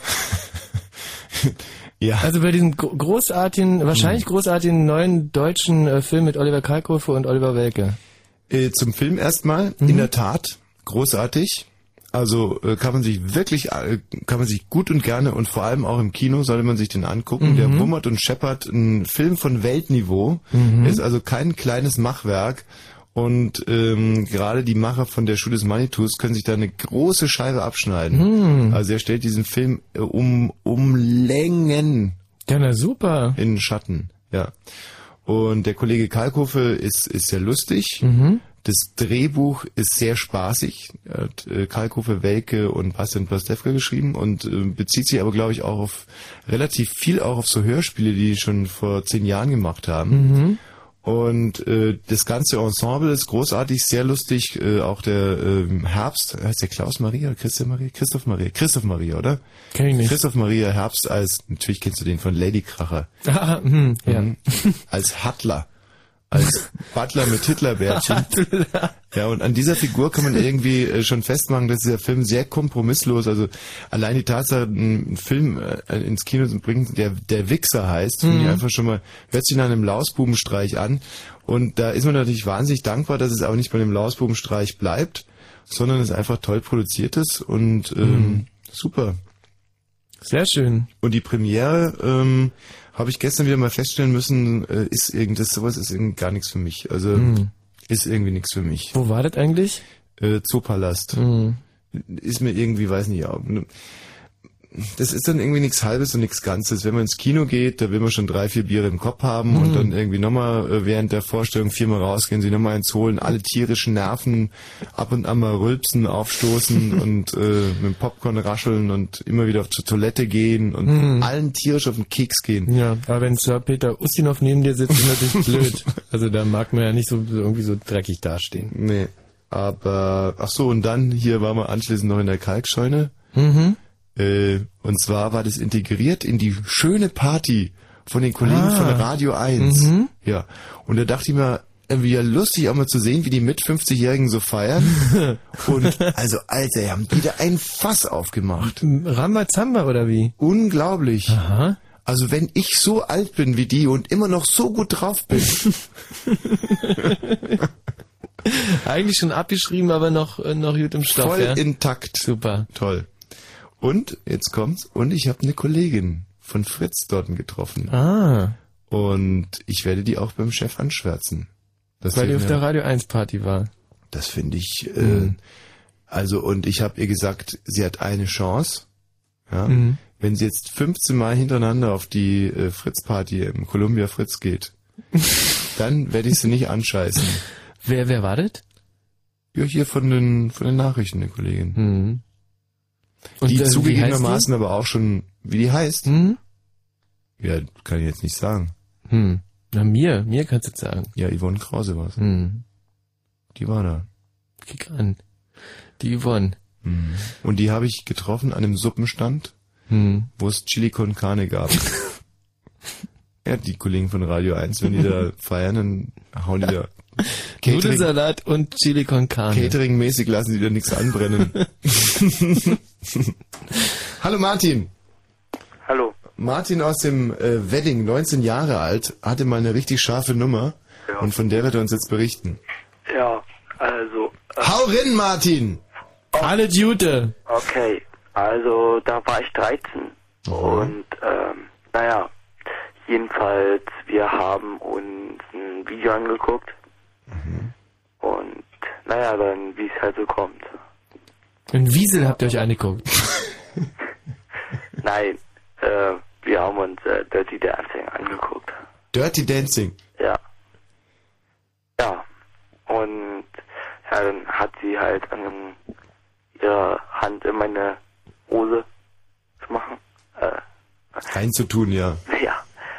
Ja. Also bei diesem wahrscheinlich großartigen neuen deutschen Film mit Oliver Kalkofe und Oliver Welke. Zum Film erstmal, in der Tat, großartig. Also kann man sich gut und gerne und vor allem auch im Kino sollte man sich den angucken. Der wummert und scheppert, ein Film von Weltniveau, ist also kein kleines Machwerk. Und gerade die Macher von der Schule des Manitus können sich da eine große Scheibe abschneiden. Also er stellt diesen Film um Längen super in den Schatten. Ja. Und der Kollege Kalkofe ist sehr lustig. Das Drehbuch ist sehr spaßig. Er hat Kalkofe, Welke und Bastian Pastewka geschrieben und bezieht sich aber, glaube ich, auch relativ viel auf so Hörspiele, die schon vor 10 Jahren gemacht haben. Und das ganze Ensemble ist großartig, sehr lustig. Auch der Herbst, heißt der Klaus Maria oder Christoph Maria, oder? Kenn ich nicht. Christoph Maria Herbst natürlich kennst du den von Ladykracher. Ja. Als Hattler. Als Butler mit Hitlerbärtchen. Ja, und an dieser Figur kann man irgendwie schon festmachen, dass dieser Film sehr kompromisslos, also allein die Tatsache, einen Film ins Kino zu bringen, der Wichser heißt, finde ich einfach schon mal, hört sich nach einem Lausbubenstreich an. Und da ist man natürlich wahnsinnig dankbar, dass es aber nicht bei dem Lausbubenstreich bleibt, sondern es einfach toll produziert ist und super. Sehr schön. Und die Premiere habe ich gestern wieder mal feststellen müssen, sowas ist irgendwie gar nichts für mich. Also ist irgendwie nichts für mich. Wo war das eigentlich? Zoopalast. Ist mir irgendwie, weiß nicht, ja. Das ist dann irgendwie nichts Halbes und nichts Ganzes. Wenn man ins Kino geht, da will man schon 3, 4 Biere im Kopf haben und dann irgendwie nochmal während der Vorstellung 4-mal rausgehen, sich nochmal eins holen, alle tierischen Nerven ab und an mal rülpsen, aufstoßen und mit dem Popcorn rascheln und immer wieder zur Toilette gehen und allen tierisch auf den Keks gehen. Ja, aber wenn Sir Peter Ustinov neben dir sitzt, ist natürlich blöd. Also da mag man ja nicht so irgendwie so dreckig dastehen. Nee, aber ach so, und dann hier waren wir anschließend noch in der Kalkscheune. Und zwar war das integriert in die schöne Party von den Kollegen von Radio 1. Ja. Und da dachte ich mir, irgendwie ja lustig auch mal zu sehen, wie die mit 50-Jährigen so feiern. Und also, Alter, haben die da ein Fass aufgemacht. Rambazamba oder wie? Unglaublich. Aha. Also wenn ich so alt bin wie die und immer noch so gut drauf bin. Eigentlich schon abgeschrieben, aber noch gut im Stoff. Voll intakt. Super. Toll. Und, jetzt kommt's, und ich habe eine Kollegin von Fritz dort getroffen. Und ich werde die auch beim Chef anschwärzen. Weil die auf der Radio 1 Party war. Das finde ich, und ich habe ihr gesagt, sie hat eine Chance. Ja, wenn sie jetzt 15 Mal hintereinander auf die Fritz-Party im Columbia Fritz geht, dann werde ich sie nicht anscheißen. Wer war das? Ja, hier von den Nachrichten, eine Kollegin. Und die zugegebenermaßen aber auch schon, wie die heißt? Ja, kann ich jetzt nicht sagen. Na, mir kannst du jetzt sagen. Ja, Yvonne Krause war's. Die war da. Kick an. Die Yvonne. Und die habe ich getroffen an einem Suppenstand, wo es Chili con Carne gab. Ja, die Kollegen von Radio 1, wenn die da feiern, dann hauen die da Nudelsalat und Chili con Carne. Catering-mäßig lassen die da nichts anbrennen. Hallo Martin. Hallo. Martin aus dem Wedding, 19 Jahre alt, hatte mal eine richtig scharfe Nummer und von der wird er uns jetzt berichten. Ja, also... Hau rein, Martin! Alle Jute! Okay, also da war ich 13 und jedenfalls wir haben uns ein Video angeguckt und dann wie es halt so kommt. Ein Wiesel habt ihr euch angeguckt? Nein, wir haben uns Dirty Dancing angeguckt. Dirty Dancing? Ja. Ja, und dann hat sie halt ihre Hand in meine Hose zu machen. Reinzutun, ja. Ja.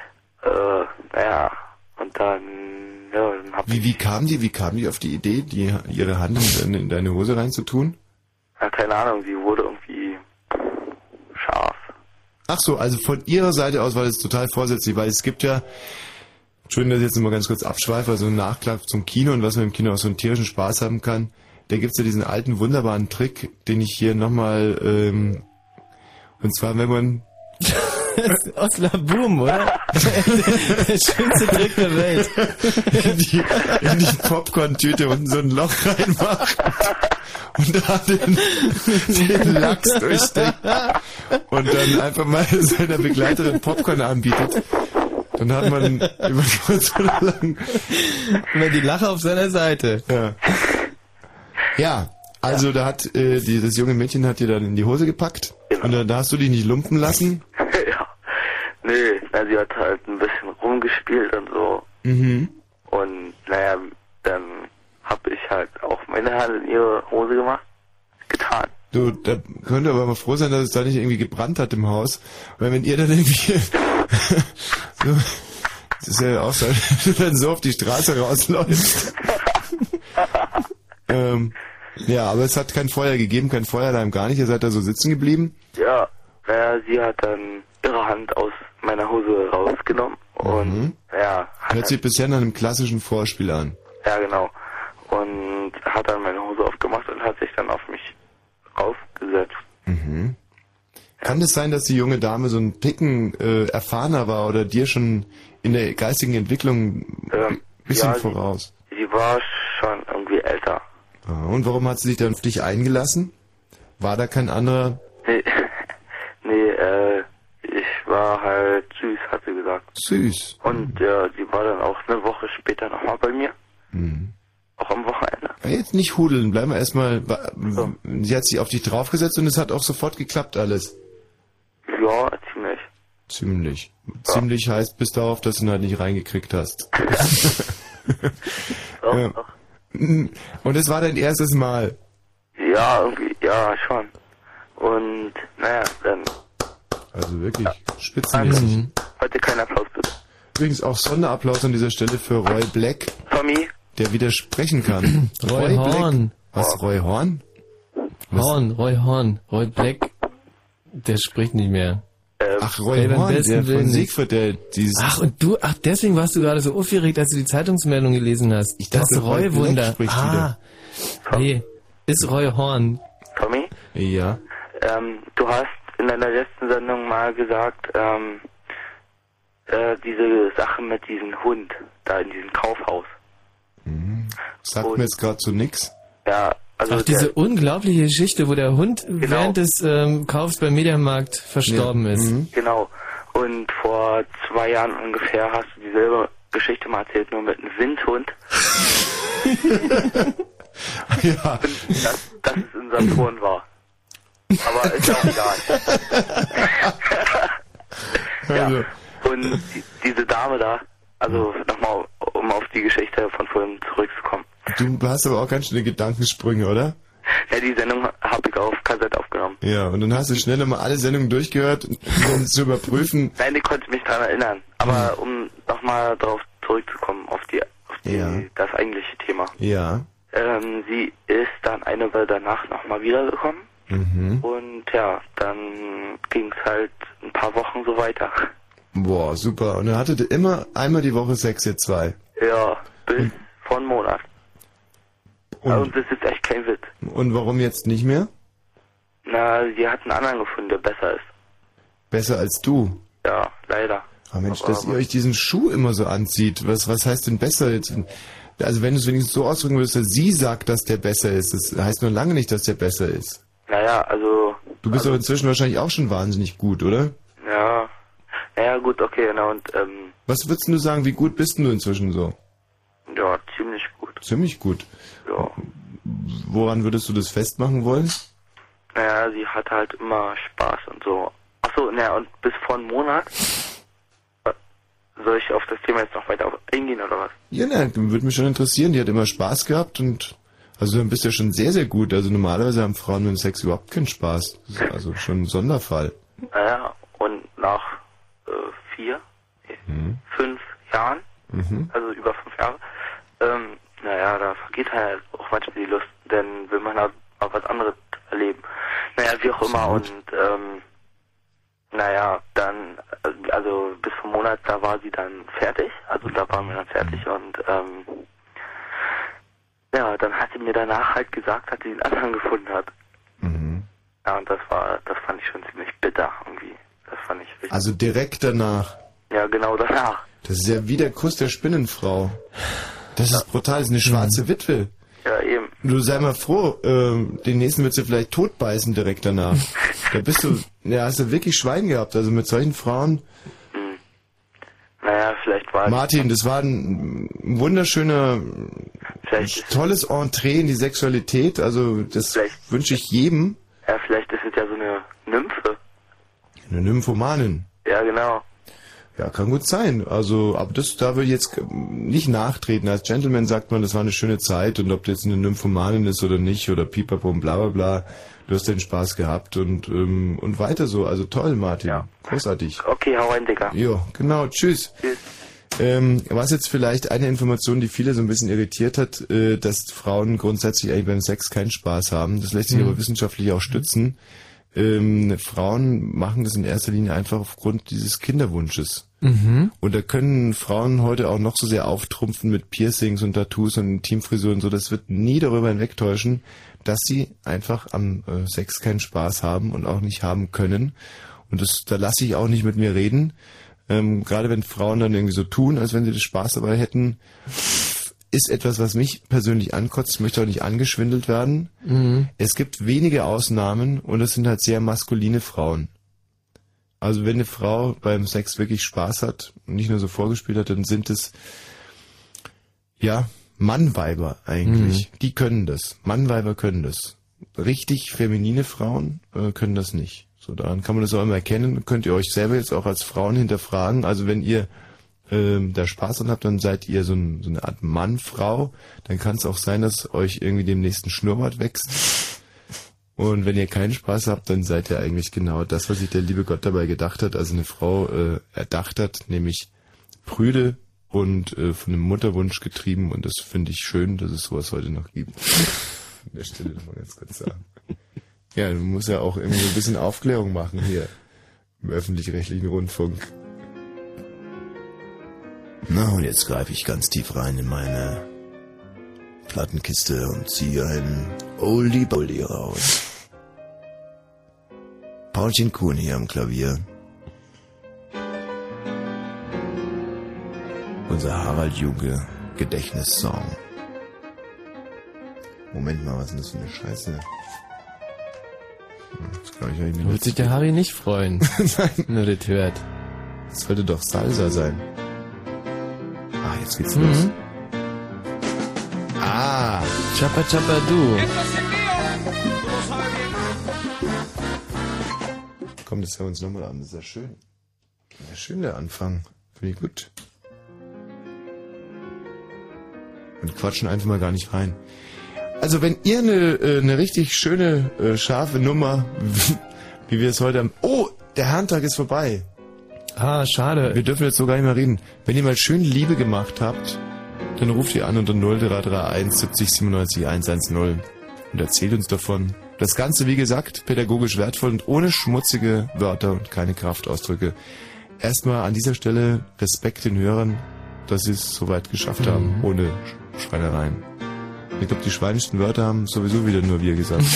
Und dann hab Wie kam die auf die Idee, ihre Hand in deine Hose reinzutun? Ja, keine Ahnung, sie wurde irgendwie scharf. Ach so, also von ihrer Seite aus war das total vorsätzlich, weil es gibt ja, Entschuldigung, dass ich jetzt mal ganz kurz abschweife, also ein Nachklapp zum Kino und was man im Kino auch so einen tierischen Spaß haben kann, da gibt's ja diesen alten, wunderbaren Trick, den ich hier nochmal, und zwar, wenn man... Osler Boom, oder? Der schönste Trick der Welt. In die Popcorn-Tüte unten so ein Loch reinmacht und da den Lachs durchsteckt und dann einfach mal seiner Begleiterin Popcorn anbietet. Dann hat man über kurz oder lang immer die Lache auf seiner Seite. Ja, also da hat das junge Mädchen hat dir dann in die Hose gepackt und da hast du dich nicht lumpen lassen. Nee, sie hat halt ein bisschen rumgespielt und so. Und dann hab ich halt auch meine Hand in ihre Hose getan. Du, da könnt ihr aber mal froh sein, dass es da nicht irgendwie gebrannt hat im Haus. Weil wenn ihr dann irgendwie so, das ist ja auch so, wenn so auf die Straße rausläuft. Ja, aber es hat kein Feuer gegeben, kein Feueralarm, gar nicht. Ihr seid da so sitzen geblieben. Ja, sie hat dann ihre Hand aus meiner Hose rausgenommen und hört sich bisher nach einem klassischen Vorspiel an. Ja, genau. Und hat dann meine Hose aufgemacht und hat sich dann auf mich raufgesetzt. Kann es sein, dass die junge Dame so ein Ticken erfahrener war oder dir schon in der geistigen Entwicklung ein bisschen voraus? Sie war schon irgendwie älter. Und warum hat sie sich dann auf dich eingelassen? War da kein anderer... Nee, war halt süß, hat sie gesagt. Süß. Und ja, die war dann auch eine Woche später nochmal bei mir. Auch am Wochenende. Ja, jetzt nicht hudeln, bleiben wir erstmal. Sie hat sich auf dich draufgesetzt und es hat auch sofort geklappt alles. Ja, ziemlich. Ziemlich. Ja. Ziemlich heißt bis darauf, dass du ihn halt nicht reingekriegt hast. Doch. Und es war dein erstes Mal? Ja, irgendwie, ja, schon. Und, naja, dann... Also wirklich spitzenmäßig. Heute kein Applaus, bitte. Übrigens auch Sonderapplaus an dieser Stelle für Roy Black. Tommy. Der widersprechen kann. Roy Horn. Black. Was, Roy Horn? Roy Horn. Roy Black, der spricht nicht mehr. Ach, Roy Horn, der von Siegfried, der dieses... Ach, deswegen warst du gerade so aufgeregt, als du die Zeitungsmeldung gelesen hast. Ich dachte, das Roy-Wunder. Spricht wieder. Nee, ist Roy Horn. Tommy? Ja? Du hast in deiner letzten Sendung mal gesagt, diese Sache mit diesem Hund, da in diesem Kaufhaus. Sagt mir jetzt gerade so nix. Ja, also... Ach, diese unglaubliche Geschichte, wo der Hund während des Kaufs beim Mediamarkt verstorben ist. Genau. Und vor 2 Jahren ungefähr hast du dieselbe Geschichte mal erzählt, nur mit einem Windhund. Ja. Das ist in Saturn war. Aber ist ja auch egal. Also. Ja. Und diese Dame da, also nochmal, um auf die Geschichte von vorhin zurückzukommen. Du hast aber auch ganz schöne Gedankensprünge, oder? Ja, die Sendung habe ich auf Kassette aufgenommen. Ja, und dann hast du schnell mal alle Sendungen durchgehört, um zu überprüfen. Nein, ich konnte mich daran erinnern. Aber um nochmal darauf zurückzukommen, auf das eigentliche Thema. Ja. Sie ist dann eine Woche danach nochmal wiedergekommen. Und ja, dann ging es halt ein paar Wochen so weiter. Boah, super. Und dann hattet ihr immer einmal die Woche Sex, ihr zwei? Ja, bis vor einem Monat. Und das ist echt kein Witz. Und warum jetzt nicht mehr? Na, sie hat einen anderen gefunden, der besser ist. Besser als du? Ja, leider. Aber Mensch, dass ihr euch diesen Schuh immer so anzieht, was heißt denn besser jetzt? Also wenn du es wenigstens so ausdrücken würdest, dass sie sagt, dass der besser ist, das heißt nur lange nicht, dass der besser ist. Naja, also... Du bist aber inzwischen wahrscheinlich auch schon wahnsinnig gut, oder? Ja. Naja, gut, okay, genau. Und, was würdest du sagen, wie gut bist du inzwischen so? Ja, ziemlich gut. Ziemlich gut? Ja. Woran würdest du das festmachen wollen? Naja, sie hat halt immer Spaß und so. Achso, naja, und bis vor einem Monat... Soll ich auf das Thema jetzt noch weiter eingehen, oder was? Ja, ne, würde mich schon interessieren. Die hat immer Spaß gehabt und... Also dann bist du ja schon sehr, sehr gut. Also normalerweise haben Frauen mit dem Sex überhaupt keinen Spaß. Das ist also schon ein Sonderfall. Naja, und nach 5 Jahren, also über 5 Jahre, naja, da vergeht halt auch manchmal die Lust, denn will man halt auch was anderes erleben. Naja, wie auch immer. Und naja, dann, also bis vor einem Monat, da war sie dann fertig. Also da waren wir dann fertig und ja, dann hat sie mir danach halt gesagt, dass sie einen anderen gefunden hat. Ja, und das fand ich schon ziemlich bitter irgendwie. Das fand ich richtig. Also direkt danach? Ja, genau danach. Das ist ja wie der Kuss der Spinnenfrau. Das ist brutal, das ist eine schwarze Witwe. Ja, eben. Du sei mal froh, den nächsten willst du vielleicht totbeißen direkt danach. Da bist du, ja, hast du wirklich Schwein gehabt, also mit solchen Frauen. Naja, vielleicht war Martin, das war ein wunderschöner, tolles Entree in die Sexualität, also das wünsche ich jedem. Ja, vielleicht ist es ja so eine Nymphe. Eine Nymphomanin. Ja, genau. Ja, kann gut sein. Also, aber da will ich jetzt nicht nachtreten. Als Gentleman sagt man, das war eine schöne Zeit und ob das jetzt eine Nymphomanin ist oder nicht oder pipapo und bla bla bla, du hast den Spaß gehabt und weiter so. Also toll, Martin. Ja. Großartig. Okay, hau rein, Digga. Jo, genau. Tschüss. Tschüss. Was jetzt vielleicht eine Information, die viele so ein bisschen irritiert hat, dass Frauen grundsätzlich eigentlich beim Sex keinen Spaß haben. Das lässt sich aber wissenschaftlich auch stützen. Frauen machen das in erster Linie einfach aufgrund dieses Kinderwunsches. Und da können Frauen heute auch noch so sehr auftrumpfen mit Piercings und Tattoos und Intimfrisuren, so das wird nie darüber hinwegtäuschen, dass sie einfach am Sex keinen Spaß haben und auch nicht haben können. Und da lasse ich auch nicht mit mir reden. Gerade wenn Frauen dann irgendwie so tun, als wenn sie das Spaß dabei hätten, ist etwas, was mich persönlich ankotzt. Ich möchte auch nicht angeschwindelt werden. Es gibt wenige Ausnahmen und es sind halt sehr maskuline Frauen. Also wenn eine Frau beim Sex wirklich Spaß hat und nicht nur so vorgespielt hat, dann sind es, ja, Mannweiber eigentlich. Die können das. Mannweiber können das. Richtig feminine Frauen können das nicht. So, daran kann man das auch immer erkennen. Könnt ihr euch selber jetzt auch als Frauen hinterfragen. Also wenn ihr da Spaß dran habt, dann seid ihr so eine Art Mann-Frau. Dann kann es auch sein, dass euch irgendwie demnächst ein Schnurrbart wächst. Und wenn ihr keinen Spaß habt, dann seid ihr eigentlich genau das, was sich der liebe Gott dabei gedacht hat, also eine Frau erdacht hat, nämlich prüde und von einem Mutterwunsch getrieben. Und das finde ich schön, dass es sowas heute noch gibt. An der Stelle mal ganz kurz sagen. Ja, du musst ja auch irgendwie ein bisschen Aufklärung machen hier im öffentlich-rechtlichen Rundfunk. Na, und jetzt greife ich ganz tief rein in meine Plattenkiste und ziehe einen Oldie-Boldi raus. Paulchen Kuhn hier am Klavier. Unser Harald Junke Gedächtnissong. Moment mal, was ist denn das für eine Scheiße? Das glaub ich, wird sich der Harry nicht freuen, wenn er das hört. Das sollte doch Salsa sein. Ah, jetzt geht's los. Ah. Chappa Chappa Du. Komm, das hören wir uns nochmal an. Das ist ja schön. Ja, schön der Anfang. Finde ich gut. Und quatschen einfach mal gar nicht rein. Also wenn ihr eine richtig schöne, scharfe Nummer, wie wir es heute haben... Oh, der Herrentag ist vorbei. Ah, schade. Wir dürfen jetzt so gar nicht mehr reden. Wenn ihr mal schön Liebe gemacht habt, dann ruft ihr an unter 0331 70 97 110 und erzählt uns davon. Das Ganze, wie gesagt, pädagogisch wertvoll und ohne schmutzige Wörter und keine Kraftausdrücke. Erstmal an dieser Stelle Respekt den Hörern, dass sie es so weit geschafft haben, ohne Schweinereien. Ich glaube, die schweinigsten Wörter haben sowieso wieder nur wir gesagt.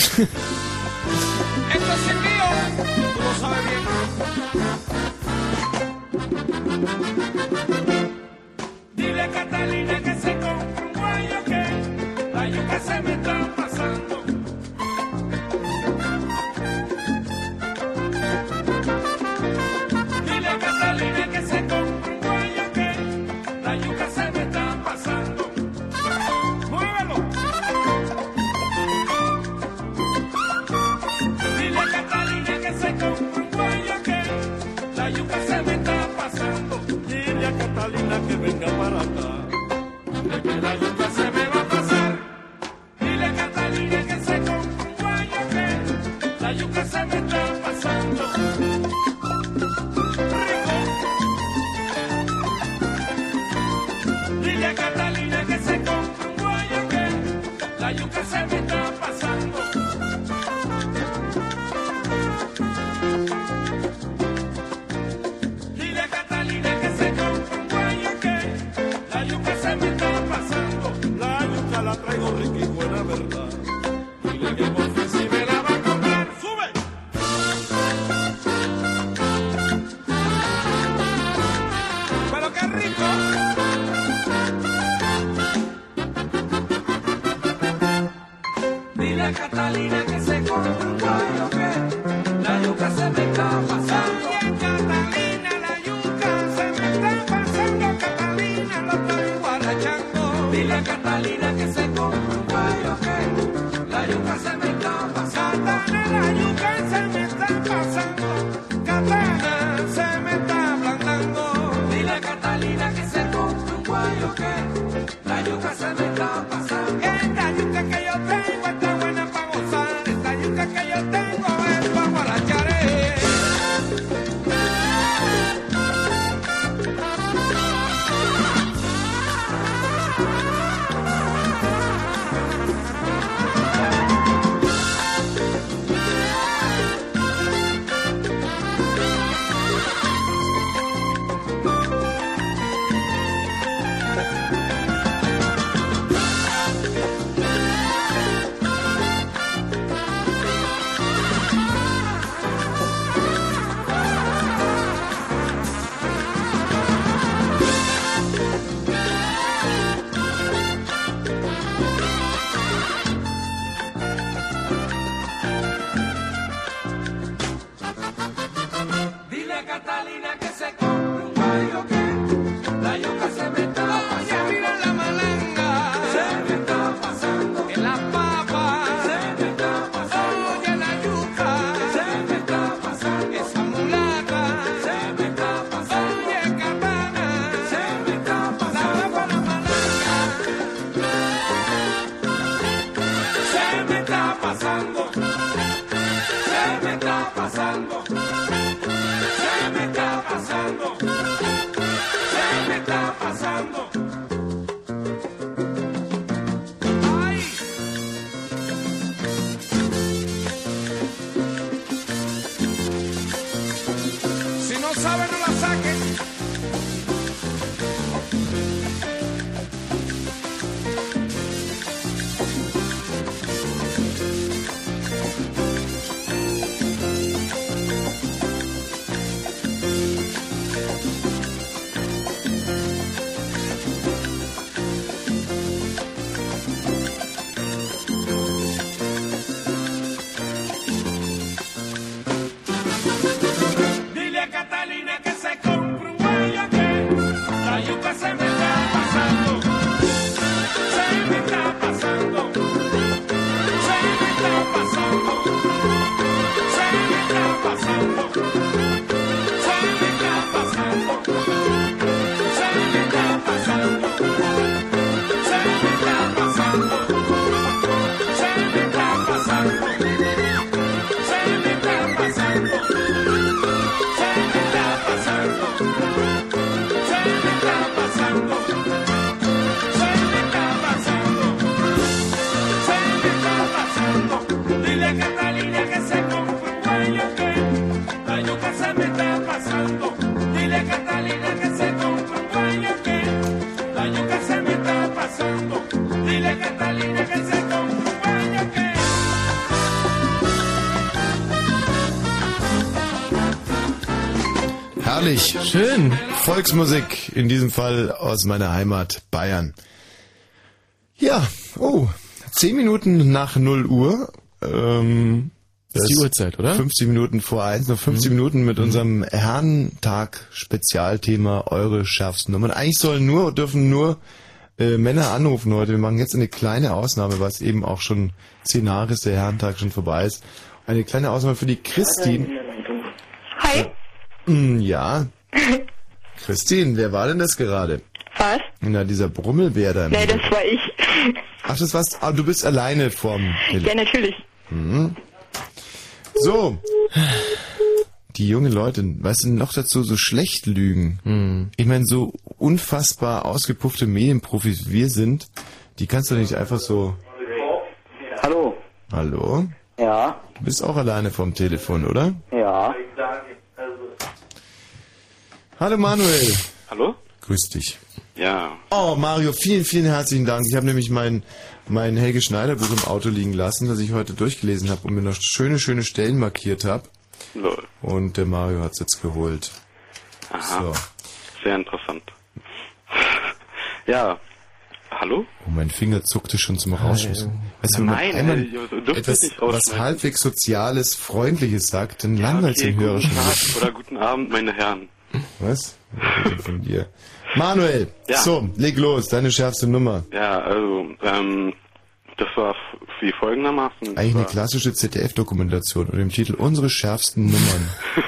está pasando? Ay. Si no sabe, no la saque. Dile a Catalina que se compre un guayaqué. La yuca se me está pasando. Se me está pasando. Se me está pasando. Se me está pasando. Se me está pasando. Se me está pasando. Se me está pasando. Se me está pasando. Se me está pasando. Se me está pasando. Se me está pasando. Se me está pasando. Se me está pasando. Dile a Catalina que se compre un guayaqué. La yuca se me está pasando. Dile a Catalina que se compre un guayaqué. La yuca se me está pasando. Dile a Catalina que se compre un guayaqué. Herrlich. Schön. Volksmusik, in diesem Fall aus meiner Heimat Bayern. Ja, 10 Minuten nach 0 Uhr. Das ist die Uhrzeit, oder? 50 Minuten vor 1, noch 15 Minuten mit unserem Herrentag-Spezialthema, eure schärfsten Nummern. Eigentlich dürfen nur Männer anrufen heute. Wir machen jetzt eine kleine Ausnahme, was eben auch schon 10 Jahre ist, der Herrentag schon vorbei ist. Eine kleine Ausnahme für die Christine. Hi. Ja. Christine, wer war denn das gerade? Was? Na, dieser Brummelbär da. Nee, das war ich. Ach, das war's. Ah, du bist alleine vorm Telefon. Ja, natürlich. Mhm. So. Die jungen Leute, weißt du, noch dazu so schlecht lügen. Ich meine, so unfassbar ausgepuffte Medienprofis wie wir sind, die kannst du nicht einfach so... Hallo. Hallo? Ja. Du bist auch alleine vorm Telefon, oder? Ja. Hallo Manuel. Hallo? Grüß dich. Ja. Oh Mario, vielen, vielen herzlichen Dank. Ich habe nämlich mein Helge Schneider Buch im Auto liegen lassen, das ich heute durchgelesen habe und mir noch schöne Stellen markiert habe. Lol. Und der Mario hat's jetzt geholt. Aha. So. Sehr interessant. Ja. Hallo? Oh, mein Finger zuckte schon zum Rausschießen. Weißt du, wenn man Nein, einmal dürft etwas nicht was rausschneiden. halbwegs Soziales, Freundliches sagt, dann langweilt's den Hörer schon guten wieder. Tag oder guten Abend, meine Herren. Was? Was denn von dir? Manuel, Ja. so, leg los, deine schärfste Nummer. Ja, also, das war wie folgendermaßen. Eigentlich eine klassische ZDF-Dokumentation unter dem Titel Unsere schärfsten Nummern.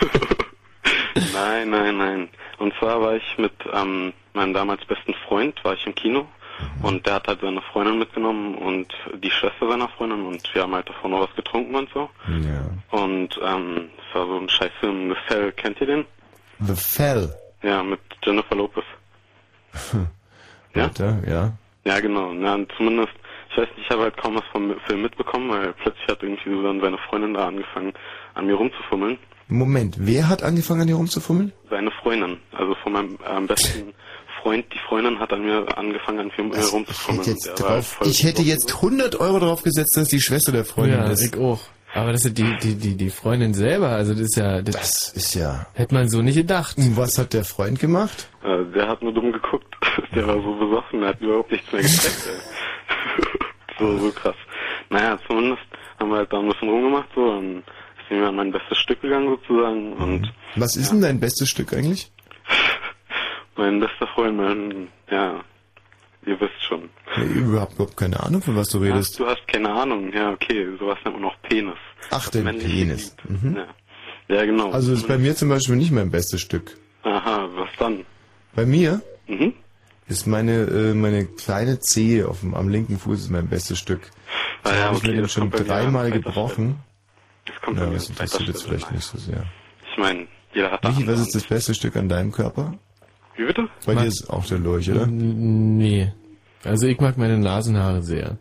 Nein. Und zwar war ich mit meinem damals besten Freund, war ich im Kino. Und der hat halt seine Freundin mitgenommen und die Schwester seiner Freundin und wir haben halt davor noch was getrunken und so. Ja. Und es war so ein Scheißfilm, The Fell, kennt ihr den? The Fell. Ja, mit Jennifer Lopez. Ja? Ja. Ja, genau. Ja, und zumindest, ich weiß nicht, ich habe halt kaum was vom Film mitbekommen, weil plötzlich hat irgendwie so dann seine Freundin da angefangen, an mir rumzufummeln. Moment, wer hat angefangen an dir rumzufummeln? Seine Freundin, also von meinem besten Freund, die Freundin hat an mir angefangen, an mir rumzufummeln. Ich hätte jetzt 100 Euro drauf gesetzt, dass die Schwester der Freundin Ja, ist. ich auch. Aber das ist die Freundin selber, also das ist ja... Das ist ja... Hätte man so nicht gedacht. Und was hat der Freund gemacht? Der hat nur dumm geguckt. Der war so besoffen, der hat überhaupt nichts mehr gecheckt. so krass. Naja, zumindest haben wir halt da ein bisschen rumgemacht, so, und ist mir an mein bestes Stück gegangen sozusagen. Und was ist denn dein bestes Stück eigentlich? Mein bester Freund, ja, ihr wisst schon. Ja, überhaupt keine Ahnung, von was du redest. Du hast keine Ahnung, ja, okay, sowas nennt man auch Penis. Ach, der Penis. Mhm. Ja, genau. Also das ist bei mir zum Beispiel nicht mein bestes Stück. Aha, was dann? Bei mir Mhm. ist meine kleine Zehe am linken Fuß ist mein bestes Stück. Das habe ich mir nämlich schon dreimal gebrochen. Das kommt ja, bei mir das interessiert jetzt vielleicht nicht so sehr. Ich meine, jeder hat Michi, was ist das beste Stück an deinem Körper? Wie bitte? Bei dir ist auch der Lurch, oder? Nee. Also ich mag meine Nasenhaare sehr.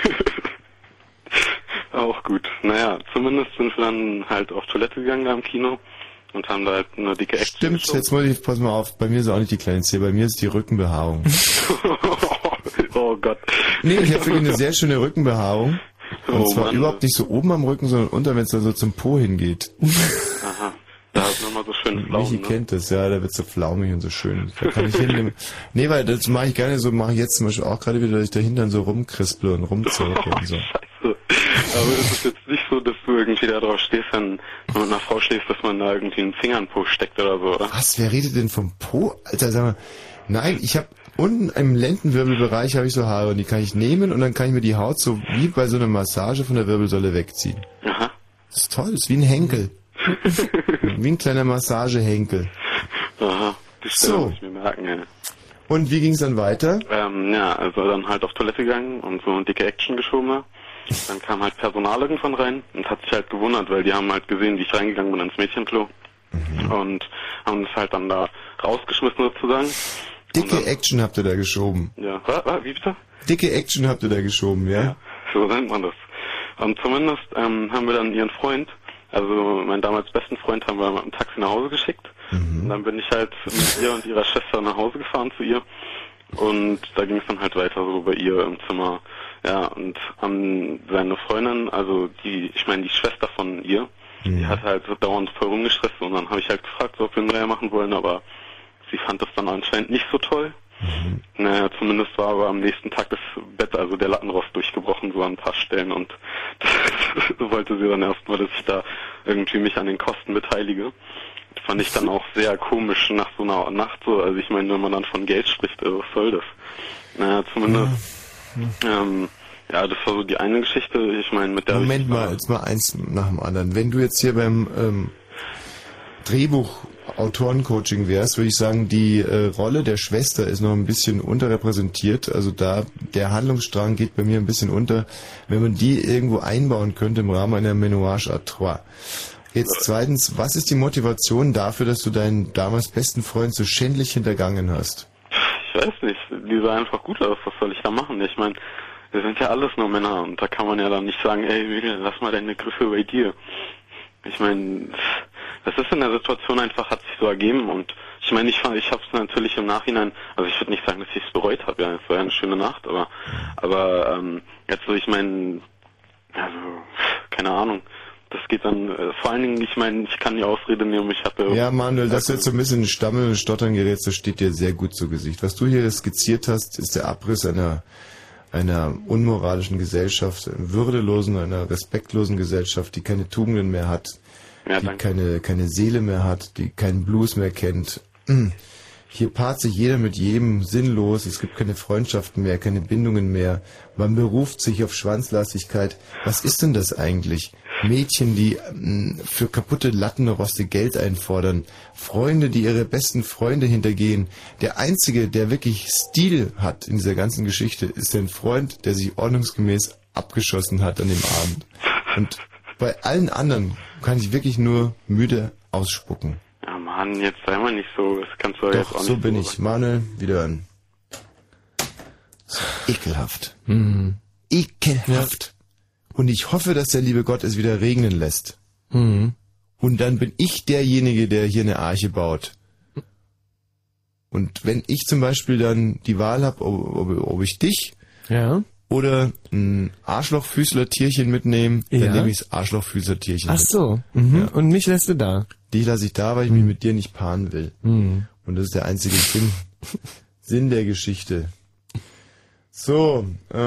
Auch gut. Naja, zumindest sind wir dann halt auf Toilette gegangen da im Kino und haben da halt eine dicke Action. Stimmt, jetzt muss ich, pass mal auf, bei mir ist auch nicht die kleine Zehe, bei mir ist die Rückenbehaarung. Oh Gott. Nee, ich habe wirklich eine sehr schöne Rückenbehaarung. Und zwar Mann. überhaupt nicht so oben am Rücken, sondern unter, wenn es da so zum Po hingeht. Aha. Da ist nochmal so schön flau, Michi kennt das, ja, da wird so flaumig und so schön. Da kann ich hinnehmen. Nee, weil das mache ich gerne so, mache ich jetzt zum Beispiel auch gerade wieder, dass ich dahinter dann so rumkrisple und rumzirke und so. Scheiße. Aber es ist jetzt nicht so, dass du irgendwie da drauf stehst, wenn du mit einer Frau stehst, dass man da irgendwie einen Finger in den Po steckt oder so, oder? Was, wer redet denn vom Po? Alter, sag mal, nein, ich habe unten im Lendenwirbelbereich habe ich so Haare und die kann ich nehmen und dann kann ich mir die Haut so wie bei so einer Massage von der Wirbelsäule wegziehen. Aha. Das ist toll, das ist wie ein Henkel. Wie ein kleiner Massagehenkel. Aha. Die Stelle muss ich mir merken, ja. Und wie ging's dann weiter? Ja, also dann halt auf Toilette gegangen und so eine dicke Action geschoben da. Dann kam halt Personal irgendwann rein und hat sich halt gewundert, weil die haben halt gesehen, wie ich reingegangen bin ins Mädchenklo. Und haben das halt dann da rausgeschmissen sozusagen. Dicke Action habt ihr da geschoben. Ja, wie bitte? Dicke Action habt ihr da geschoben, ja? So nennt man das. Und zumindest haben wir dann ihren Freund, also meinen damals besten Freund, haben wir mit dem Taxi nach Hause geschickt. Und dann bin ich halt mit ihr und ihrer Schwester nach Hause gefahren zu ihr. Und da ging es dann halt weiter so bei ihr im Zimmer. Ja, und seine Freundin, also die Schwester von ihr, die hat halt dauernd voll rumgestresst. Und dann habe ich halt gefragt, ob wir einen Dreier machen wollen, aber sie fand das dann anscheinend nicht so toll. Naja, zumindest war aber am nächsten Tag das Bett, also der Lattenrost durchgebrochen, so an ein paar Stellen und das wollte sie dann erstmal, dass ich da irgendwie mich an den Kosten beteilige. Das fand ich dann auch sehr komisch nach so einer Nacht so, also ich meine, wenn man dann von Geld spricht, was soll das? Naja, zumindest, ja, das war so die eine Geschichte, ich meine, mit der... Moment mal, jetzt mal eins nach dem anderen. Wenn du jetzt hier beim Drehbuch-Autoren-Coaching wärst, würde ich sagen, die Rolle der Schwester ist noch ein bisschen unterrepräsentiert. Also da, der Handlungsstrang geht bei mir ein bisschen unter, wenn man die irgendwo einbauen könnte im Rahmen einer Ménage à trois. Jetzt zweitens, was ist die Motivation dafür, dass du deinen damals besten Freund so schändlich hintergangen hast? Ich weiß nicht, die sah einfach gut aus, was soll ich da machen? Ich meine, wir sind ja alles nur Männer und da kann man ja dann nicht sagen, ey Mädel, lass mal deine Griffe bei dir. Ich meine, das ist in der Situation einfach, hat sich so ergeben und ich meine, ich habe es natürlich im Nachhinein, also ich würde nicht sagen, dass ich es bereut habe, ja, es war ja eine schöne Nacht, aber jetzt so, ich meine, also, keine Ahnung, das geht dann, vor allen Dingen, ich meine, ich kann die Ausrede nehmen, ich habe ja, Manuel, dass du jetzt so ein bisschen Stammeln und Stottern gerätst, das steht dir sehr gut zu Gesicht. Was du hier skizziert hast, ist der Abriss einer unmoralischen Gesellschaft, einer würdelosen, einer respektlosen Gesellschaft, die keine Tugenden mehr hat, ja, die keine Seele mehr hat, die keinen Blues mehr kennt. Hier paart sich jeder mit jedem sinnlos, es gibt keine Freundschaften mehr, keine Bindungen mehr, man beruft sich auf Schwanzlassigkeit. Was ist denn das eigentlich? Mädchen, die für kaputte Lattenroste Geld einfordern, Freunde, die ihre besten Freunde hintergehen. Der Einzige, der wirklich Stil hat in dieser ganzen Geschichte, ist ein Freund, der sich ordnungsgemäß abgeschossen hat an dem Abend. Und bei allen anderen kann ich wirklich nur müde ausspucken. Ja Mann, jetzt sei mal nicht so, das kannst du Doch, jetzt auch nicht so bin ich. Manuel, wieder an. So, ekelhaft. Ekelhaft. Und ich hoffe, dass der liebe Gott es wieder regnen lässt. Und dann bin ich derjenige, der hier eine Arche baut. Und wenn ich zum Beispiel dann die Wahl habe, ob ich dich oder ein Arschlochfüßler-Tierchen mitnehme, dann nehme ich das Arschlochfüßler-Tierchen mit. Ach so. Ja. Und mich lässt du da? Dich lasse ich da, weil ich mich mit dir nicht paaren will. Und das ist der einzige Sinn der Geschichte. So,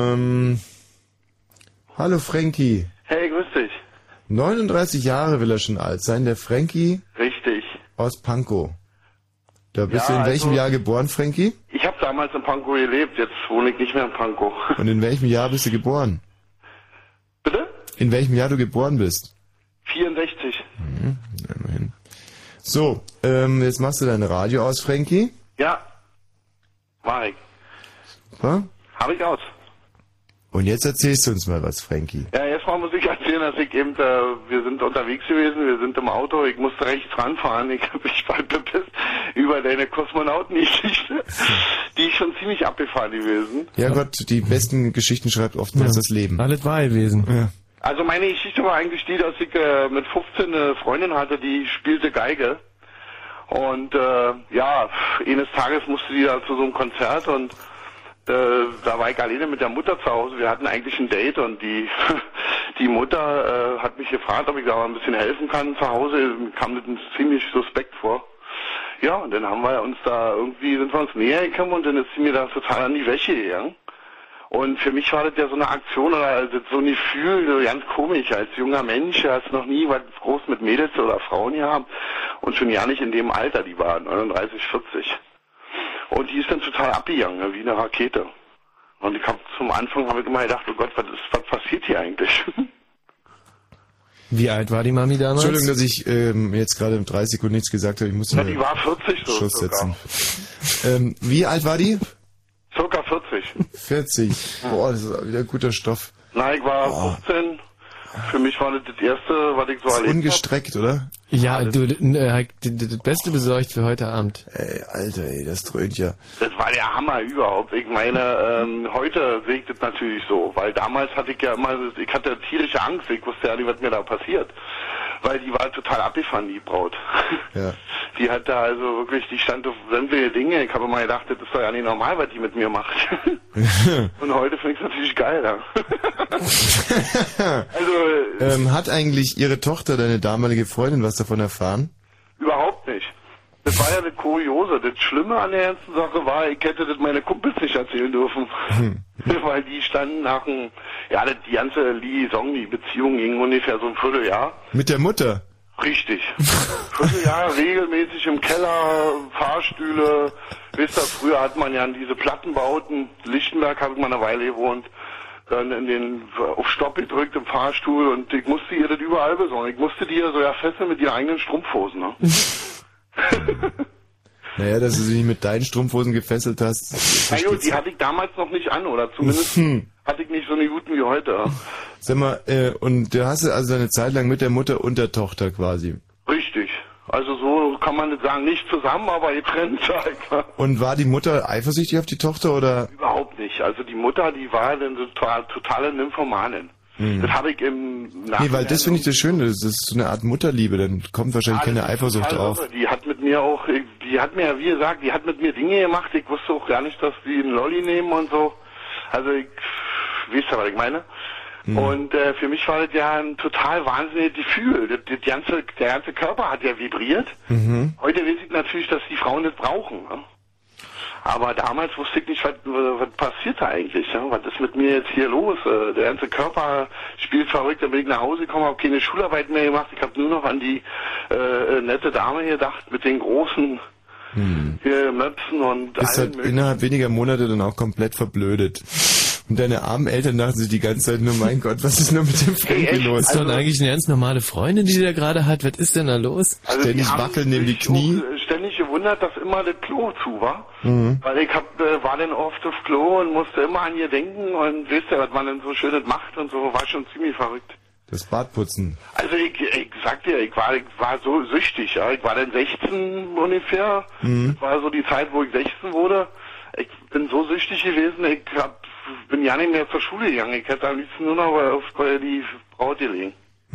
hallo Frankie. Hey, grüß dich. 39 Jahre will er schon alt sein, der Frankie. Richtig. Aus Pankow. Da bist Ja, du in welchem also- Jahr geboren, Frankie? Ich habe damals in Pankow gelebt, jetzt wohne ich nicht mehr in Pankow. Und in welchem Jahr bist du geboren? Bitte? In welchem Jahr du geboren bist? 64. Immerhin. So, jetzt machst du dein Radio aus, Frankie. Ja. Mach ich. Super. Hab ich aus. Und jetzt erzählst du uns mal was, Frankie. Ja, erstmal muss ich erzählen, dass ich eben, wir sind unterwegs gewesen, wir sind im Auto, ich musste rechts ranfahren, ich war bepisst. über deine Kosmonautengeschichte. Die ist schon ziemlich abgefahren gewesen. Ja Gott, die besten Geschichten schreibt oftmals das Leben. Alles wahr gewesen. Ja. Also meine Geschichte war eigentlich die, dass ich mit 15 eine Freundin hatte, die spielte Geige. Und eines Tages musste die da zu so einem Konzert und da war ich alleine mit der Mutter zu Hause. Wir hatten eigentlich ein Date und die Mutter hat mich gefragt, ob ich da mal ein bisschen helfen kann zu Hause. Mir kam das ziemlich suspekt vor. Ja, und dann sind wir uns näher gekommen und dann ist sie mir da total an die Wäsche gegangen. Und für mich war das ja so eine Aktion oder so ein Gefühl, so ganz komisch. Als junger Mensch hast noch nie was groß mit Mädels oder Frauen gehabt und schon ja nicht in dem Alter, die waren 39, 40. Und die ist dann total abgegangen, ne, wie eine Rakete. Und ich zum Anfang habe ich immer gedacht, oh Gott, was passiert hier eigentlich? Wie alt war die Mami damals? Entschuldigung, dass ich jetzt gerade in 30 Sekunden nichts gesagt habe. Ich musste die war 40 so Schuss setzen. Wie alt war die? Circa 40. 40. Boah, das ist wieder ein guter Stoff. Nein, ich war 15. Für mich war das erste, was ich so erlebt habe. Ungestreckt, oder? Ja, du, das Beste besorgt für heute Abend. Ey, Alter, das dröhnt ja. Das war der Hammer überhaupt. Ich meine, heute sehe ich das natürlich so, weil damals hatte ich ja immer, ich hatte tierische Angst, ich wusste ja nicht, was mir da passiert. Weil die war total abgefahren, die Braut. Ja. Die hat da also wirklich, die stand auf sämtliche Dinge. Ich habe immer gedacht, das ist doch ja nicht normal, was die mit mir macht. Und heute finde ich es natürlich geil, ja. Also, hat eigentlich ihre Tochter, deine damalige Freundin, was davon erfahren? Überhaupt nicht. Das war ja das Kuriose. Das Schlimme an der ganzen Sache war, ich hätte das meine Kumpels nicht erzählen dürfen. Weil die standen nach dem, die ganze Liaison, die Beziehung ging ungefähr so ein Vierteljahr. Mit der Mutter? Richtig. Vierteljahr regelmäßig im Keller, Fahrstühle. Wisst ihr, früher hat man ja diese Plattenbauten. Lichtenberg habe ich mal eine Weile gewohnt. Dann auf Stopp gedrückt im Fahrstuhl und ich musste ihr das überall besorgen. Ich musste die ja so fesseln mit ihren eigenen Strumpfhosen, ne? Naja, dass du sie nicht mit deinen Strumpfhosen gefesselt hast. Na gut, die hatte ich damals noch nicht an, oder zumindest hatte ich nicht so eine guten wie heute. Ja. Sag mal, und du hast also eine Zeit lang mit der Mutter und der Tochter quasi. Richtig. Also so kann man nicht sagen, nicht zusammen, aber getrennt. Und war die Mutter eifersüchtig auf die Tochter, oder? Überhaupt nicht. Also die Mutter, die war eine totale Nymphomanin. Das habe ich im Nachhinein... Nee, weil das finde ich das Schöne, das ist so eine Art Mutterliebe, dann kommt wahrscheinlich keine Eifersucht auf. Die hat mit mir auch, wie gesagt, die hat mit mir Dinge gemacht, ich wusste auch gar nicht, dass die einen Lolli nehmen und so. Also wisst ihr, was ich meine? Und für mich war das ja ein total wahnsinniges Gefühl. Der ganze Körper hat ja vibriert. Heute weiß ich natürlich, dass die Frauen das brauchen. Ne? Aber damals wusste ich nicht, was passiert da eigentlich. Ja? Was ist mit mir jetzt hier los? Der ganze Körper spielt verrückt. Dann bin ich nach Hause gekommen, habe keine Schularbeit mehr gemacht. Ich habe nur noch an die nette Dame gedacht mit den großen Möpsen und bist halt innerhalb weniger Monate dann auch komplett verblödet. Und deine armen Eltern dachten sich die ganze Zeit nur, mein Gott, was ist nur mit dem Frankie los? Ist doch eigentlich eine ganz normale Freundin, die da gerade hat. Was ist denn da los? Also ständig wackeln neben die Knie. Ständig gewundert, dass immer das Klo zu war. Weil ich war dann oft auf Klo und musste immer an ihr denken und wisst ihr, was man denn so Schönes macht und so, war schon ziemlich verrückt. Das Badputzen. Also ich sag dir, ich war so süchtig, ja. Ich war dann 16 ungefähr. Das war so die Zeit, wo ich 16 wurde. Ich bin so süchtig gewesen, bin ja nicht mehr zur Schule gegangen. Ich hätte am liebsten nur noch auf die Braut gelegen.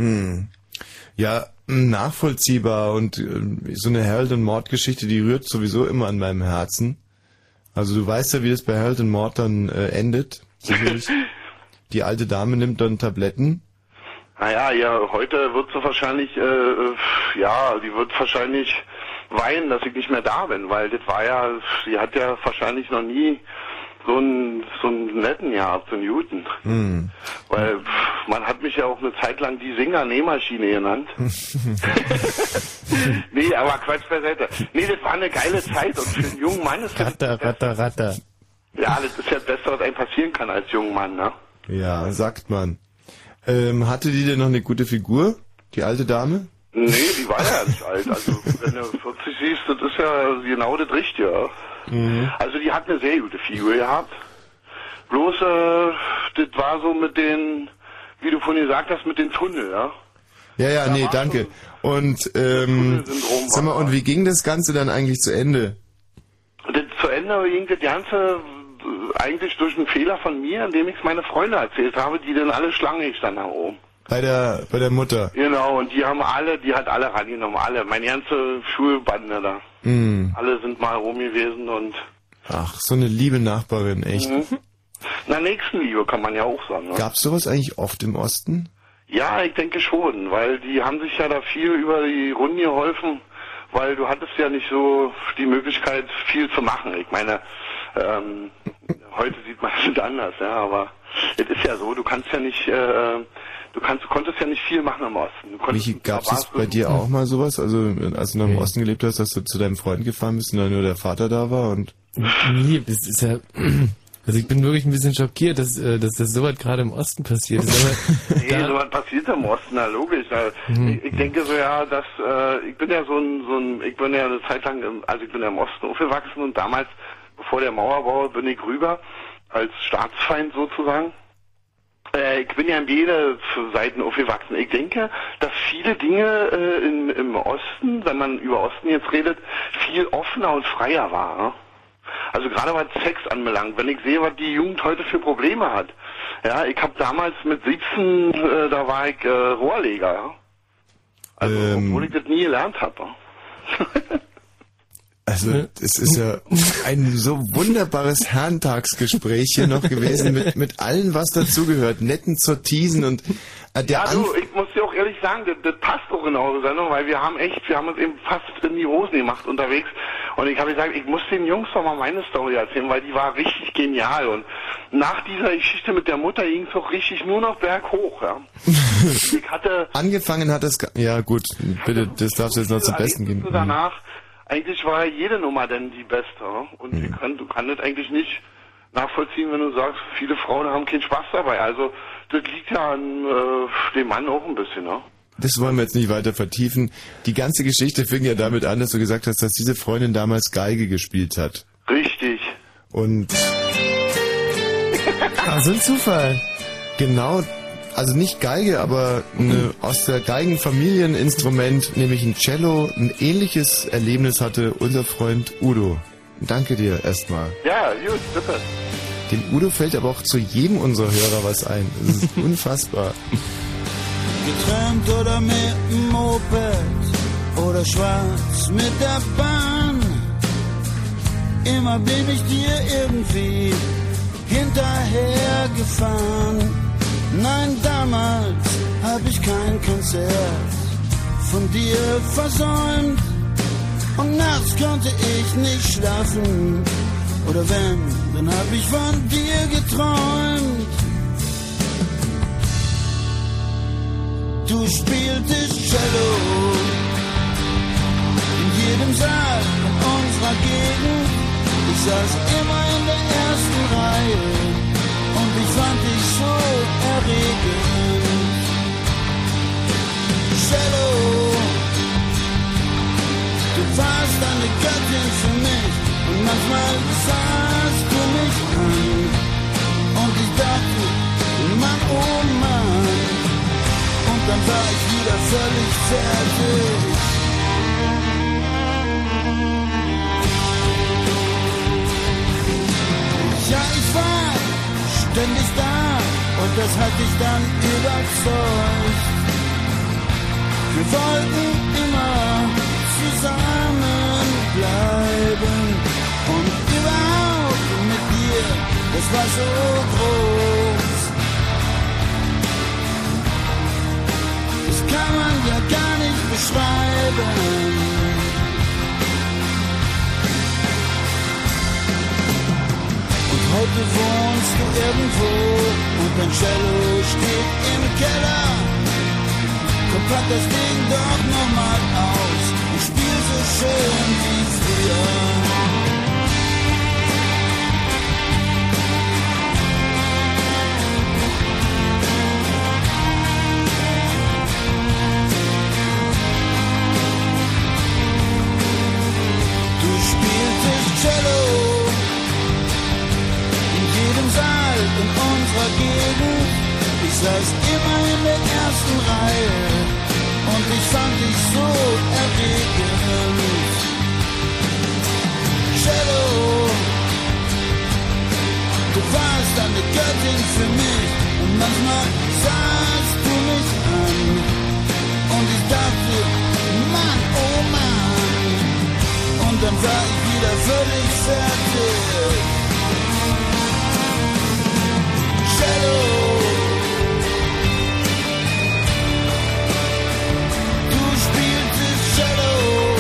Ja, nachvollziehbar und so eine Harold und Mord-Geschichte, die rührt sowieso immer an meinem Herzen. Also du weißt ja, wie das bei Harold und Mord dann endet. Sicherlich. Die alte Dame nimmt dann Tabletten. Naja, heute wird sie wahrscheinlich, die wird wahrscheinlich weinen, dass ich nicht mehr da bin, weil das war ja, sie hat ja wahrscheinlich noch nie so einen netten gehabt, so einen Newton. Weil man hat mich ja auch eine Zeit lang die Singer-Nähmaschine genannt. Nee, aber Quatsch beiseite. Nee, das war eine geile Zeit und für einen jungen Mann ist das... Ratter. Ja, das ist ja das Beste, was einem passieren kann als junger Mann, ne? Ja, sagt man. Hatte die denn noch eine gute Figur, die alte Dame? Nee, die war ja nicht alt. Also wenn du 40 siehst, das ist ja genau das Richtige. Also die hat eine sehr gute Figur gehabt. Bloß, das war so mit den, wie du vorhin gesagt hast, mit den Tunnel, ja. Ja, nee, danke. Und, sag mal, und wie ging das Ganze dann eigentlich zu Ende? Zu Ende ging das Ganze eigentlich durch einen Fehler von mir, indem ich es meine Freunde erzählt habe, die dann alle Schlange gestanden haben oben. Bei der Mutter. Genau, und die hat alle rangenommen, alle. Meine ganze Schulbande da. Alle sind mal rum gewesen und... Ach, so eine liebe Nachbarin, echt. Na, Nächstenliebe kann man ja auch sagen. Ne? Gab's sowas eigentlich oft im Osten? Ja, ich denke schon, weil die haben sich ja da viel über die Runden geholfen, weil du hattest ja nicht so die Möglichkeit, viel zu machen. Ich meine, heute sieht man es anders, ja, aber es ist ja so, du kannst ja nicht, du konntest ja nicht viel machen im Osten. Michi, gab's es bei dir auch mal sowas? Also, als du noch im Osten gelebt hast, dass du zu deinem Freund gefahren bist und dann nur der Vater da war und... Nee, das ist ja... Also ich bin wirklich ein bisschen schockiert, dass das sowas gerade im Osten passiert ist. Aber nee, sowas passiert im Osten, na logisch. Ich denke so, ja, dass ich bin ja ich bin ja eine Zeit lang, ich bin ja im Osten aufgewachsen und damals, bevor der Mauerbau, bin ich rüber als Staatsfeind sozusagen. Ich bin ja in beide Seiten aufgewachsen. Ich denke, dass viele Dinge im Osten, wenn man über Osten jetzt redet, viel offener und freier war. Ne? Also gerade was Sex anbelangt, wenn ich sehe, was die Jugend heute für Probleme hat. Ja, ich habe damals mit 17, da war ich Rohrleger. Ja? Also, obwohl ich das nie gelernt habe. Also, es ist ja ein so wunderbares Herrentagsgespräch hier noch gewesen mit allem, was dazugehört. Netten Sortisen und ich muss dir auch ehrlich sagen, das passt auch in eure Sendung, weil wir haben uns eben fast in die Hosen gemacht unterwegs. Und ich habe gesagt, ich muss den Jungs doch mal meine Story erzählen, weil die war richtig genial. Und nach dieser Geschichte mit der Mutter ging es auch richtig nur noch berghoch, ja. Ich hatte... Angefangen hat es... Ja gut, bitte, das darfst du jetzt noch zum Besten geben. Danach, eigentlich war jede Nummer denn die beste. Ja? Und du kannst das eigentlich nicht nachvollziehen, wenn du sagst, viele Frauen haben keinen Spaß dabei. Also das liegt ja an dem Mann auch ein bisschen, ne? Das wollen wir jetzt nicht weiter vertiefen. Die ganze Geschichte fing ja damit an, dass du gesagt hast, dass diese Freundin damals Geige gespielt hat. Richtig. Und... so ein Zufall. Genau, also nicht Geige, aber aus der Geigenfamilie ein Instrument, nämlich ein Cello. Ein ähnliches Erlebnis hatte unser Freund Udo. Danke dir erstmal. Ja, gut, bitte. Dem Udo fällt aber auch zu jedem unserer Hörer was ein. Das ist unfassbar. Getrennt oder mit dem Moped oder schwarz mit der Bahn. Immer bin ich dir irgendwie hinterher gefahren. Nein, damals hab ich kein Konzert von dir versäumt. Und nachts konnte ich nicht schlafen. Oder wenn, dann hab ich von dir geträumt. Du spieltest Cello in jedem Saal in unserer Gegend. Ich saß immer in der ersten Reihe und ich fand dich so erregend. Cello, du warst eine Göttin für mich und manchmal sahst du mich an und ich dachte, Mann, oh Mann. Und dann war ich wieder völlig fertig. Ja, ich war ständig da und das hat dich dann überzeugt. Wir wollten immer zusammen bleiben und überhaupt mit dir, das war so groß. Kann man ja gar nicht beschreiben. Und heute wohnst du irgendwo und dein Cello steht im Keller. Komm, pack das Ding doch nochmal aus und spiel so schön wie früher. Cello in jedem Saal in unserer Gegend. Ich saß immer in der ersten Reihe und ich fand dich so erregend. Cello, du warst eine Göttin für mich und manchmal sahst du mich an und ich dachte, Mann, oh Mann, und dann war ich wieder völlig fertig. Cello, du spieltest Cello.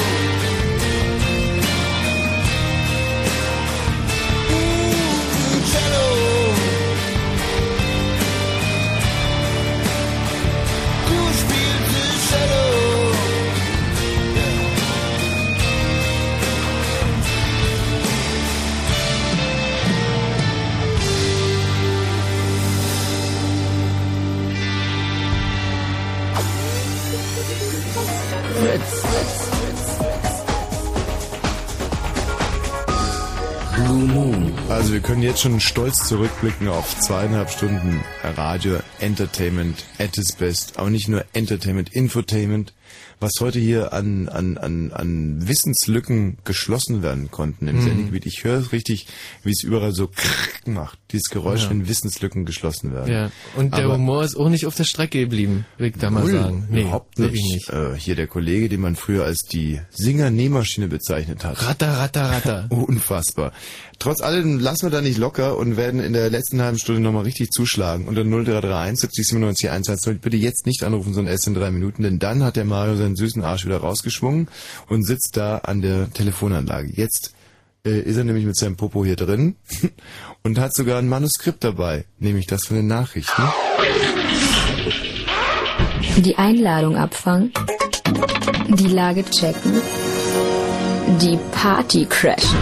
Cello, du spieltest Cello. Also wir können jetzt schon stolz zurückblicken auf 2,5 Stunden Radio Entertainment at its best. Aber nicht nur Entertainment, Infotainment, was heute hier an Wissenslücken geschlossen werden konnten im Sendegebiet. Ich höre es richtig, wie es überall so krrrk macht. Dieses Geräusch, wenn Wissenslücken geschlossen werden. Ja. Und der Humor ist auch nicht auf der Strecke geblieben, will ich da mal sagen. Nee, überhaupt nicht. Hier der Kollege, den man früher als die Singer-Nähmaschine bezeichnet hat. Ratter, ratter, ratter. Unfassbar. Trotz allem lassen wir da nicht locker und werden in der letzten halben Stunde nochmal richtig zuschlagen. Unter 0331 70 97 110. Bitte jetzt nicht anrufen, sondern erst in 3 Minuten, denn dann hat der Mario seinen süßen Arsch wieder rausgeschwungen und sitzt da an der Telefonanlage. Jetzt ist er nämlich mit seinem Popo hier drin und hat sogar ein Manuskript dabei, nämlich das von den Nachrichten. Die Einladung abfangen, die Lage checken, die Party crashen.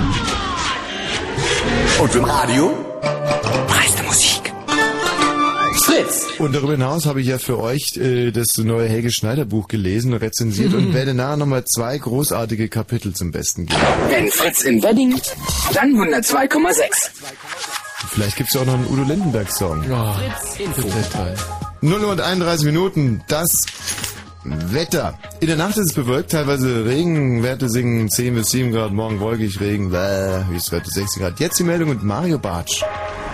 Und im Radio? Preiste Musik. Fritz. Und darüber hinaus habe ich ja für euch das neue Helge Schneider Buch gelesen, rezensiert und werde nachher nochmal 2 großartige Kapitel zum Besten geben. Wenn Fritz in Wedding, dann 102,6. Vielleicht gibt's ja auch noch einen Udo Lindenberg Song. Oh, Fritz Info. 0 und 31 Minuten, das Wetter. In der Nacht ist es bewölkt, teilweise Regenwerte sinken 10 bis 7 Grad, morgen wolkig, Regen, Höchstwerte 16 Grad. Jetzt die Meldung mit Mario Bartsch.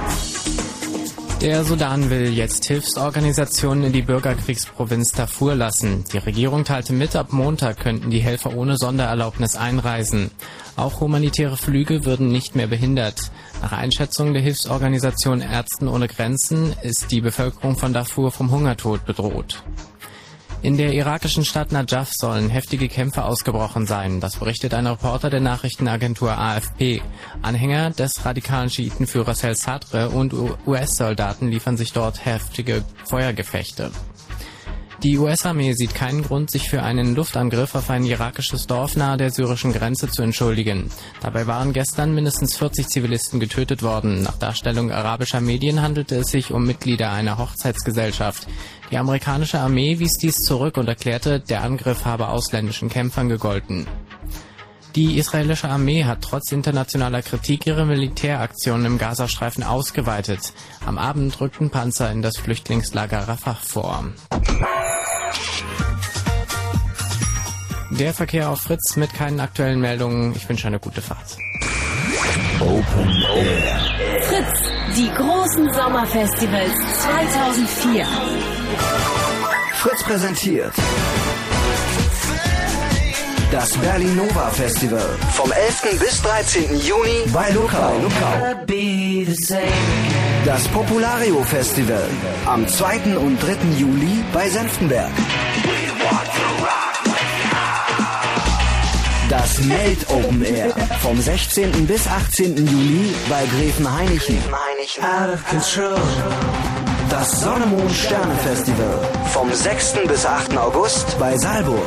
Der Sudan will jetzt Hilfsorganisationen in die Bürgerkriegsprovinz Darfur lassen. Die Regierung teilte mit, ab Montag könnten die Helfer ohne Sondererlaubnis einreisen. Auch humanitäre Flüge würden nicht mehr behindert. Nach Einschätzung der Hilfsorganisation Ärzten ohne Grenzen ist die Bevölkerung von Darfur vom Hungertod bedroht. In der irakischen Stadt Najaf sollen heftige Kämpfe ausgebrochen sein. Das berichtet ein Reporter der Nachrichtenagentur AFP. Anhänger des radikalen Schiitenführers al-Sadr und US-Soldaten liefern sich dort heftige Feuergefechte. Die US-Armee sieht keinen Grund, sich für einen Luftangriff auf ein irakisches Dorf nahe der syrischen Grenze zu entschuldigen. Dabei waren gestern mindestens 40 Zivilisten getötet worden. Nach Darstellung arabischer Medien handelte es sich um Mitglieder einer Hochzeitsgesellschaft. Die amerikanische Armee wies dies zurück und erklärte, der Angriff habe ausländischen Kämpfern gegolten. Die israelische Armee hat trotz internationaler Kritik ihre Militäraktionen im Gazastreifen ausgeweitet. Am Abend rückten Panzer in das Flüchtlingslager Rafah vor. Der Verkehr auf Fritz mit keinen aktuellen Meldungen. Ich wünsche eine gute Fahrt. Open Air. Fritz, die großen Sommerfestivals 2004. Fritz präsentiert das Berlinova Festival vom 11. bis 13. Juni bei Luckau. Das Populario Festival am 2. und 3. Juli bei Senftenberg. Das Melt Open Air vom 16. bis 18. Juli bei Gräfenhainichen. Das Sonne-Mond-Sterne-Festival vom 6. bis 8. August bei Saalburg.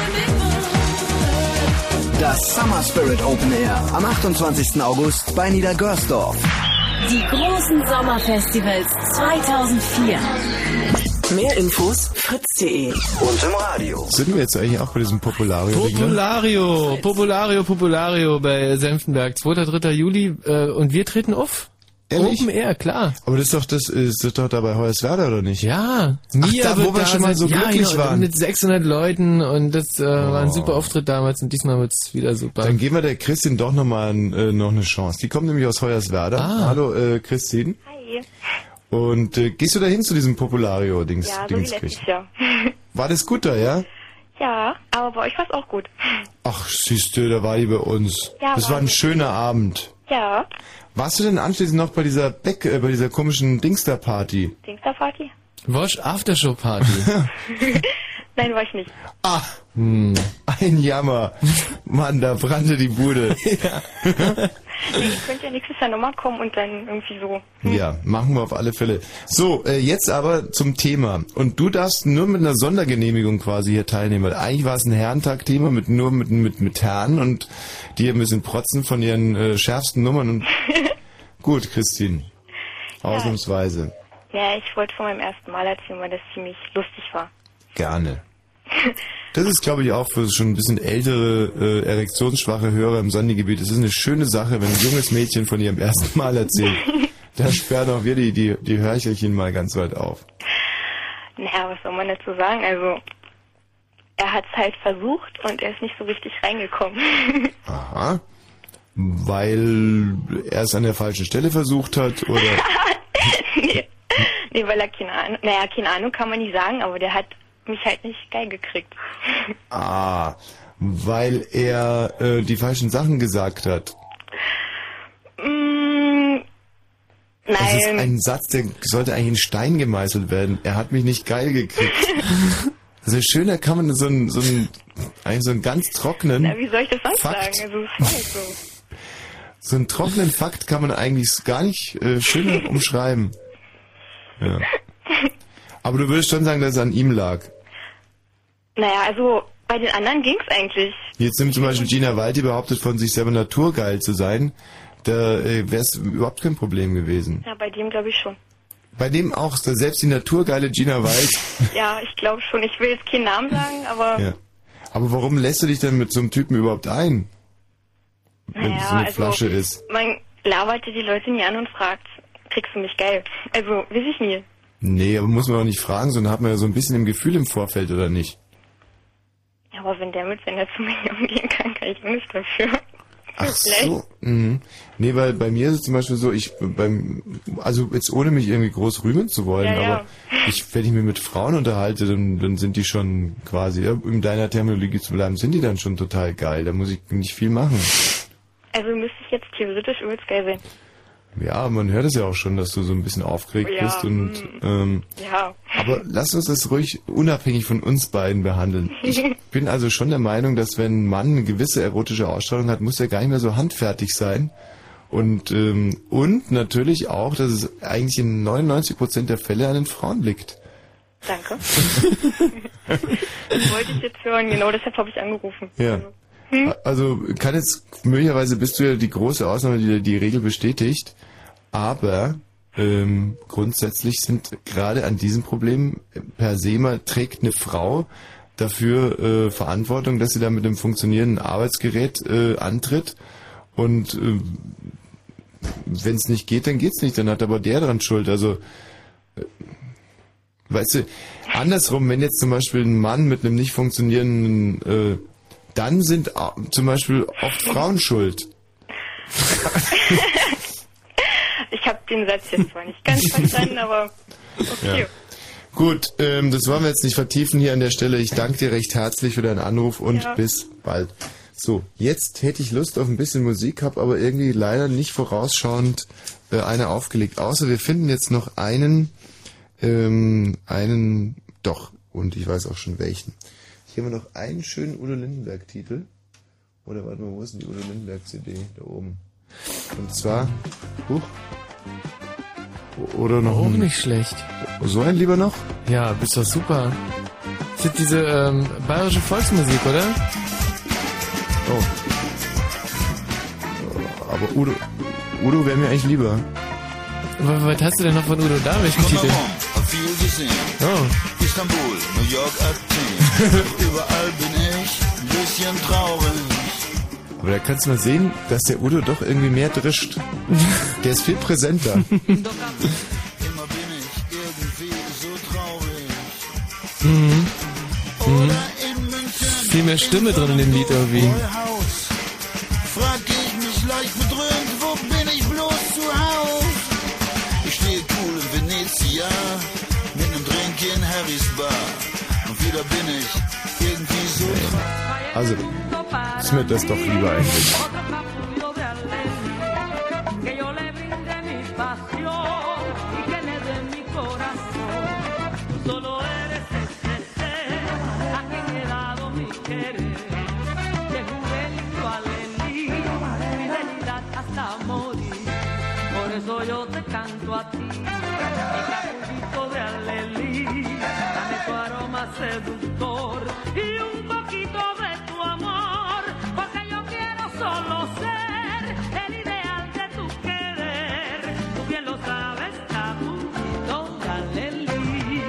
Das Summer Spirit Open Air am 28. August bei Niedergörsdorf. Die großen Sommerfestivals 2004. Mehr Infos fritz.de. Und im Radio. Sind wir jetzt eigentlich auch bei diesem Populario? Populario bei Senftenberg, 2. 3. Juli und wir treten auf. Ehrlich? Open Air, klar. Aber das ist doch da bei Hoyerswerda, oder nicht? Ja. Ach, da, wo wir schon mal so glücklich waren. Mit 600 Leuten und das war ein super Auftritt damals und diesmal wird's wieder super. Dann geben wir der Christin doch noch eine Chance. Die kommt nämlich aus Hoyerswerda. Hallo, Christin. Hi. Und gehst du da hin zu diesem Populario-Dings? Ja, so wie letztes Jahr. War das gut da, ja? Ja, aber bei euch war's auch gut. Ach, siehste, da war die bei uns. Ja, das war ein schöner Abend. Ja. Warst du denn anschließend noch bei dieser bei dieser komischen Dingster-Party? Dingster-Party? Wosch Aftershow-Party. Nein, war ich nicht. Ah, ein Jammer. Mann, da brannte die Bude. Ja. Ihr könnt ja nächstes Jahr nochmal kommen und dann irgendwie so. Ja, machen wir auf alle Fälle. So, jetzt aber zum Thema. Und du darfst nur mit einer Sondergenehmigung quasi hier teilnehmen, weil eigentlich war es ein Herrentag-Thema nur mit Herren und die ein bisschen protzen von ihren schärfsten Nummern. Und gut, Christine. Ausnahmsweise. Ja, ich wollte von meinem ersten Mal erzählen, weil das ziemlich lustig war. Gerne. Das ist, glaube ich, auch für schon ein bisschen ältere, erektionsschwache Hörer im Sondergebiet. Es ist eine schöne Sache, wenn ein junges Mädchen von ihrem ersten Mal erzählt. Da sperren auch wir die Hörchelchen mal ganz weit auf. Naja, was soll man dazu sagen? Also, er hat es halt versucht und er ist nicht so richtig reingekommen. Aha. Weil er es an der falschen Stelle versucht hat, oder? Nee, weil er keine Ahnung kann man nicht sagen, aber der hat mich halt nicht geil gekriegt. Ah, weil er die falschen Sachen gesagt hat. Nein. Das ist ein Satz, der sollte eigentlich in Stein gemeißelt werden. Er hat mich nicht geil gekriegt. Also schöner kann man so einen ganz trockenen Na, wie soll ich das sonst Fakt sagen? Also, das ist halt so. So einen trockenen Fakt kann man eigentlich gar nicht schöner umschreiben. Ja. Aber du würdest schon sagen, dass es an ihm lag. Naja, also bei den anderen ging's eigentlich. Jetzt nimmt zum Beispiel Gina Wild, die behauptet von sich selber naturgeil zu sein. Da wäre es überhaupt kein Problem gewesen. Ja, bei dem glaube ich schon. Bei dem auch, selbst die naturgeile Gina Wild. Ja, ich glaube schon. Ich will jetzt keinen Namen sagen, aber... Ja. Aber warum lässt du dich denn mit so einem Typen überhaupt ein? Wenn es so eine Flasche ist. Man laberte die Leute nie an und fragt, kriegst du mich geil? Also, weiß ich nie. Nee, aber muss man auch nicht fragen, sondern hat man ja so ein bisschen im Gefühl im Vorfeld, oder nicht? Ja, aber wenn er zu mir umgehen kann ich nicht dafür. Ach so. Nee, weil bei mir ist es zum Beispiel so, also jetzt ohne mich irgendwie groß rühmen zu wollen, aber wenn ich mich mit Frauen unterhalte, dann sind die schon quasi, in deiner Terminologie zu bleiben, sind die dann schon total geil. Da muss ich nicht viel machen. Also müsste ich jetzt theoretisch übelst geil sein. Ja, man hört es ja auch schon, dass du so ein bisschen aufgeregt bist und ja. Aber lass uns das ruhig unabhängig von uns beiden behandeln. Ich bin also schon der Meinung, dass wenn ein Mann eine gewisse erotische Ausstrahlung hat, muss er gar nicht mehr so handfertig sein. Und natürlich auch, dass es eigentlich in 99% der Fälle an den Frauen liegt. Danke. Das wollte ich jetzt hören, genau deshalb habe ich angerufen. Ja. Also möglicherweise bist du ja die große Ausnahme, die die Regel bestätigt, aber grundsätzlich sind gerade an diesem Problem per se mal trägt eine Frau dafür Verantwortung, dass sie da mit einem funktionierenden Arbeitsgerät antritt und wenn es nicht geht, dann geht's nicht, dann hat aber der dran Schuld. Also weißt du, andersrum, wenn jetzt zum Beispiel ein Mann mit einem nicht funktionierenden dann sind zum Beispiel oft Frauen schuld. Ich habe den Satz jetzt zwar nicht ganz verstanden, aber okay. Ja. Gut, das wollen wir jetzt nicht vertiefen hier an der Stelle. Ich danke dir recht herzlich für deinen Anruf und bis bald. So, jetzt hätte ich Lust auf ein bisschen Musik, habe aber irgendwie leider nicht vorausschauend eine aufgelegt. Außer wir finden jetzt noch einen, und ich weiß auch schon welchen. Hier haben wir noch einen schönen Udo Lindenberg-Titel. Oder warte mal, wo ist denn die Udo Lindenberg-CD? Da oben. Und zwar... Oder noch... Auch nicht schlecht. So ein lieber noch? Ja, bist doch super. Das ist diese bayerische Volksmusik, oder? Oh. Aber Udo wäre mir eigentlich lieber. Was hast du denn noch von Udo da? Welchen Titel? Viel gesehen. Oh. Istanbul, New York, Athen. Überall bin ich ein bisschen traurig. Aber da kannst du mal sehen, dass der Udo doch irgendwie mehr drischt. Der ist viel präsenter. Viel mehr Stimme drin in dem Lied irgendwie. Frag ich mich leicht bedrückt, wo bin ich bloß zu Haus? Ich stehe cool in Venezia, mit nem Drink in Harrys Bar. Und wieder bin ich irgendwie so Also, ist mir das doch lieber eigentlich. Yo te canto a ti, mi capullito de alelí, dame tu aroma seductor y un poquito de tu amor, porque yo quiero solo ser el ideal de tu querer, tú bien lo sabes, capullito de alelí.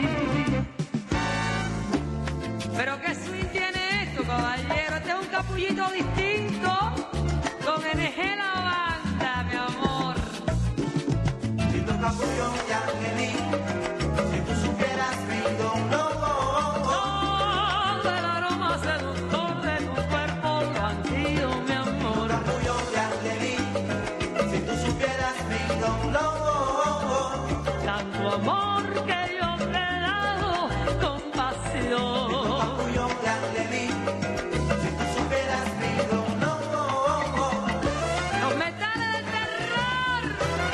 Pero qué swing tiene esto, caballero, este es un capullito distinto, con NG la banda, mi amor. capullón de Angelí, si tú supieras mi don lobo. Todo el aroma seductor de tu cuerpo lo han sido, mi amor. Capullón de Angelí, si tú supieras mi don lobo. Tanto amor que yo te he dado con pasión. Capullón de Angelí, si tú supieras mi don lobo. Los metales del terror.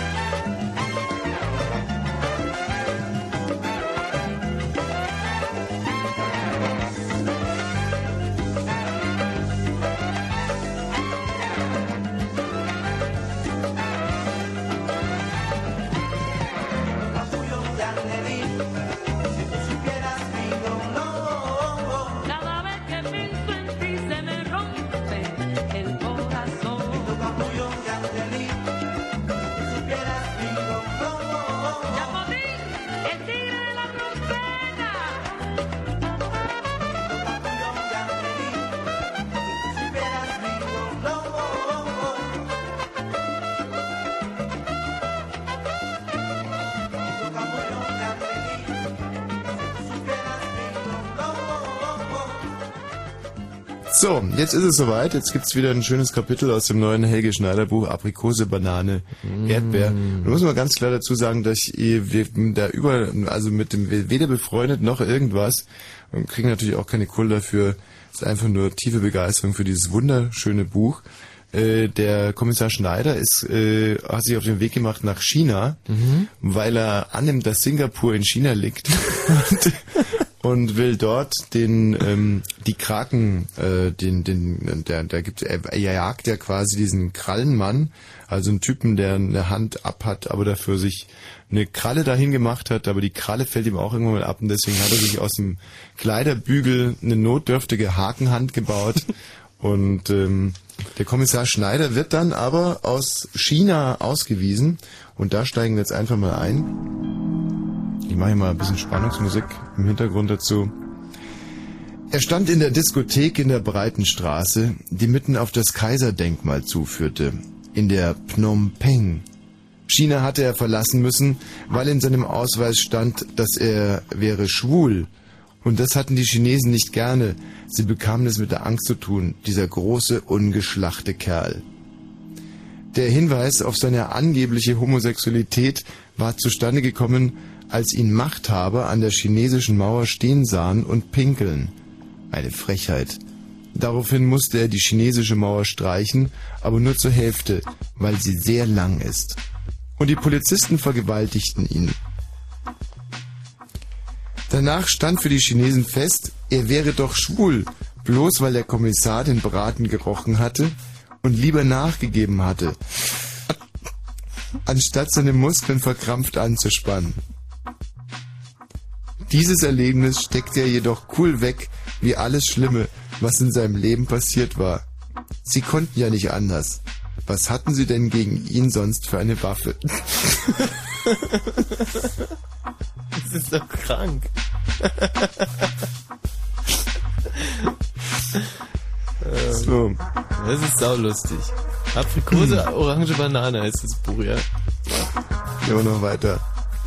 Cada vez que pienso en ti se me rompe el corazón. Capullón de Angelí, si supieras mi don lobo. Chapotín, el tigre de la trompeta. Capullón de Angelí, si supieras mi don lobo. So, jetzt ist es soweit. Jetzt gibt's wieder ein schönes Kapitel aus dem neuen Helge Schneider Buch Aprikose, Banane, Erdbeer. Da muss man ganz klar dazu sagen, dass wir da also mit dem weder befreundet noch irgendwas und kriegen natürlich auch keine Kohle dafür. Es ist einfach nur tiefe Begeisterung für dieses wunderschöne Buch. Der Kommissar Schneider hat sich auf den Weg gemacht nach China, weil er annimmt, dass Singapur in China liegt. Und will dort die Kraken, er jagt ja quasi diesen Krallenmann, also einen Typen, der eine Hand ab hat, aber dafür sich eine Kralle dahin gemacht hat, aber die Kralle fällt ihm auch irgendwann mal ab und deswegen hat er sich aus dem Kleiderbügel eine notdürftige Hakenhand gebaut und der Kommissar Schneider wird dann aber aus China ausgewiesen und da steigen wir jetzt einfach mal ein. Ich mache hier mal ein bisschen Spannungsmusik im Hintergrund dazu. Er stand in der Diskothek in der Breitenstraße, die mitten auf das Kaiserdenkmal zuführte, in der Phnom Penh. China hatte er verlassen müssen, weil in seinem Ausweis stand, dass er wäre schwul. Und das hatten die Chinesen nicht gerne. Sie bekamen es mit der Angst zu tun, dieser große, ungeschlachte Kerl. Der Hinweis auf seine angebliche Homosexualität war zustande gekommen, als ihn Machthaber an der chinesischen Mauer stehen sahen und pinkeln. Eine Frechheit. Daraufhin musste er die chinesische Mauer streichen, aber nur zur Hälfte, weil sie sehr lang ist. Und die Polizisten vergewaltigten ihn. Danach stand für die Chinesen fest, er wäre doch schwul, bloß weil der Kommissar den Braten gerochen hatte und lieber nachgegeben hatte, anstatt seine Muskeln verkrampft anzuspannen. Dieses Erlebnis steckte er jedoch cool weg, wie alles Schlimme, was in seinem Leben passiert war. Sie konnten ja nicht anders. Was hatten sie denn gegen ihn sonst für eine Waffe? Das ist doch krank. So. Das ist saulustig. Aprikose, Orange, Banane heißt das Buch, ja. Gehen wir noch weiter.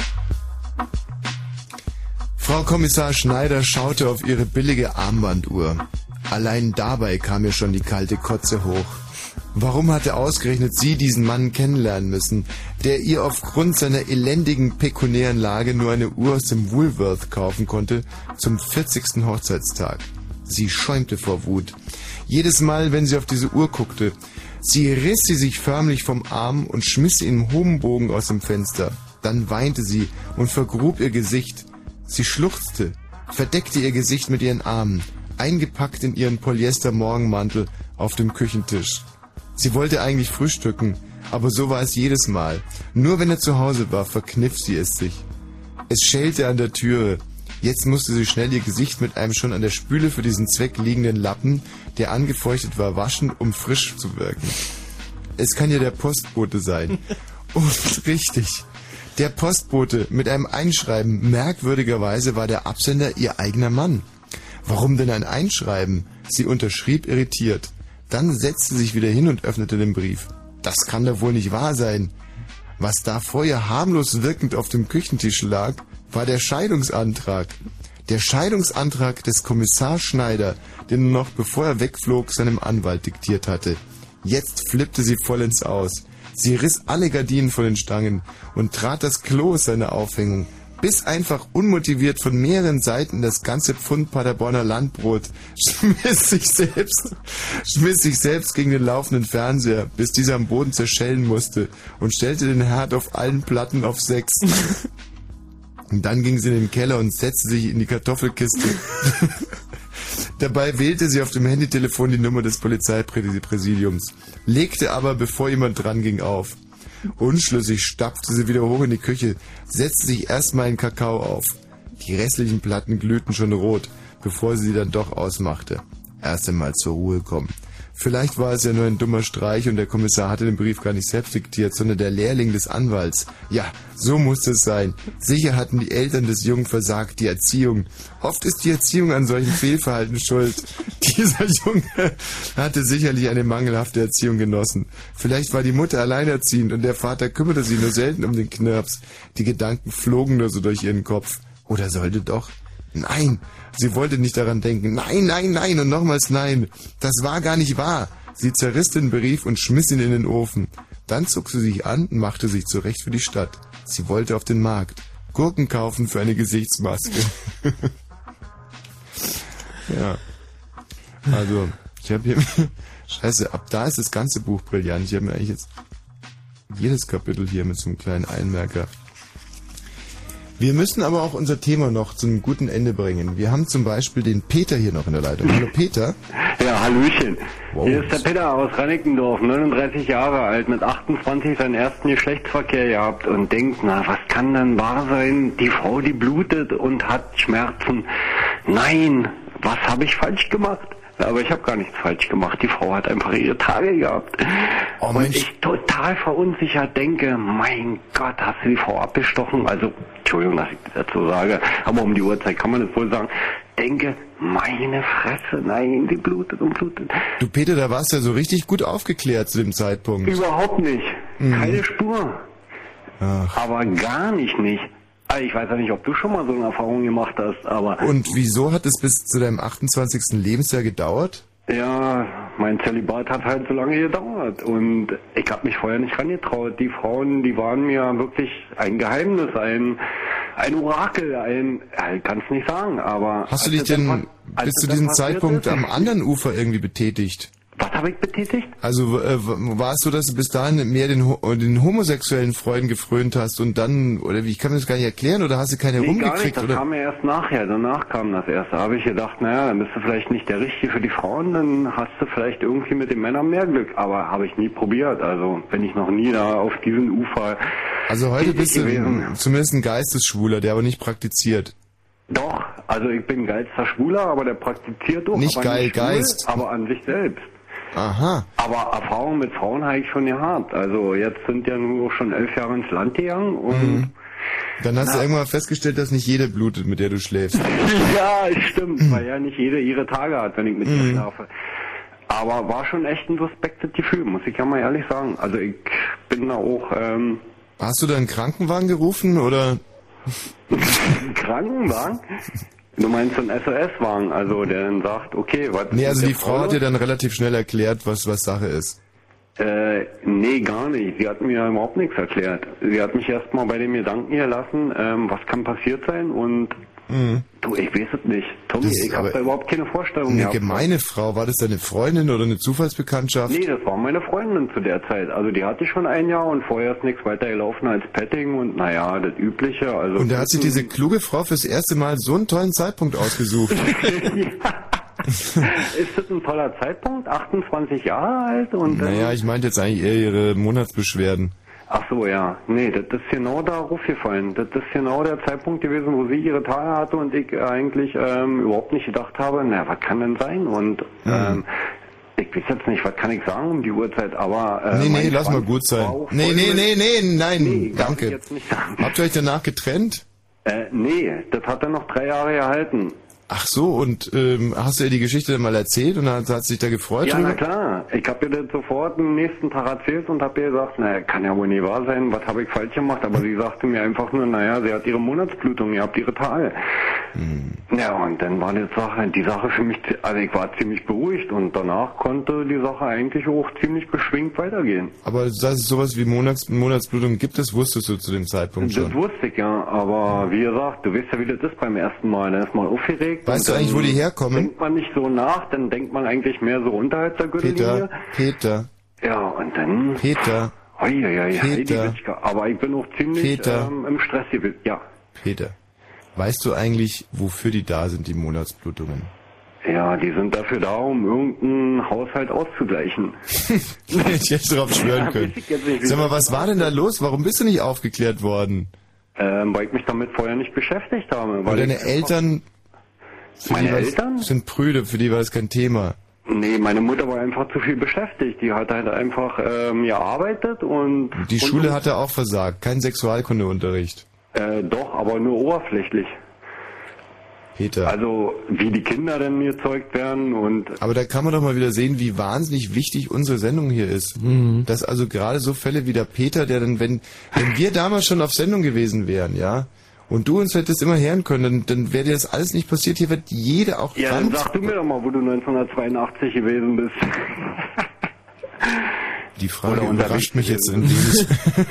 Frau Kommissar Schneider schaute auf ihre billige Armbanduhr. Allein dabei kam ihr schon die kalte Kotze hoch. Warum hatte ausgerechnet sie diesen Mann kennenlernen müssen, der ihr aufgrund seiner elendigen pekuniären Lage nur eine Uhr aus dem Woolworth kaufen konnte zum 40. Hochzeitstag? Sie schäumte vor Wut. Jedes Mal, wenn sie auf diese Uhr guckte, riss sie sich förmlich vom Arm und schmiss sie im hohen Bogen aus dem Fenster. Dann weinte sie und vergrub ihr Gesicht. Sie schluchzte, verdeckte ihr Gesicht mit ihren Armen, eingepackt in ihren Polyester-Morgenmantel auf dem Küchentisch. Sie wollte eigentlich frühstücken, aber so war es jedes Mal. Nur wenn er zu Hause war, verkniff sie es sich. Es schellte an der Türe. Jetzt musste sie schnell ihr Gesicht mit einem schon an der Spüle für diesen Zweck liegenden Lappen, der angefeuchtet war, waschen, um frisch zu wirken. Es kann ja der Postbote sein. Und richtig. Der Postbote mit einem Einschreiben. Merkwürdigerweise war der Absender ihr eigener Mann. Warum denn ein Einschreiben? Sie unterschrieb irritiert. Dann setzte sie sich wieder hin und öffnete den Brief. Das kann doch wohl nicht wahr sein. Was da vor ihr harmlos wirkend auf dem Küchentisch lag, war der Scheidungsantrag. Der Scheidungsantrag des Kommissars Schneider, den er noch bevor er wegflog seinem Anwalt diktiert hatte. Jetzt flippte sie vollends aus. Sie riss alle Gardinen von den Stangen und trat das Klo aus seiner Aufhängung, bis einfach unmotiviert von mehreren Seiten das ganze Pfund Paderborner Landbrot, schmiss sich selbst gegen den laufenden Fernseher, bis dieser am Boden zerschellen musste und stellte den Herd auf allen Platten auf 6. Und dann ging sie in den Keller und setzte sich in die Kartoffelkiste. Dabei wählte sie auf dem Handytelefon die Nummer des Polizeipräsidiums, legte aber, bevor jemand dran ging, auf. Unschlüssig stapfte sie wieder hoch in die Küche, setzte sich erstmal einen Kakao auf. Die restlichen Platten glühten schon rot, bevor sie dann doch ausmachte. Erst einmal zur Ruhe kommen. Vielleicht war es ja nur ein dummer Streich und der Kommissar hatte den Brief gar nicht selbst diktiert, sondern der Lehrling des Anwalts. Ja, so musste es sein. Sicher hatten die Eltern des Jungen versagt, die Erziehung. Oft ist die Erziehung an solchen Fehlverhalten schuld. Dieser Junge hatte sicherlich eine mangelhafte Erziehung genossen. Vielleicht war die Mutter alleinerziehend und der Vater kümmerte sich nur selten um den Knirps. Die Gedanken flogen nur so durch ihren Kopf. Oder sollte doch? Nein, sie wollte nicht daran denken. Nein, nein, nein und nochmals nein. Das war gar nicht wahr. Sie zerriss den Brief und schmiss ihn in den Ofen. Dann zog sie sich an und machte sich zurecht für die Stadt. Sie wollte auf den Markt Gurken kaufen für eine Gesichtsmaske. Ja. Also, ich habe hier... Scheiße, ab da ist das ganze Buch brillant. Ich habe mir eigentlich jetzt jedes Kapitel hier mit so einem kleinen Einmerker. Wir müssen aber auch unser Thema noch zum guten Ende bringen. Wir haben zum Beispiel den Peter hier noch in der Leitung. Hallo Peter. Ja, Hallöchen. Wow. Hier ist der Peter aus Reinickendorf, 39 Jahre alt, mit 28 seinen ersten Geschlechtsverkehr gehabt und denkt, na, was kann denn wahr sein? Die Frau, die blutet und hat Schmerzen. Nein, was habe ich falsch gemacht? Aber ich habe gar nichts falsch gemacht. Die Frau hat einfach ihre Tage gehabt. Oh, und ich total verunsichert denke, mein Gott, hast du die Frau abgestochen? Also, Entschuldigung, dass ich das dazu sage, aber um die Uhrzeit kann man das wohl sagen. Denke, meine Fresse, nein, die blutet und blutet. Du Peter, da warst du ja so richtig gut aufgeklärt zu dem Zeitpunkt. Überhaupt nicht. Keine Spur. Ach. Aber gar nicht. Ich weiß ja nicht, ob du schon mal so eine Erfahrung gemacht hast, aber... Und wieso hat es bis zu deinem 28. Lebensjahr gedauert? Ja, mein Zölibat hat halt so lange gedauert und ich habe mich vorher nicht rangetraut. Die Frauen, die waren mir wirklich ein Geheimnis, ein Orakel, ich kann es nicht sagen, aber... Hast du dich denn bis zu diesem Zeitpunkt am anderen Ufer irgendwie betätigt? Was habe ich betätigt? Also war es so, dass du bis dahin mehr den homosexuellen Freuden gefrönt hast und dann, oder wie, ich kann mir das gar nicht erklären, oder hast du keine rumgekriegt? Gar nicht, das kam ja erst nachher, danach kam das erst. Da habe ich gedacht, naja, dann bist du vielleicht nicht der Richtige für die Frauen, dann hast du vielleicht irgendwie mit den Männern mehr Glück, aber habe ich nie probiert, also bin ich noch nie da auf diesem Ufer. Also heute bist du zumindest ein Geistesschwuler, der aber nicht praktiziert. Doch, also ich bin geilster Schwuler, aber der praktiziert doch. Nicht aber geil, nicht schwul, Geist. Aber an sich selbst. Aha. Aber Erfahrung mit Frauen habe ich schon gehabt. Also jetzt sind ja nur schon 11 Jahre ins Land gegangen und... Dann hast du irgendwann festgestellt, dass nicht jede blutet, mit der du schläfst. Ja, stimmt, weil ja nicht jede ihre Tage hat, wenn ich mit ihr schlafe. Aber war schon echt ein suspektes Gefühl, muss ich ja mal ehrlich sagen. Also ich bin da auch... Hast du da einen Krankenwagen gerufen, oder? Krankenwagen? Du meinst so einen SOS-Wagen, also der dann sagt, okay, was... Nee, also die Frau hat dir dann relativ schnell erklärt, was Sache ist. Nee, gar nicht. Sie hat mir überhaupt nichts erklärt. Sie hat mich erstmal bei dem Gedanken hier lassen, was kann passiert sein und du, ich weiß es nicht. Tommy, ich habe da überhaupt keine Vorstellung Eine gehabt. gemeine Frau, war das deine Freundin oder eine Zufallsbekanntschaft? Nee, das war meine Freundin zu der Zeit. Also die hatte ich schon ein Jahr und vorher ist nichts weiter gelaufen als Petting und naja, das Übliche. Also und da hat sich diese kluge Frau fürs erste Mal so einen tollen Zeitpunkt ausgesucht. Ist das ein toller Zeitpunkt? 28 Jahre alt? Und naja, ich meinte jetzt eigentlich eher ihre Monatsbeschwerden. Ach so, ja. Nee, das ist genau da aufgefallen. Das ist genau der Zeitpunkt gewesen, wo sie ihre Tage hatte und ich eigentlich überhaupt nicht gedacht habe, na, was kann denn sein? Und ich weiß jetzt nicht, was kann ich sagen um die Uhrzeit, aber... nee, lass mal gut sein. Nein, danke. Ich jetzt nicht sagen. Habt ihr euch danach getrennt? Nee, das hat dann noch 3 Jahre gehalten. Ach so, und hast du ihr die Geschichte dann mal erzählt und hat sich da gefreut? Ja, drüber? na klar. Ich habe ihr das sofort am nächsten Tag erzählt und habe ihr gesagt, naja, kann ja wohl nie wahr sein, was habe ich falsch gemacht? Aber sie sagte mir einfach nur, naja, sie hat ihre Monatsblutung, ihr habt ihre Tage. Ja, und dann war die Sache für mich, also ich war ziemlich beruhigt und danach konnte die Sache eigentlich auch ziemlich beschwingt weitergehen. Aber dass es sowas wie Monatsblutung gibt, das wusstest du zu dem Zeitpunkt schon? Das wusste ich, ja, aber wie gesagt, du weißt ja, wie das ist beim ersten Mal, dann ist man aufgeregt. Weißt du eigentlich, wo die herkommen? Denkt man nicht so nach, dann denkt man eigentlich mehr so unterhalb der Gürtellinie. Peter. Ja, und dann... Peter. Peter. Aber ich bin auch ziemlich im Stress gewesen, ja. Peter, weißt du eigentlich, wofür die da sind, die Monatsblutungen? Ja, die sind dafür da, um irgendeinen Haushalt auszugleichen. Hätte ich jetzt drauf schwören können. Sag mal, was war denn da los? Warum bist du nicht aufgeklärt worden? Weil ich mich damit vorher nicht beschäftigt habe. Weil deine Eltern... Meine Eltern? Sind prüde, für die war das kein Thema. Nee, meine Mutter war einfach zu viel beschäftigt. Die hat halt einfach gearbeitet und... Die Schule hatte auch versagt, kein Sexualkundeunterricht. Doch, aber nur oberflächlich. Peter. Also, wie die Kinder denn gezeugt werden und... Aber da kann man doch mal wieder sehen, wie wahnsinnig wichtig unsere Sendung hier ist. Dass also gerade so Fälle wie der Peter, der dann, wenn wir damals schon auf Sendung gewesen wären, ja... Und du uns hättest immer hören können, dann wäre dir das alles nicht passiert. Hier wird jeder auch ja, dann sag du mir doch mal, wo du 1982 gewesen bist. Die Frage überrascht mich jetzt ein wenig.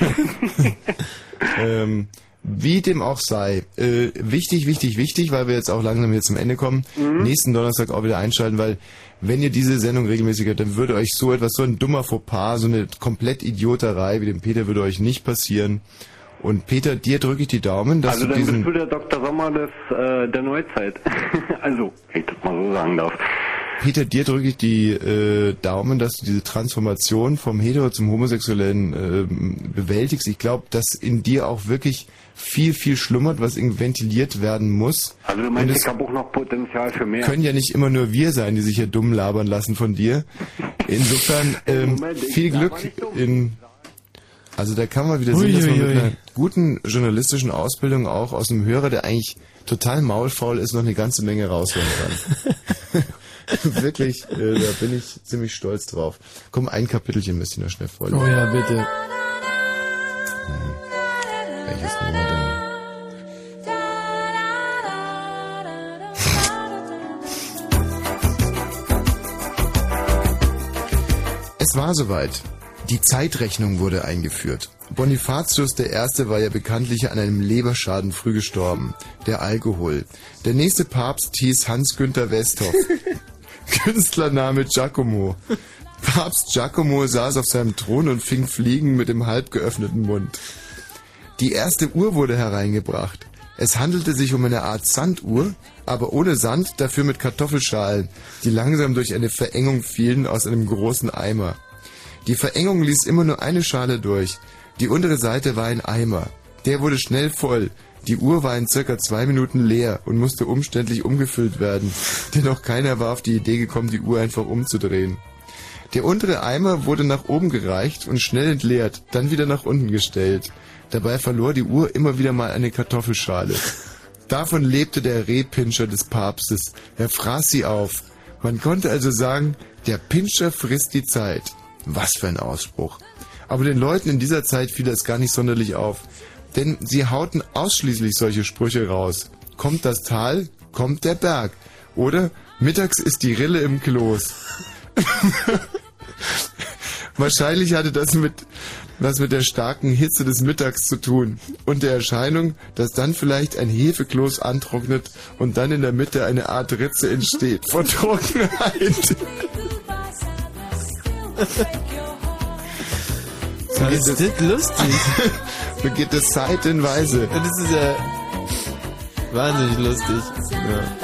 Wie dem auch sei. Wichtig, weil wir jetzt auch langsam hier zum Ende kommen. Nächsten Donnerstag auch wieder einschalten, weil wenn ihr diese Sendung regelmäßig hört, dann würde euch so ein dummer Fauxpas, so eine komplett Idioterei wie dem Peter würde euch nicht passieren. Und Peter, dir drücke ich die Daumen, dass also du dann bist du der Dr. Sommer der Neuzeit. Also, wenn ich das mal so sagen darf. Peter, dir drücke ich die Daumen, dass du diese Transformation vom Hetero zum Homosexuellen bewältigst. Ich glaube, dass in dir auch wirklich viel schlummert, was irgendwie ventiliert werden muss. Also du meinst, ich habe auch noch Potenzial für mehr. Können ja nicht immer nur wir sein, die sich hier dumm labern lassen von dir. Insofern viel Glück in... Also da kann man wieder sehen, dass man mit einer guten journalistischen Ausbildung auch aus einem Hörer, der eigentlich total maulfaul ist, noch eine ganze Menge rausholen kann. Wirklich, da bin ich ziemlich stolz drauf. Komm, ein Kapitelchen müsst ihr noch schnell vorlesen. Oh ja, bitte. Welches Nummer denn? Es war soweit. Die Zeitrechnung wurde eingeführt. Bonifatius I. war ja bekanntlich an einem Leberschaden früh gestorben. Der Alkohol. Der nächste Papst hieß Hans-Günther Westhoff. Künstlername Giacomo. Papst Giacomo saß auf seinem Thron und fing Fliegen mit dem halb geöffneten Mund. Die erste Uhr wurde hereingebracht. Es handelte sich um eine Art Sanduhr, aber ohne Sand, dafür mit Kartoffelschalen, die langsam durch eine Verengung fielen aus einem großen Eimer. Die Verengung ließ immer nur eine Schale durch. Die untere Seite war ein Eimer. Der wurde schnell voll. Die Uhr war in circa 2 Minuten leer und musste umständlich umgefüllt werden. Dennoch keiner war auf die Idee gekommen, die Uhr einfach umzudrehen. Der untere Eimer wurde nach oben gereicht und schnell entleert, dann wieder nach unten gestellt. Dabei verlor die Uhr immer wieder mal eine Kartoffelschale. Davon lebte der Rehpinscher des Papstes. Er fraß sie auf. Man konnte also sagen, Der Pinscher frisst die Zeit. Was für ein Ausspruch. Aber den Leuten in dieser Zeit fiel das gar nicht sonderlich auf. Denn sie hauten ausschließlich solche Sprüche raus. Kommt das Tal, kommt der Berg. Oder mittags ist die Rille im Kloß. Wahrscheinlich hatte das was mit der starken Hitze des Mittags zu tun und der Erscheinung, dass dann vielleicht ein Hefekloß antrocknet und dann in der Mitte eine Art Ritze entsteht vor Trockenheit. Das ist lustig. So geht das seitenweise. Das ist ja wahnsinnig lustig. Ja.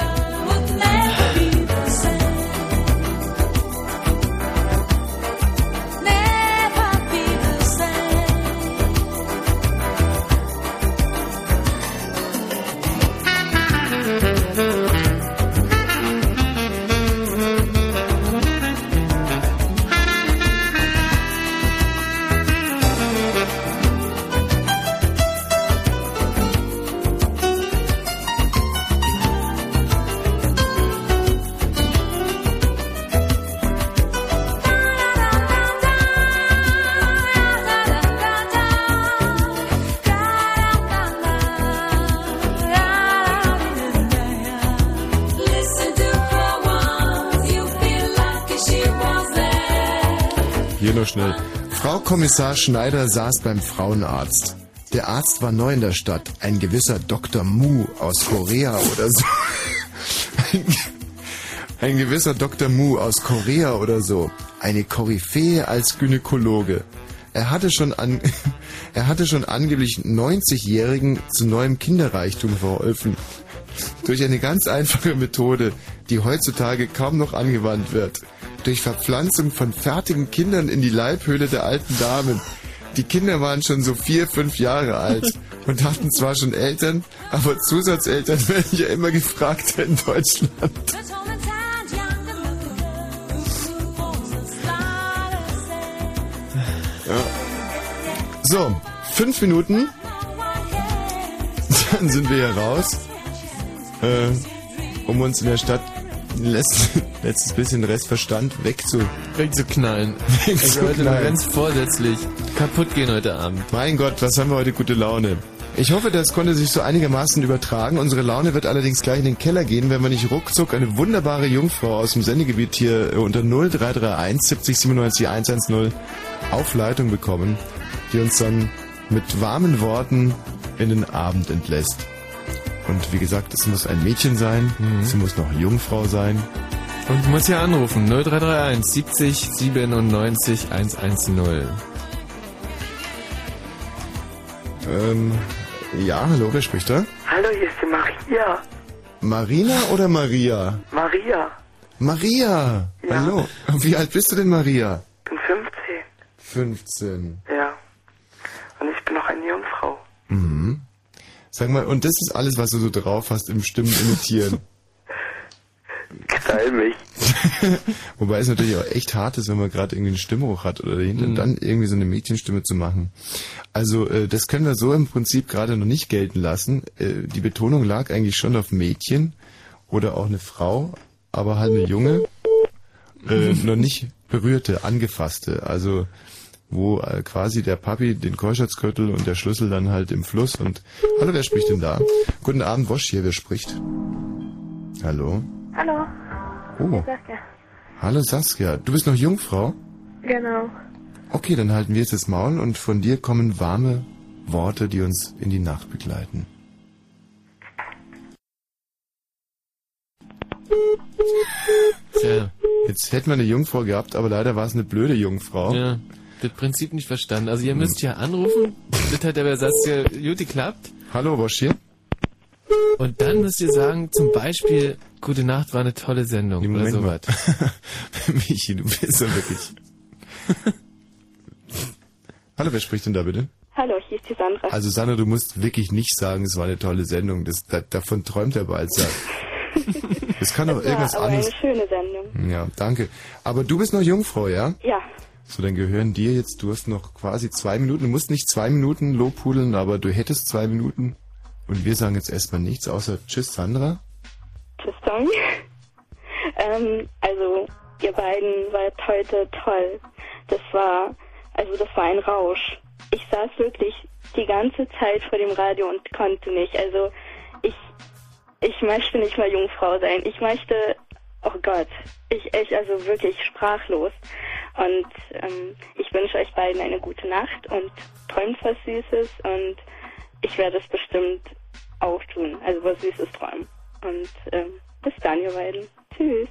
Schnell. Frau Kommissar Schneider saß beim Frauenarzt. Der Arzt war neu in der Stadt. Ein gewisser Dr. Mu aus Korea oder so. Ein gewisser Dr. Mu aus Korea oder so. Eine Koryphäe als Gynäkologe. Er hatte schon angeblich 90-Jährigen zu neuem Kinderreichtum verholfen. Durch eine ganz einfache Methode, die heutzutage kaum noch angewandt wird. Durch Verpflanzung von fertigen Kindern in die Leibhöhle der alten Damen. Die Kinder waren schon so 4, 5 Jahre alt und hatten zwar schon Eltern, aber Zusatzeltern werden ja immer gefragt in Deutschland. Ja. So, 5 Minuten. Dann sind wir hier raus, um uns in der Stadt letztes bisschen Restverstand wegzuknallen. Also heute mal ganz vorsätzlich kaputt gehen heute Abend. Mein Gott, was haben wir heute gute Laune. Ich hoffe, das konnte sich so einigermaßen übertragen. Unsere Laune wird allerdings gleich in den Keller gehen, wenn wir nicht ruckzuck eine wunderbare Jungfrau aus dem Sendegebiet hier unter 0331 70 97 110 auf Leitung bekommen, die uns dann mit warmen Worten in den Abend entlässt. Und wie gesagt, es muss ein Mädchen sein, sie muss noch Jungfrau sein. Und du musst hier anrufen, 0331 70 97 110. Ja, hallo, wer spricht da? Hallo, hier ist die Maria. Marina oder Maria? Maria. Maria! Ja. Hallo. Wie alt bist du denn, Maria? Ich bin 15. 15. Ja. Und ich bin noch eine Jungfrau. Mhm. Sag mal, und das ist alles, was du so drauf hast im Stimmen imitieren? Knall mich. Wobei es natürlich auch echt hart ist, wenn man gerade irgendwie einen Stimmbruch hat oder dahinter, dann irgendwie so eine Mädchenstimme zu machen. Also das können wir so im Prinzip gerade noch nicht gelten lassen. Die Betonung lag eigentlich schon auf Mädchen oder auch eine Frau, aber halt eine Junge, noch nicht berührte, angefasste. Also wo quasi der Papi den Keuschheitsgürtel und der Schlüssel dann halt im Fluss und... Hallo, wer spricht denn da? Guten Abend, Wosch hier, wer spricht? Hallo? Hallo. Oh. Saskia. Hallo Saskia, du bist noch Jungfrau? Genau. Okay, dann halten wir jetzt das Maul und von dir kommen warme Worte, die uns in die Nacht begleiten. Tja. Jetzt hätten wir eine Jungfrau gehabt, aber leider war es eine blöde Jungfrau. Ja, das Prinzip nicht verstanden. Also ihr müsst ja anrufen, das hat der Saskia gut geklappt. Hallo, Wosch hier. Und dann müsst ihr sagen, zum Beispiel, Gute Nacht war eine tolle Sendung oder sowas. Michi, du bist ja wirklich... Hallo, wer spricht denn da bitte? Hallo, hier ist die Sandra. Also Sandra, du musst wirklich nicht sagen, es war eine tolle Sendung. Davon träumt der Balzer. Das kann doch irgendwas anderes... eine schöne Sendung. Ja, danke. Aber du bist noch Jungfrau, ja? Ja. So, dann gehören dir jetzt, du hast noch quasi 2 Minuten. Du musst nicht 2 Minuten lobhudeln, aber du hättest 2 Minuten. Und wir sagen jetzt erstmal nichts, außer Tschüss, Sandra. Tschüss, Tom. Also, Ihr beiden wart heute toll. Das war ein Rausch. Ich saß wirklich die ganze Zeit vor dem Radio und konnte nicht. Also ich möchte nicht mehr Jungfrau sein. Ich möchte, oh Gott, also wirklich sprachlos. Und ich wünsche euch beiden eine gute Nacht und träumt was Süßes und ich werde es bestimmt auch tun. Also was Süßes träumen. Und bis dann, ihr beiden. Tschüss.